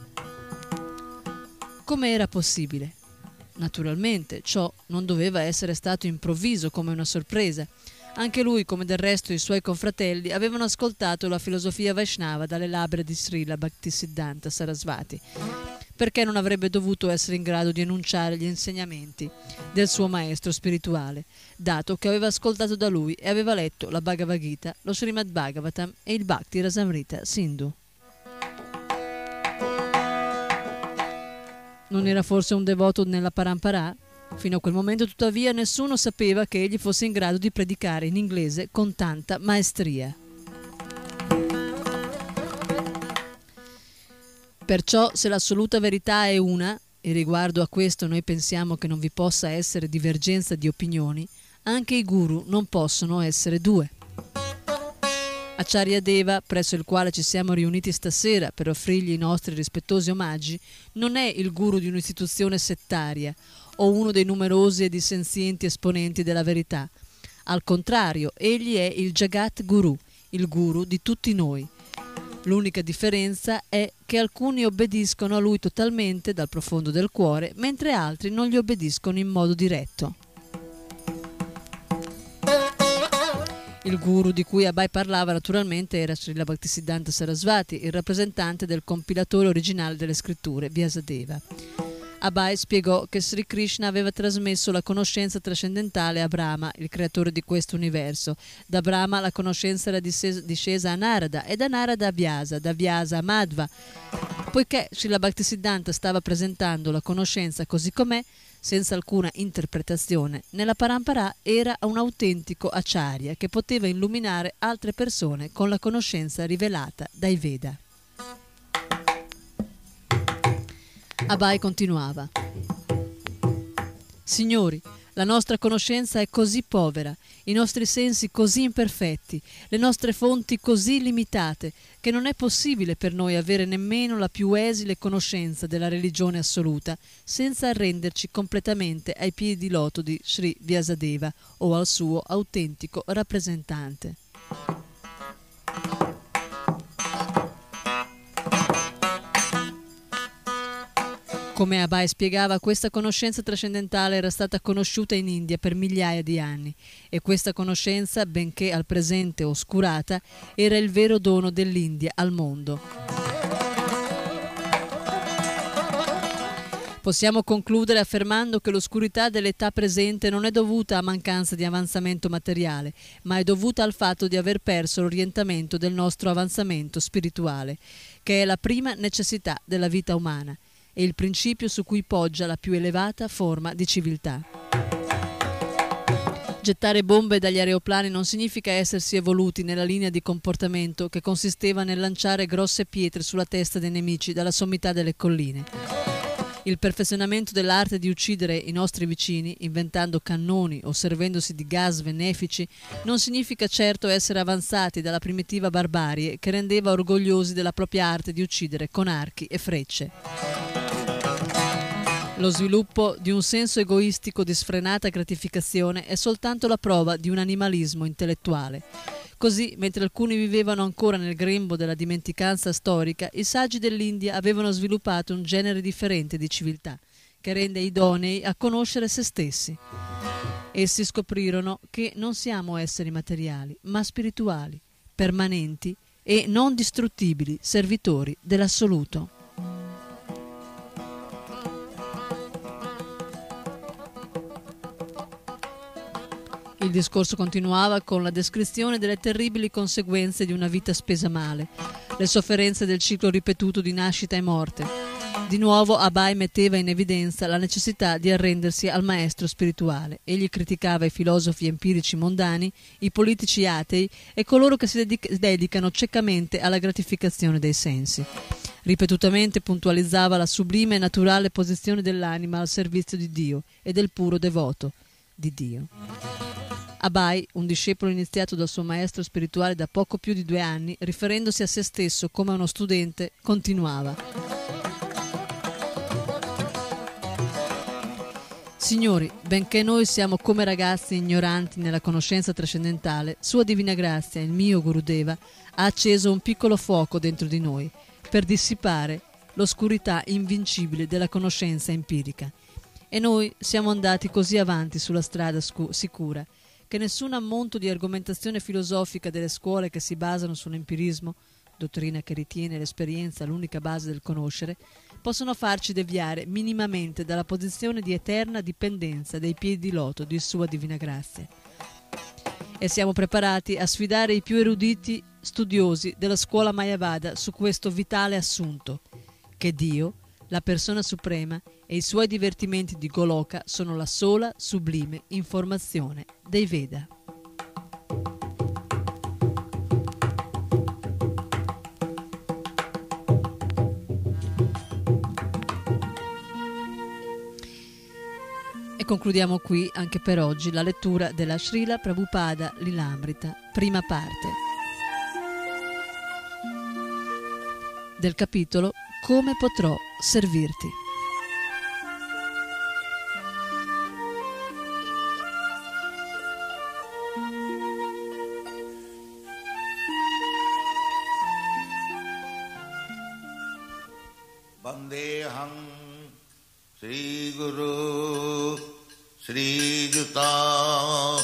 Come era possibile? Naturalmente ciò non doveva essere stato improvviso come una sorpresa. Anche lui, come del resto i suoi confratelli, avevano ascoltato la filosofia Vaishnava dalle labbra di Srila Bhaktisiddhanta Sarasvati. Perché non avrebbe dovuto essere in grado di enunciare gli insegnamenti del suo maestro spirituale, dato che aveva ascoltato da lui e aveva letto la Bhagavad Gita, lo Srimad Bhagavatam e il Bhakti Rasamrita Sindhu. Non era forse un devoto nella Parampara? Fino a quel momento, tuttavia, nessuno sapeva che egli fosse in grado di predicare in inglese con tanta maestria. Perciò, se l'assoluta verità è una, e riguardo a questo noi pensiamo che non vi possa essere divergenza di opinioni, anche i guru non possono essere due. Acharya Deva, presso il quale ci siamo riuniti stasera per offrirgli i nostri rispettosi omaggi, non è il guru di un'istituzione settaria o uno dei numerosi e dissenzienti esponenti della verità. Al contrario, egli è il Jagat Guru, il guru di tutti noi. L'unica differenza è che alcuni obbediscono a lui totalmente dal profondo del cuore, mentre altri non gli obbediscono in modo diretto. Il guru di cui Abhay parlava naturalmente era Srila Bhaktisiddhanta Sarasvati, il rappresentante del compilatore originale delle scritture, Vyasadeva. Abhay spiegò che Sri Krishna aveva trasmesso la conoscenza trascendentale a Brahma, il creatore di questo universo. Da Brahma la conoscenza era discesa a Narada e da Narada a Vyasa, da Vyasa a Madhva. Poiché Srila Bhaktisiddhanta stava presentando la conoscenza così com'è, senza alcuna interpretazione, nella Parampara era un autentico acharya che poteva illuminare altre persone con la conoscenza rivelata dai Veda. Abhay continuava: Signori, la nostra conoscenza è così povera, i nostri sensi così imperfetti, le nostre fonti così limitate, che non è possibile per noi avere nemmeno la più esile conoscenza della religione assoluta, senza arrenderci completamente ai piedi di loto di Sri Vyasadeva o al suo autentico rappresentante. Come Abai spiegava, questa conoscenza trascendentale era stata conosciuta in India per migliaia di anni e questa conoscenza, benché al presente oscurata, era il vero dono dell'India al mondo. Possiamo concludere affermando che l'oscurità dell'età presente non è dovuta a mancanza di avanzamento materiale, ma è dovuta al fatto di aver perso l'orientamento del nostro avanzamento spirituale, che è la prima necessità della vita umana e il principio su cui poggia la più elevata forma di civiltà. Gettare bombe dagli aeroplani non significa essersi evoluti nella linea di comportamento che consisteva nel lanciare grosse pietre sulla testa dei nemici dalla sommità delle colline. Il perfezionamento dell'arte di uccidere i nostri vicini, inventando cannoni o servendosi di gas benefici, non significa certo essere avanzati dalla primitiva barbarie che rendeva orgogliosi della propria arte di uccidere con archi e frecce. Lo sviluppo di un senso egoistico di sfrenata gratificazione è soltanto la prova di un animalismo intellettuale. Così, mentre alcuni vivevano ancora nel grembo della dimenticanza storica, i saggi dell'India avevano sviluppato un genere differente di civiltà, che rende idonei a conoscere se stessi. Essi scoprirono che non siamo esseri materiali, ma spirituali, permanenti e non distruttibili servitori dell'assoluto. Il discorso continuava con la descrizione delle terribili conseguenze di una vita spesa male, le sofferenze del ciclo ripetuto di nascita e morte. Di nuovo Abai metteva in evidenza la necessità di arrendersi al maestro spirituale. Egli criticava i filosofi empirici mondani, i politici atei e coloro che si dedicano ciecamente alla gratificazione dei sensi. Ripetutamente puntualizzava la sublime e naturale posizione dell'anima al servizio di Dio e del puro devoto di Dio. Abai, un discepolo iniziato dal suo maestro spirituale da poco più di 2 anni, riferendosi a se stesso come uno studente, continuava: Signori, benché noi siamo come ragazzi ignoranti nella conoscenza trascendentale, Sua Divina Grazia, il mio Gurudeva, ha acceso un piccolo fuoco dentro di noi per dissipare l'oscurità invincibile della conoscenza empirica. E noi siamo andati così avanti sulla strada sicura che nessun ammonto di argomentazione filosofica delle scuole che si basano sull'empirismo, dottrina che ritiene l'esperienza l'unica base del conoscere, possono farci deviare minimamente dalla posizione di eterna dipendenza dei piedi di loto di Sua Divina Grazia. E siamo preparati a sfidare i più eruditi studiosi della scuola Mayavada su questo vitale assunto, che Dio, la persona suprema, e i suoi divertimenti di Goloka sono la sola sublime informazione dei Veda. E concludiamo qui anche per oggi la lettura della Srila Prabhupada Lilamrita, prima parte, del capitolo Come potrò servirti. Vandeham Sri Guru Sri Juta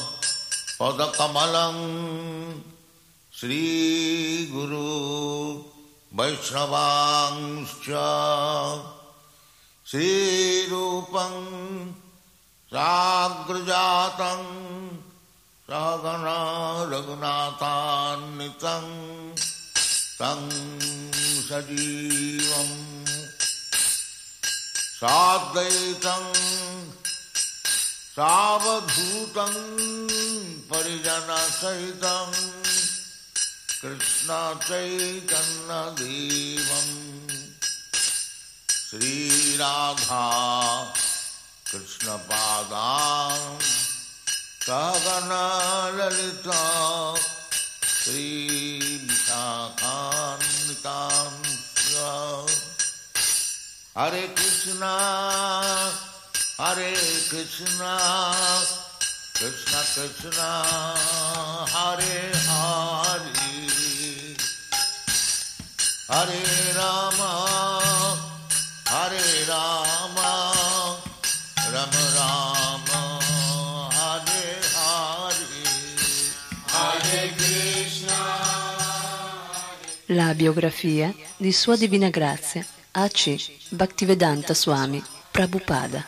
Padakamalam Sri Guru Vaishnavangscha Sri Rupam Sagrajatam Sagana Raghunathannitam Tang Sajivam Sadvaitam Savadhutam Parijana Sahitam Krishna Chaitanya Devam Sri Radha Krishna Padam Sagana Lalita Sri Vishakhanvitam Hare Krishna Krishna Krishna Hare Hare Hare Rama Rama Rama, Hare Hare, Hare Krishna. La biografia di Sua Divina Grazia A.C. Bhaktivedanta Swami Prabhupada.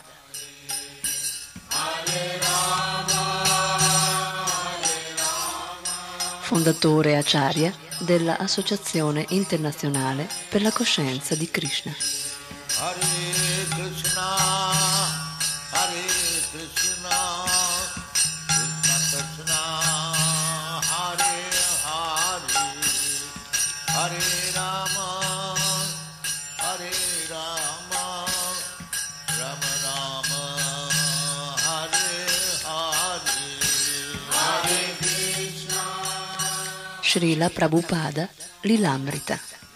Fondatore Acharya della Associazione Internazionale per la Coscienza di Krishna. Hare Krishna, Hare Krishna, Krishna Krishna, Hare Hare, Hare Rama, Hare Rama, Rama Rama, Hare Hare, Hare Krishna. Srila Prabhupada Lilamrita.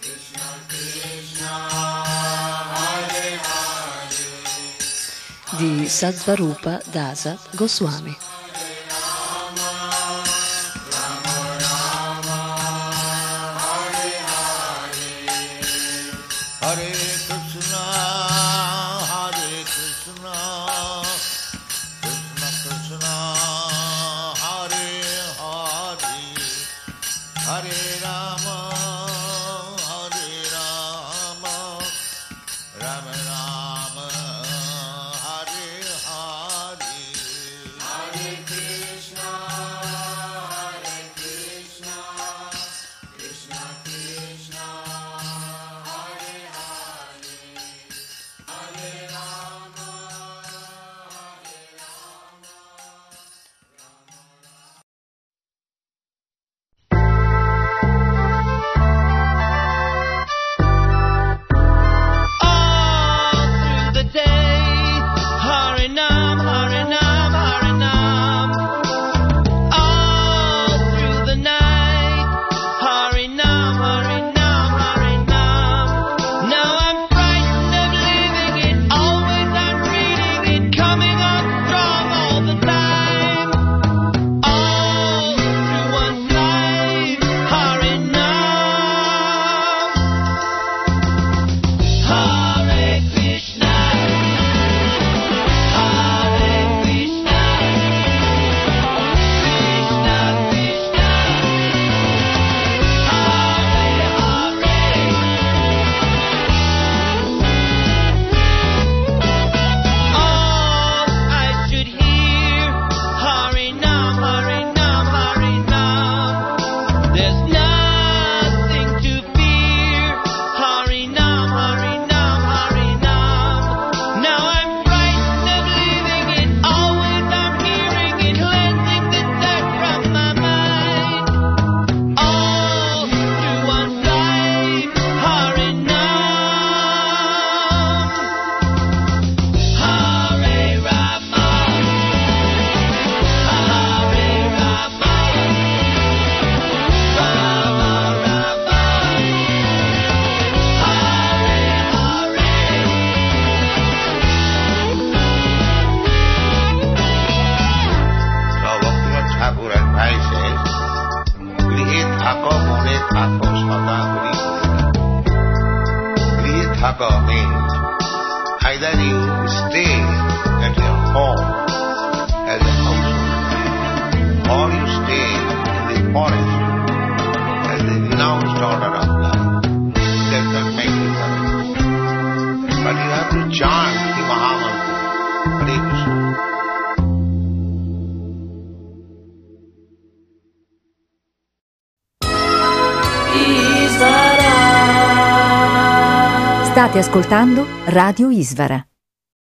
Di Satsvarupa Dasa Goswami. Hare Krishna, Hare Krishna, Krishna Krishna, Hare Hare, Hare Rama, Hare Rama, Rama Rama, Hare Hare, Hare Krishna, Krishna Krishna, Hare Hare, Hare Rama, Hare Rama, All through the day, Harinam, Harinam, Harinam. All through the night, Harinam, Harinam, Harinam. Now I'm frightened of leaving it, always I'm reading it, coming on strong all the time. All through one's life, Harinam. Hare Krishna, Hare Krishna, Krishna Krishna, Hare Hare. All I should hear, Harinam, Harinam, Harinam. There's nothing to fear, Harinam, Harinam, Harinam. Now I'm frightened of leaving it, always I'm hearing it, cleansing the dirt from my mind. All through one's life, Harinam. Hare Rama, Hare Rama, Rama Rama, So Bhaktivinoda Thakur advises, Grihe thako mone thako sada hori hori. Grihe thako means either you stay at your home as a household, or you stay in the forest as the renounced order of life. That can make difference. But you have to chant the Mahamantra, Hare Krishna. State ascoltando Radio Isvara.